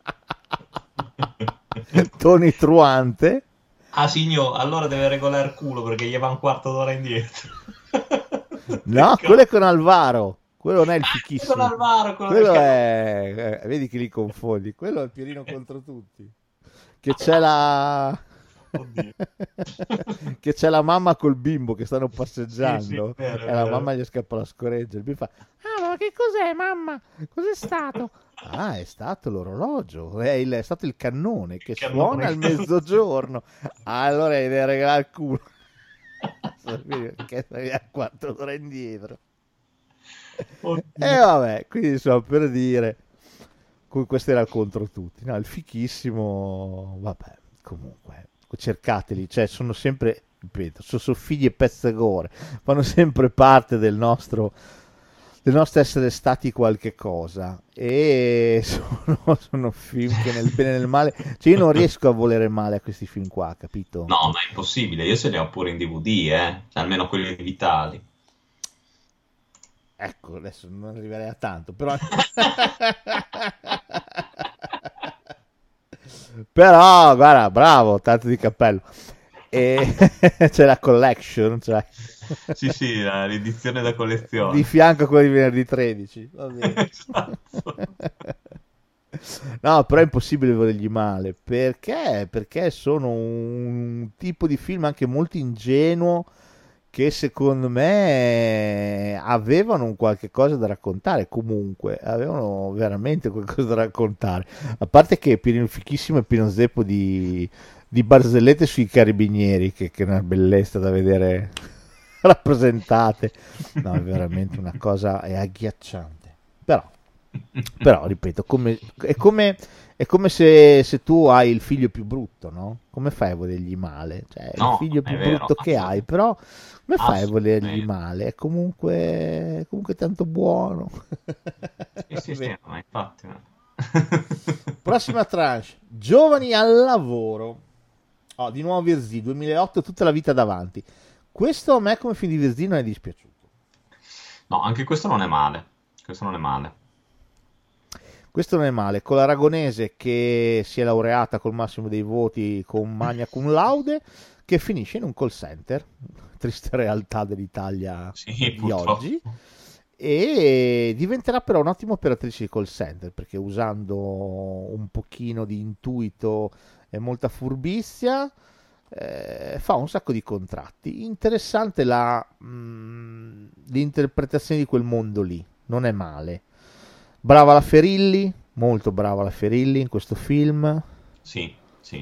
Tony Truante. Ah, signor, allora deve regolare il culo perché gli va un quarto d'ora indietro. No, quello è con Alvaro. Quello non è il Con fichissimo. Alvaro, quello Quello del è... vedi che li confondi. Quello è il Pierino contro tutti. Che c'è la... Oddio. che c'è la mamma col bimbo che stanno Sì, passeggiando vero, e la vero. mamma gli scappa la scoreggia. Il bimbo fa: ah, ma che cos'è, mamma? Cos'è stato? Ah, è stato l'orologio, è stato il cannone che suona al mezzogiorno. Allora gli devi regalare il culo. Che stai a 4 ore indietro. Oddio. E vabbè, quindi insomma, per dire, questo era il contro tutti. No, il fichissimo, vabbè, comunque, cercateli, cioè sono sempre, ripeto, sono figli e pezzagore, fanno sempre parte del nostro essere stati qualche cosa, e sono film che nel bene e nel male, cioè io non riesco a volere male a questi film qua, capito? No, ma è impossibile, io ce li ho pure in DVD, almeno quelli vitali. Ecco, adesso non arriverei a tanto, però... però, guarda, bravo, tanto di cappello. E c'è la collection, cioè... Sì, sì, l'edizione da di collezione. fianco a quello di venerdì 13. Va bene. Esatto. No, però è impossibile volergli male. Perché? Perché sono un tipo di film anche molto ingenuo, che secondo me avevano un qualche cosa da raccontare. Comunque avevano veramente qualcosa da raccontare, a parte che è pieno fichissimo e pieno zeppo di barzellette sui carabinieri, che è una bellezza da vedere rappresentate. No, è veramente una cosa, è agghiacciante. Però ripeto, è come se tu hai il figlio più brutto, no? Come fai a volergli male? Cioè, è il No, figlio è più vero, brutto che hai, però come fai a volergli assolutamente. male? È comunque tanto buono. Sì, sì, sì, ma infatti. Prossima tranche, giovani al lavoro. Oh, di nuovo Virzì, 2008, tutta la vita davanti. Questo a me come film di Virzì non è dispiaciuto. No, anche questo non è male. Questo non è male. Questo non è male, con l'aragonese che si è laureata col massimo dei voti con magna cum laude, che finisce in un call center, triste realtà dell'Italia Sì, di purtroppo. oggi, e diventerà però un'ottima operatrice di call center, perché usando un pochino di intuito e molta furbizia fa un sacco di contratti. Interessante l'interpretazione di quel mondo lì, non è male. Brava la Ferilli, molto brava la Ferilli in questo film. Sì, sì.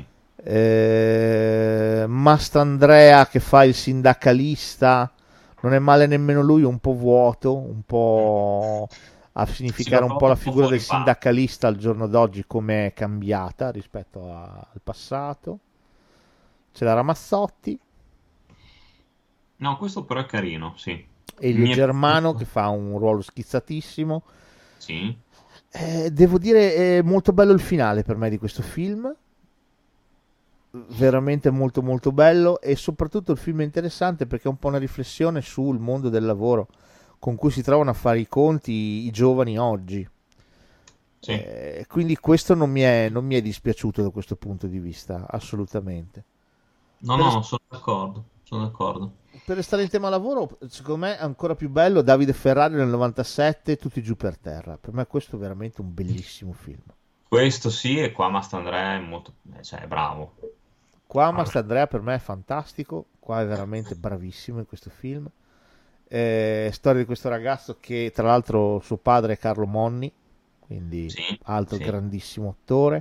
Mastandrea che fa il sindacalista, non è male nemmeno lui, un po' vuoto, un po' a Sì, l'ho significare un po' trovato la un po' figura del fuori parte. sindacalista al giorno d'oggi, come è cambiata rispetto al passato. C'è la Ramazzotti, No, questo però è carino, sì. Elio Mi è Germano che piaciuto. fa un ruolo schizzatissimo. Sì, Devo dire, è molto bello il finale per me di questo film, veramente molto molto bello, e soprattutto il film è interessante perché è un po' una riflessione sul mondo del lavoro con cui si trovano a fare i conti i giovani oggi. sì. Quindi questo non mi è dispiaciuto da questo punto di vista, assolutamente. No, Per, no, sono d'accordo. Sono d'accordo. per restare in tema lavoro, secondo me è ancora più bello Davide Ferrari nel 97, Tutti giù per terra. Per me questo è veramente un bellissimo film. Questo sì, e qua Mastandrea è molto... cioè, è bravo. Qua Guarda. Mastandrea per me è fantastico, qua è veramente bravissimo in questo film. Storia di questo ragazzo che tra l'altro suo padre è Carlo Monni, quindi Sì, altro sì. grandissimo attore,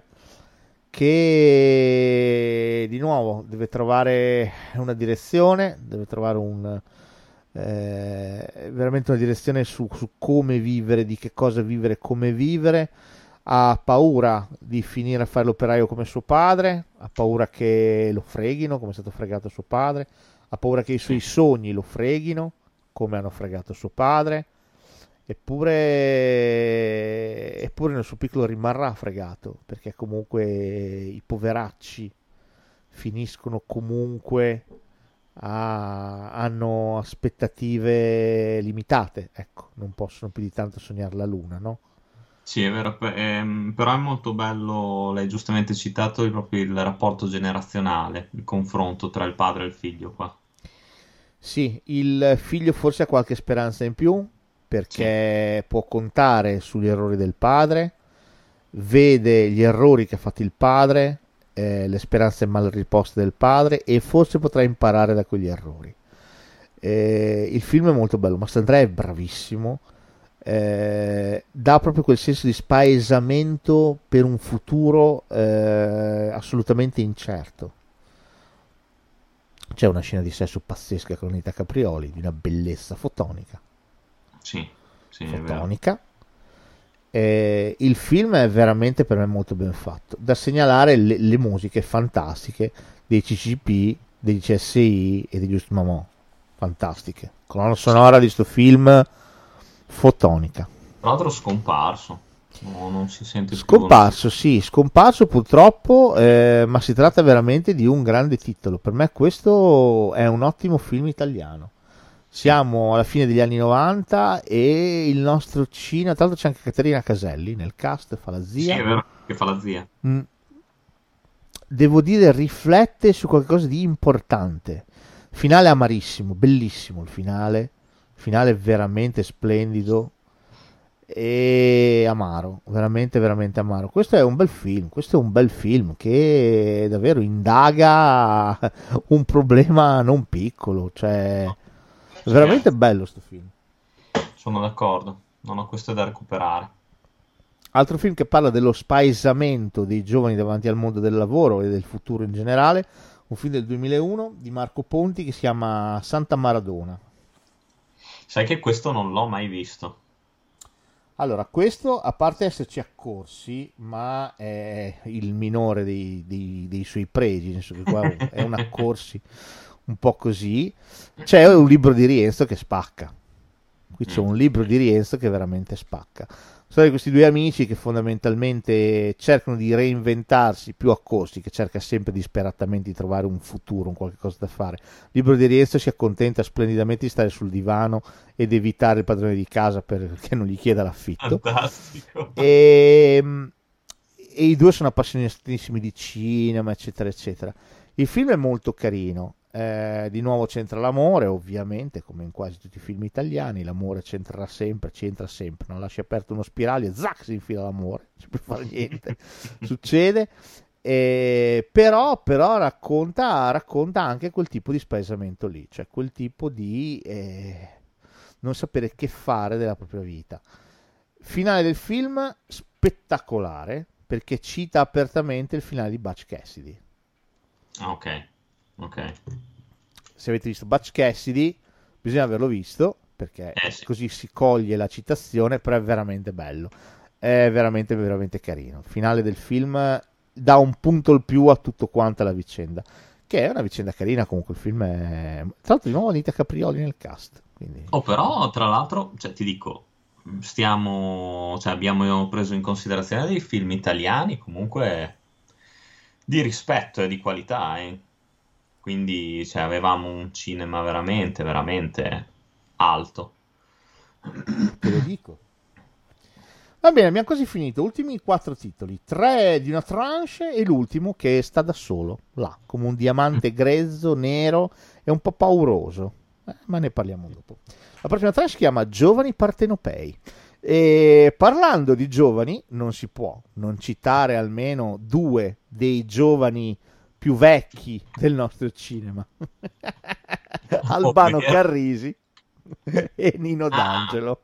che di nuovo deve trovare una direzione, deve trovare veramente una direzione su come vivere, di che cosa vivere, come vivere. Ha paura di finire a fare l'operaio come suo padre, ha paura che lo freghino come è stato fregato suo padre, ha paura che i suoi Sì. sogni lo freghino come hanno fregato suo padre, eppure nel suo piccolo rimarrà fregato, perché comunque i poveracci finiscono comunque hanno aspettative limitate, ecco, non possono più di tanto sognare la luna, no? Sì, è vero, però è molto bello, l'hai giustamente citato, proprio il rapporto generazionale, il confronto tra il padre e il figlio qua. Sì, il figlio forse ha qualche speranza in più perché può contare sugli errori del padre, vede gli errori che ha fatto il padre, le speranze mal riposte del padre e forse potrà imparare da quegli errori. Il film è molto bello, Mastandrea è bravissimo, dà proprio quel senso di spaesamento per un futuro assolutamente incerto. C'è una scena di sesso pazzesca con Anita Caprioli, di una bellezza fotonica. Sì, sì, è vero. Fotonica. Il film è veramente per me molto ben fatto. Da segnalare le musiche fantastiche dei CCP, dei CSI e di Just Mamò. Fantastiche. Colonna sonora di sto film fotonica. Tra l'altro scomparso. No, non si sente più. Scomparso, sì, scomparso purtroppo, ma si tratta veramente di un grande titolo. Per me questo è un ottimo film italiano. Siamo alla fine degli anni 90 e il nostro cinema, tra l'altro c'è anche Caterina Caselli nel cast, fa la zia. Sì, è vero, che fa la zia. Devo dire, riflette su qualcosa di importante. Finale amarissimo, bellissimo il finale veramente splendido e amaro, veramente veramente amaro. Questo è un bel film che davvero indaga un problema non piccolo, cioè è veramente bello sto film. Sono d'accordo, non ho questo da recuperare. Altro film che parla dello spaesamento dei giovani davanti al mondo del lavoro e del futuro in generale, un film del 2001 di Marco Ponti che si chiama Santa Maradona. Sai che questo non l'ho mai visto. Allora, questo, a parte esserci accorsi, ma è il minore dei suoi pregi, nel senso che qua è un accorsi un po' così. C'è un libro di Rienzo che spacca. Qui c'è un libro di Rienzo che veramente spacca. Sono questi due amici che fondamentalmente cercano di reinventarsi, più accorsi, che cerca sempre disperatamente di trovare un futuro, un qualche cosa da fare. Il libro di Rienzo si accontenta splendidamente di stare sul divano ed evitare il padrone di casa perché non gli chieda l'affitto. Fantastico. E i due sono appassionatissimi di cinema, eccetera, eccetera. Il film è molto carino. Di nuovo c'entra l'amore, ovviamente, come in quasi tutti i film italiani. L'amore c'entra sempre, non lasci aperto uno spiraglio e zac, si infila l'amore, non si può fare niente, succede. Però racconta anche quel tipo di spaesamento lì, cioè quel tipo di non sapere che fare della propria vita. Finale del film spettacolare, perché cita apertamente il finale di Butch Cassidy. Ok. Se avete visto Butch Cassidy, bisogna averlo visto, perché sì. così si coglie la citazione, però è veramente bello, è veramente veramente carino. Il finale del film dà un punto in più a tutto quanto la vicenda, che è una vicenda carina. Comunque il film è, tra l'altro, di nuovo Anita Caprioli nel cast, quindi... Però tra l'altro, cioè, ti dico, abbiamo preso in considerazione dei film italiani comunque di rispetto e di qualità, quindi avevamo un cinema veramente veramente alto. Te lo dico. Va bene, abbiamo quasi finito. Ultimi 4 titoli, 3 di una tranche e l'ultimo che sta da solo, là, come un diamante grezzo, nero e un po' pauroso. Ma ne parliamo dopo. La prossima tranche si chiama Giovani Partenopei. E parlando di giovani, non si può non citare almeno 2 dei giovani più vecchi del nostro cinema. Albano Carrisi e Nino D'Angelo.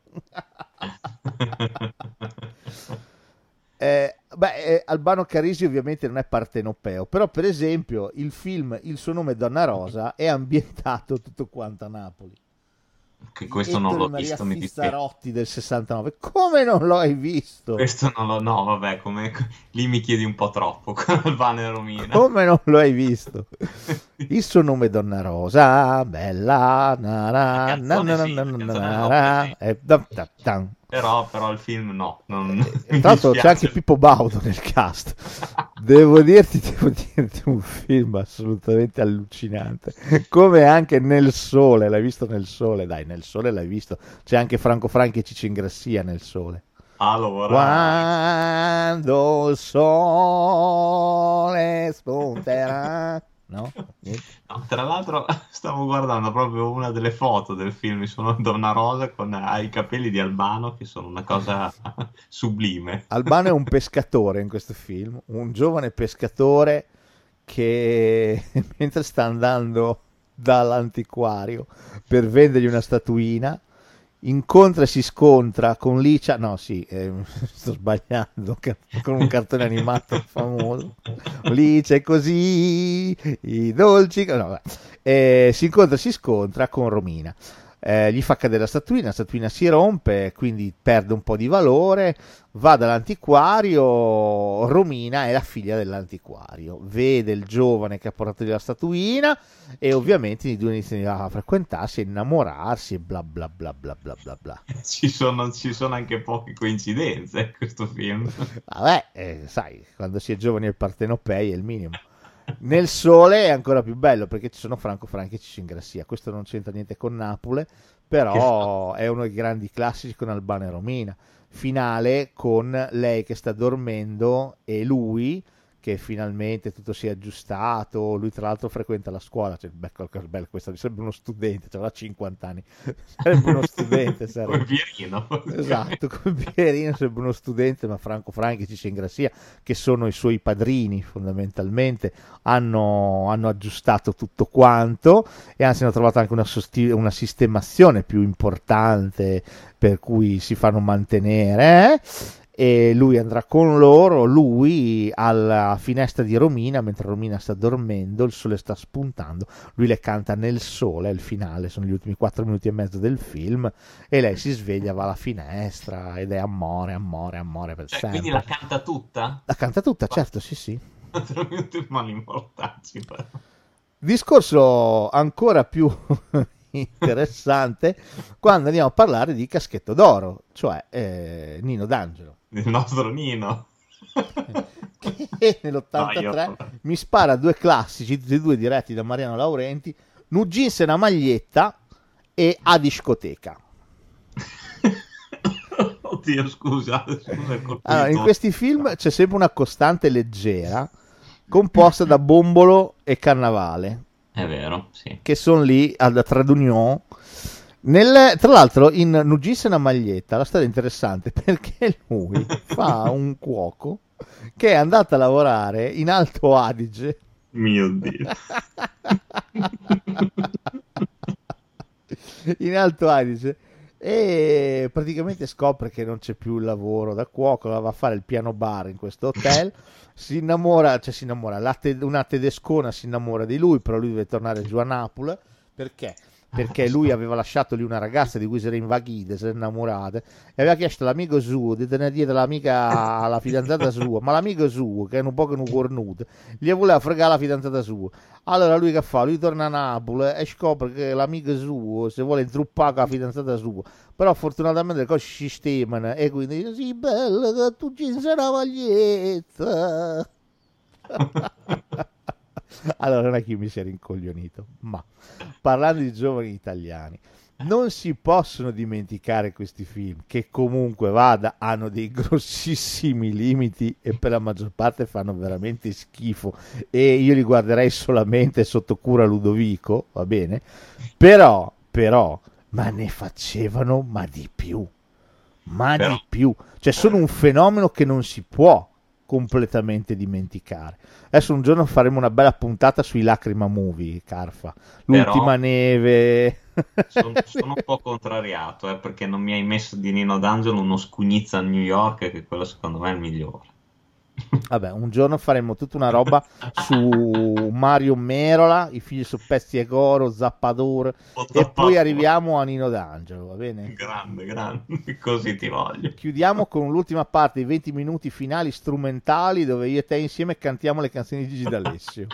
Albano Carrisi ovviamente non è partenopeo, però per esempio il film Il suo nome è Donna Rosa è ambientato tutto quanto a Napoli. Che questo non l'ho visto, mi dispiace. Fissarotti del 69. Come non lo hai visto? Questo non lo... No, vabbè, lì mi chiedi un po' troppo con Albano e Romina. Come non lo hai visto? Il suo nome è Donna Rosa, bella, Però il film no. Tra l'altro c'è anche Pippo Baudo nel cast. Devo dirti un film assolutamente allucinante, come anche Nel Sole. L'hai visto Nel Sole? Dai, Nel Sole l'hai visto, c'è anche Franco Franchi e Ciccio Ingrassia nel Sole. Allora, Quando il sole spunterà, no? Niente. no, tra l'altro stavo guardando proprio una delle foto del film, sono Donna Rosa con i capelli di Albano che sono una cosa sublime. Albano è un pescatore in questo film, un giovane pescatore che mentre sta andando dall'antiquario per vendergli una statuina, incontra e si scontra con Licia, no sì, sto sbagliando, con un cartone animato famoso, Licia è così, i dolci, no, vabbè. Si incontra e si scontra con Romina. Gli fa cadere la statuina si rompe, quindi perde un po' di valore, va dall'antiquario, Romina è la figlia dell'antiquario, vede il giovane che ha portato via la statuina e ovviamente i due iniziano a frequentarsi, a innamorarsi e bla bla bla bla bla bla bla. Ci sono anche poche coincidenze in questo film. Vabbè, sai, quando si è giovani il partenopei è il minimo. Nel Sole è ancora più bello perché ci sono Franco Franchi e Ciccio Ingrassia. Questo non c'entra niente con Napoli, però è uno dei grandi classici con Albano e Romina. Finale con lei che sta dormendo e lui che finalmente tutto si è aggiustato. Lui tra l'altro frequenta la scuola, cioè, bello, questo sarebbe uno studente, cioè, avrà 50 anni, sarebbe uno studente, come Pierino. Esatto, come Pierino sarebbe uno studente, ma Franco Franchi e Ciccio Ingrassia, che sono i suoi padrini fondamentalmente, hanno aggiustato tutto quanto e anzi hanno trovato anche una sistemazione più importante per cui si fanno mantenere, e lui andrà con loro, lui alla finestra di Romina, mentre Romina sta dormendo, il sole sta spuntando, lui le canta Nel Sole, è il finale, sono gli ultimi 4 minuti e mezzo del film, e lei si sveglia, va alla finestra ed è amore, amore, amore per sempre. Quindi la canta tutta? La canta tutta, certo, sì sì. 4 minuti in mano immortacci. Discorso ancora più interessante quando andiamo a parlare di Caschetto d'Oro, cioè Nino D'Angelo. Il nostro Nino. Che nell'83 mi spara 2 classici, tutti e 2 diretti da Mariano Laurenti, Nu jeans e una maglietta e A discoteca. Oddio, scusa. Allora, in questi film c'è sempre una costante leggera composta da Bombolo e Cannavale. È vero, sì. Che sono lì a Trade Union. Tra l'altro in Nu jeans e una maglietta la storia è interessante perché lui fa un cuoco che è andato a lavorare in Alto Adige. Mio Dio. In Alto Adige, e praticamente scopre che non c'è più il lavoro da cuoco, va a fare il piano bar in questo hotel, una tedescona si innamora di lui, però lui deve tornare giù a Napoli perché lui aveva lasciato lì una ragazza di cui si era invaghita, si era innamorata, e aveva chiesto all'amico suo di tenere dietro l'amica alla fidanzata sua, ma l'amico suo, che è un po' cornuto, gli voleva fregare la fidanzata sua. Allora lui che fa? Lui torna a Napoli e scopre che l'amico suo si vuole intruppare con la fidanzata sua, però fortunatamente le cose si sistemano e quindi dice: sì, bella, che tu ci sei una maglietta. Allora non è che io mi sia rincoglionito, ma parlando di giovani italiani, non si possono dimenticare questi film che comunque hanno dei grossissimi limiti e per la maggior parte fanno veramente schifo, e io li guarderei solamente sotto cura Ludovico, va bene? Però ma ne facevano di più, di più, cioè sono un fenomeno che non si può completamente dimenticare. Adesso un giorno faremo una bella puntata sui Lacrima Movie, Carfa, l'ultima neve. Sono un po' contrariato, perché non mi hai messo di Nino D'Angelo uno Scugnizza a New York, che quello secondo me è il migliore. Vabbè, un giorno faremo tutta una roba su Mario Merola, I figli su pezzi e coro, Zappator, e poi arriviamo a Nino D'Angelo, va bene? Grande, così ti voglio. Chiudiamo con l'ultima parte, i 20 minuti finali strumentali, dove io e te insieme cantiamo le canzoni di Gigi D'Alessio.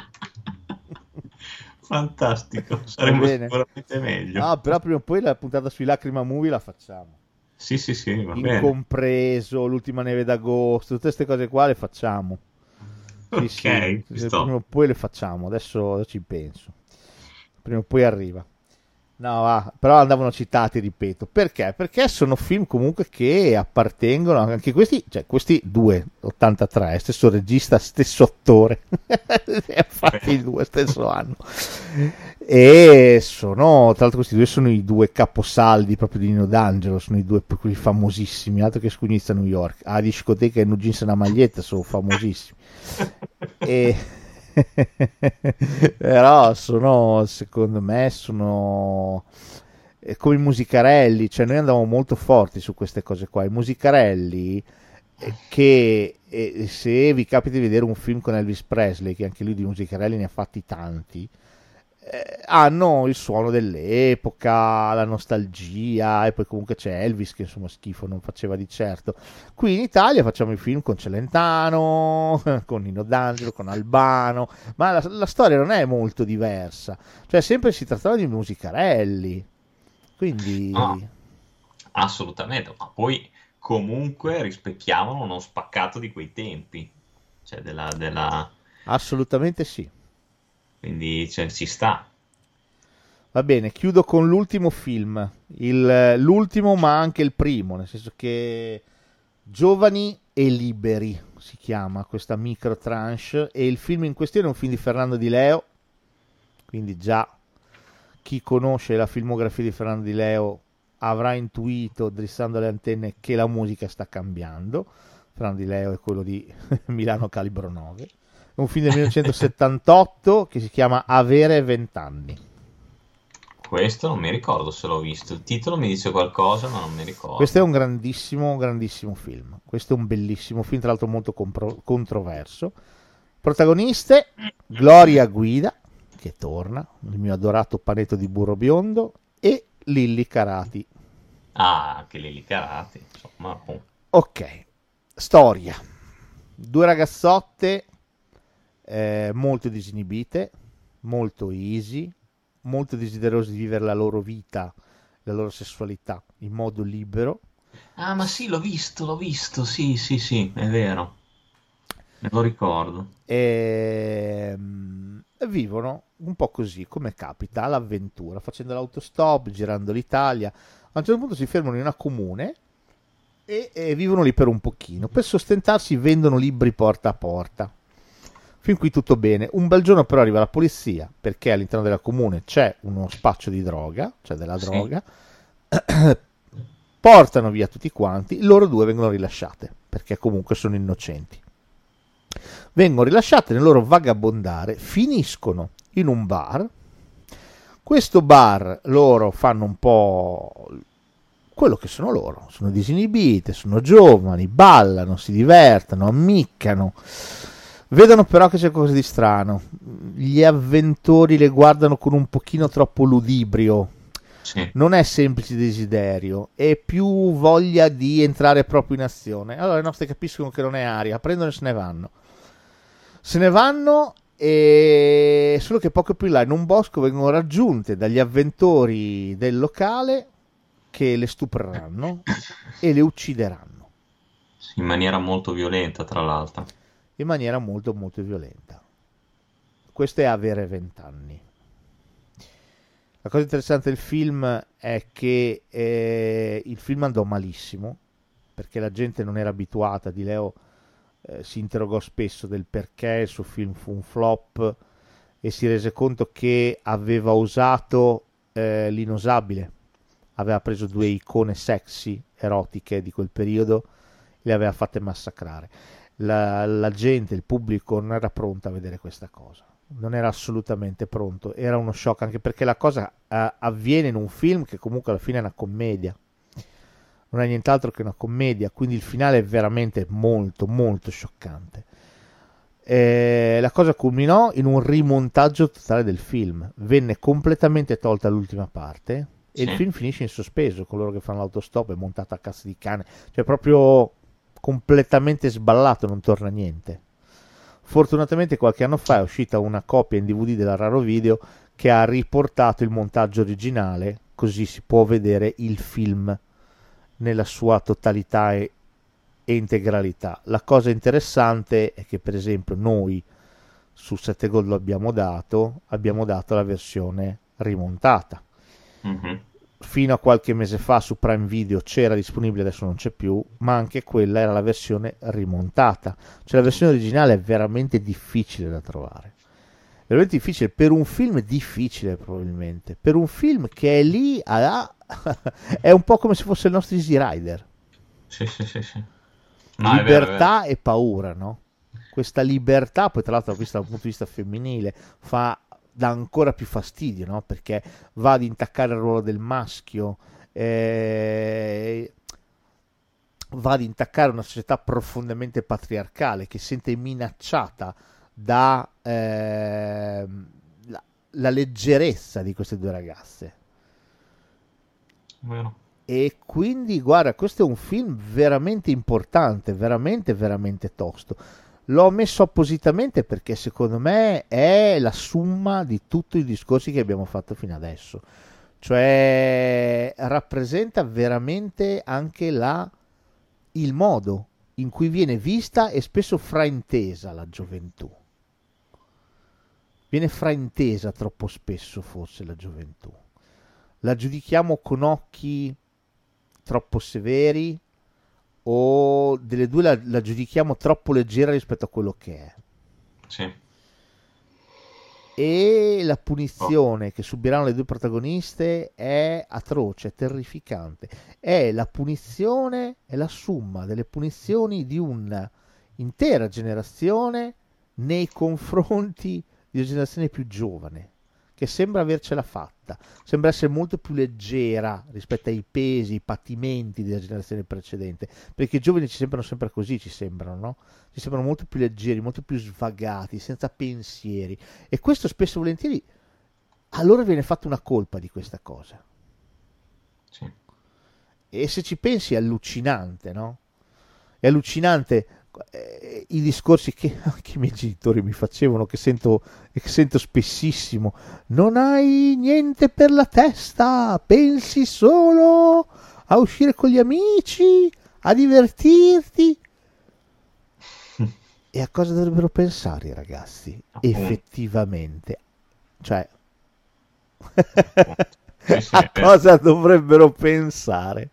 Fantastico, saremo sicuramente meglio. Ah, però prima o poi la puntata sui Lacrima Movie la facciamo. Sì, va bene. Incompreso, l'ultima neve d'agosto, tutte queste cose qua le facciamo. Sì, sì, Ok, sto. prima o poi le facciamo, adesso ci penso. Prima o poi arriva. No, va, però andavano citati, ripeto. Perché? Perché sono film comunque che appartengono anche questi, cioè questi due, 83, stesso regista, stesso attore, fatti i due stesso anno. E sono, tra l'altro questi due sono i due caposaldi proprio di Nino D'Angelo, sono i due quelli famosissimi, altro che Scugnizza a New York, a discoteca e in un jeans e una maglietta, sono famosissimi. E però sono, secondo me, sono come i musicarelli, cioè noi andavamo molto forti su queste cose qua. I musicarelli, che se vi capita di vedere un film con Elvis Presley, che anche lui di musicarelli ne ha fatti tanti, hanno il suono dell'epoca, la nostalgia, e poi comunque c'è Elvis che insomma schifo non faceva di certo. Qui in Italia facciamo i film con Celentano, con Nino D'Angelo, con Albano, ma la storia non è molto diversa, cioè sempre si trattava di musicarelli, quindi No, assolutamente, ma poi comunque rispecchiavano uno spaccato di quei tempi, cioè assolutamente sì. quindi cioè, ci sta. Va bene, chiudo con l'ultimo film, l'ultimo ma anche il primo, nel senso che Giovani e Liberi si chiama questa micro tranche, e il film in questione è un film di Fernando Di Leo, quindi già chi conosce la filmografia di Fernando Di Leo avrà intuito, drissando le antenne, che la musica sta cambiando. Fernando Di Leo è quello di Milano Calibro 9. È un film del 1978 che si chiama Avere 20 anni. Questo non mi ricordo se l'ho visto, il titolo mi dice qualcosa, ma non mi ricordo. Questo è un grandissimo, grandissimo film. Questo è un bellissimo film, tra l'altro molto controverso. Protagoniste: Gloria Guida, che torna, il mio adorato panetto di burro biondo, e Lilli Carati. Ah, anche Lili Carati, insomma. Oh. Ok, storia. Due ragazzotte molto disinibite, molto easy, molto desiderose di vivere la loro vita, la loro sessualità in modo libero. Ah, ma sì, l'ho visto, sì, sì, sì, è vero, me lo ricordo. E vivono un po' così, come capita, all'avventura, facendo l'autostop, girando l'Italia. A un certo punto si fermano in una comune e vivono lì per un pochino. Per sostentarsi vendono libri porta a porta. Fin qui tutto bene. Un bel giorno però arriva la polizia, perché all'interno della comune c'è uno spaccio di droga, cioè della Sì. droga. Portano via tutti quanti, loro due vengono rilasciate, perché comunque sono innocenti. Vengono rilasciate nel loro vagabondare, finiscono in un bar. Questo bar loro fanno un po' quello che sono loro, sono disinibite, sono giovani, ballano, si divertono, ammiccano. Vedono però che c'è qualcosa di strano. Gli avventori le guardano con un pochino troppo ludibrio. Sì. Non è semplice desiderio, è più voglia di entrare proprio in azione. Allora i nostri capiscono che non è aria, prendono e se ne vanno. Se ne vanno, e solo che poco più in là in un bosco vengono raggiunte dagli avventori del locale che le stupreranno e le uccideranno Sì, in maniera molto violenta, tra l'altro. in maniera molto molto violenta. Questo è Avere 20 anni. La cosa interessante del film è che il film andò malissimo, perché la gente non era abituata. Di Leo si interrogò spesso del perché il suo film fu un flop, e si rese conto che aveva usato l'inosabile. Aveva preso due icone sexy, erotiche di quel periodo, e le aveva fatte massacrare. La gente, il pubblico non era pronto a vedere questa cosa, non era assolutamente pronto, era uno shock, anche perché la cosa avviene in un film che comunque alla fine è una commedia, non è nient'altro che una commedia, quindi il finale è veramente molto molto scioccante. La cosa culminò in un rimontaggio totale del film, venne completamente tolta l'ultima parte e il Sì. film finisce in sospeso, coloro che fanno l'autostop è montato a cazzo di cane, cioè proprio completamente sballato, non torna niente. Fortunatamente qualche anno fa è uscita una copia in DVD della Raro Video che ha riportato il montaggio originale, così si può vedere il film nella sua totalità e e integralità. La cosa interessante è che per esempio noi su 7 Gold abbiamo dato la versione rimontata. Fino a qualche mese fa su Prime Video c'era disponibile, adesso non c'è più, ma anche quella era la versione rimontata. Cioè la versione originale è veramente difficile da trovare, veramente difficile, per un film difficile probabilmente, per un film che è lì è un po' come se fosse il nostro Easy Rider. Sì. No, Libertà e paura, no? Questa libertà, poi tra l'altro vista dal punto di vista femminile, dà ancora più fastidio, no? Perché va ad intaccare il ruolo del maschio, va ad intaccare una società profondamente patriarcale che sente minacciata da la leggerezza di queste due ragazze. Vero. E quindi guarda, questo è un film veramente importante, veramente veramente tosto. L'ho messo appositamente perché secondo me è la summa di tutti i discorsi che abbiamo fatto fino adesso, cioè rappresenta veramente anche il modo in cui viene vista e spesso fraintesa la gioventù. Viene fraintesa troppo spesso forse la gioventù. La giudichiamo con occhi troppo severi, o delle due la giudichiamo troppo leggera rispetto a quello che è. Sì. E la punizione che subiranno le due protagoniste è atroce, è terrificante. È la punizione, è la somma delle punizioni di un'intera generazione nei confronti di una generazione più giovane, che sembra avercela fatta, sembra essere molto più leggera rispetto ai pesi, ai patimenti della generazione precedente, perché i giovani ci sembrano sempre così, ci sembrano, no? Ci sembrano molto più leggeri, molto più svagati, senza pensieri, e questo spesso e volentieri a loro viene fatta una colpa di questa cosa. Sì. E se ci pensi è allucinante, no? È allucinante i discorsi che anche i miei genitori mi facevano, che sento spessissimo. Non hai niente per la testa, pensi solo a uscire con gli amici, a divertirti. E a cosa dovrebbero pensare i ragazzi? Effettivamente, cioè a cosa dovrebbero pensare?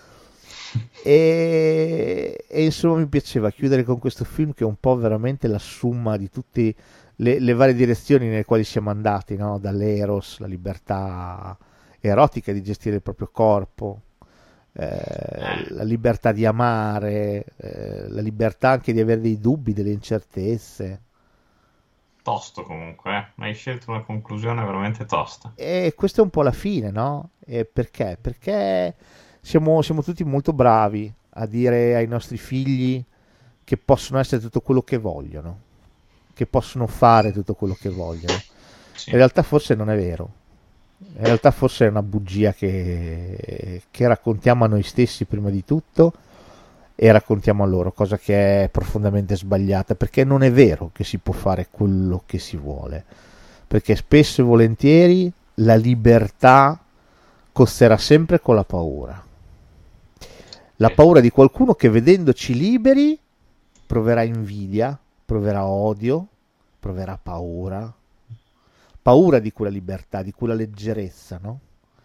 E insomma mi piaceva chiudere con questo film che è un po' veramente la somma di tutte le varie direzioni nelle quali siamo andati, no? Dall'eros, la libertà erotica di gestire il proprio corpo, la libertà di amare, la libertà anche di avere dei dubbi, delle incertezze. Tosto comunque, ma hai scelto una conclusione veramente tosta. E questa è un po' la fine, no? E perché? Perché siamo tutti molto bravi a dire ai nostri figli che possono essere tutto quello che vogliono, che possono fare tutto quello che vogliono. Sì. In realtà forse non è vero. In realtà forse è una bugia che raccontiamo a noi stessi prima di tutto e raccontiamo a loro, cosa che è profondamente sbagliata, perché non è vero che si può fare quello che si vuole, perché spesso e volentieri la libertà costerà sempre con la paura. La paura di qualcuno che vedendoci liberi proverà invidia, proverà odio, proverà paura di quella libertà, di quella leggerezza, no?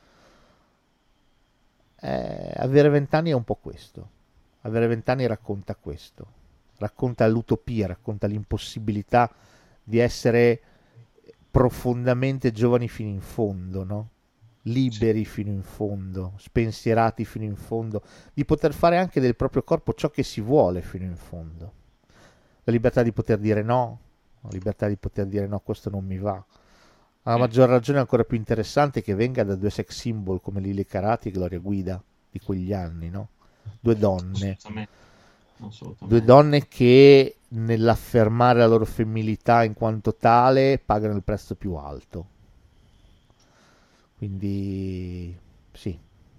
Avere 20 anni è un po' questo. Avere 20 anni racconta questo, racconta l'utopia, racconta l'impossibilità di essere profondamente giovani fino in fondo, no? Liberi fino in fondo, spensierati fino in fondo, di poter fare anche del proprio corpo ciò che si vuole fino in fondo. La libertà di poter dire no, la libertà di poter dire no, questo non mi va. A maggior ragione ancora più interessante che venga da due sex symbol come Lily Carati e Gloria Guida di quegli anni, no? Due donne, Assolutamente. Due donne che nell'affermare la loro femminilità in quanto tale pagano il prezzo più alto. Quindi sì.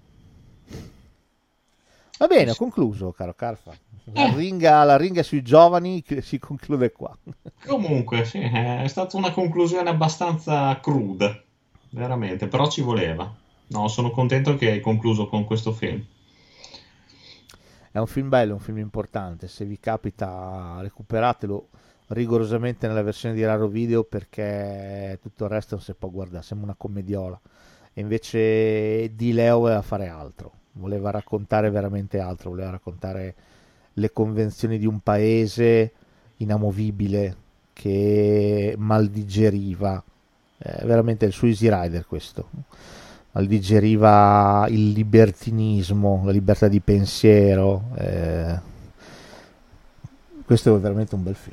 Va bene, ho concluso, caro Carfa. La ringa sui giovani che si conclude qua. Comunque, sì, è stata una conclusione abbastanza cruda, veramente, però ci voleva. No, sono contento che hai concluso con questo film. È un film bello, è un film importante. Se vi capita, recuperatelo rigorosamente nella versione di Raro Video, perché tutto il resto non si può guardare, sembra una commediola. E invece Di Leo voleva fare altro, voleva raccontare veramente altro, voleva raccontare le convenzioni di un paese inamovibile che maldigeriva, veramente il suo Easy Rider questo, maldigeriva il libertinismo, la libertà di pensiero. Questo è veramente un bel film.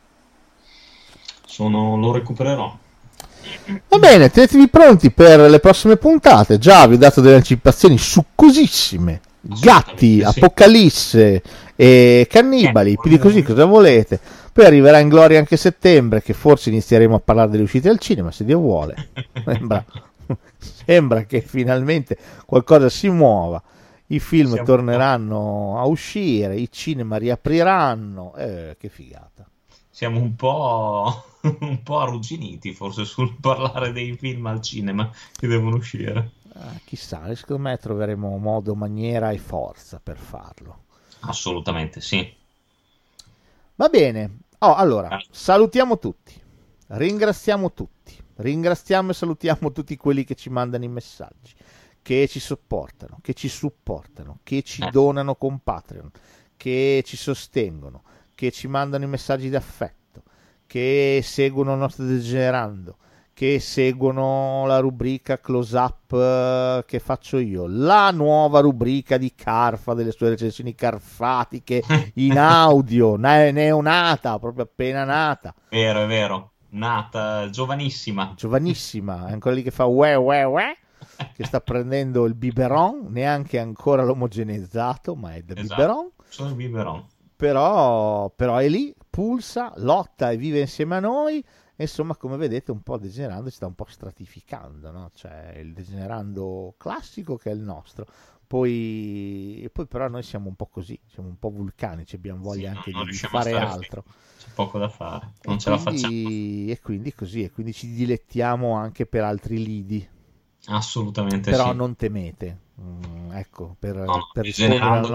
Lo recupererò. Va bene, tenetevi pronti per le prossime puntate. Già vi ho dato delle anticipazioni succosissime. Gatti, sì. Apocalisse e cannibali, più di così cosa volete? Poi arriverà in gloria anche settembre, che forse inizieremo a parlare delle uscite al cinema, se Dio vuole. Sembra che finalmente qualcosa si muova. I film torneranno a uscire, i cinema riapriranno. Che figata. Siamo un po' arrugginiti forse sul parlare dei film al cinema che devono uscire. Chissà, secondo me troveremo modo, maniera e forza per farlo. Assolutamente sì. Va bene. Allora, salutiamo tutti, ringraziamo e salutiamo tutti quelli che ci mandano i messaggi, che ci sopportano, che ci supportano, che ci donano con Patreon, che ci sostengono, che ci mandano i messaggi d'affetto, che seguono il nostro Degenerando, che seguono la rubrica Close Up che faccio io, la nuova rubrica di Carfa, delle sue recensioni carfatiche in audio, neonata, proprio appena nata. È vero, nata, giovanissima, è ancora lì che fa uè, che sta prendendo il biberon, neanche ancora l'omogeneizzato, ma è del biberon. Sono il biberon. Però è lì, pulsa, lotta e vive insieme a noi. Insomma, come vedete, un po' Degenerando si sta un po' stratificando, no? C'è il Degenerando classico che è il nostro, poi però noi siamo un po' così, siamo un po' vulcanici, abbiamo voglia anche di fare altro. C'è poco da fare, non ce la facciamo. E quindi ci dilettiamo anche per altri lidi. Assolutamente però sì. non temete, ecco, per rispondere Degenerando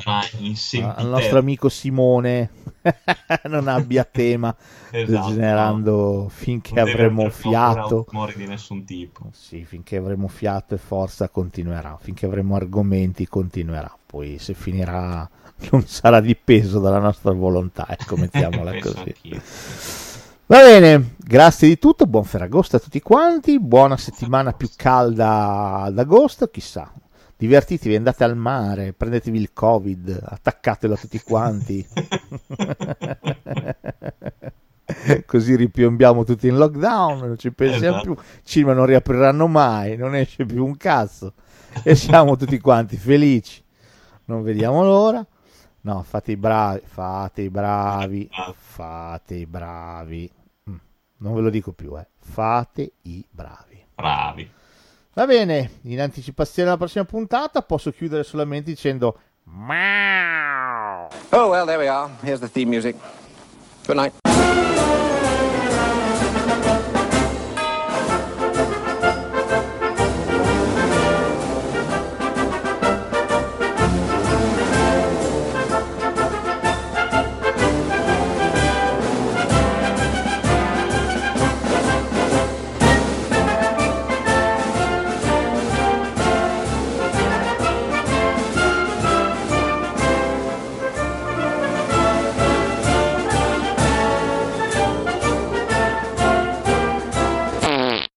al nostro amico Simone, non abbia tema. Degenerando finché non avremo fiato, rumori di nessun tipo. sì, finché avremo fiato e forza continuerà, finché avremo argomenti continuerà, poi se finirà non sarà dipeso dalla nostra volontà, ecco, mettiamola così. Va bene, grazie di tutto, buon Ferragosto a tutti quanti, buona settimana più calda d'agosto, chissà, divertitevi, andate al mare, prendetevi il Covid, attaccatelo a tutti quanti, così ripiombiamo tutti in lockdown, non ci pensiamo più, cinema non riapriranno mai, non esce più un cazzo e siamo tutti quanti felici, non vediamo l'ora. No, fate i bravi. Non ve lo dico più, fate i bravi. Va bene, in anticipazione della prossima puntata posso chiudere solamente dicendo Meow. Oh, well, there we are. Here's the theme music. Good night.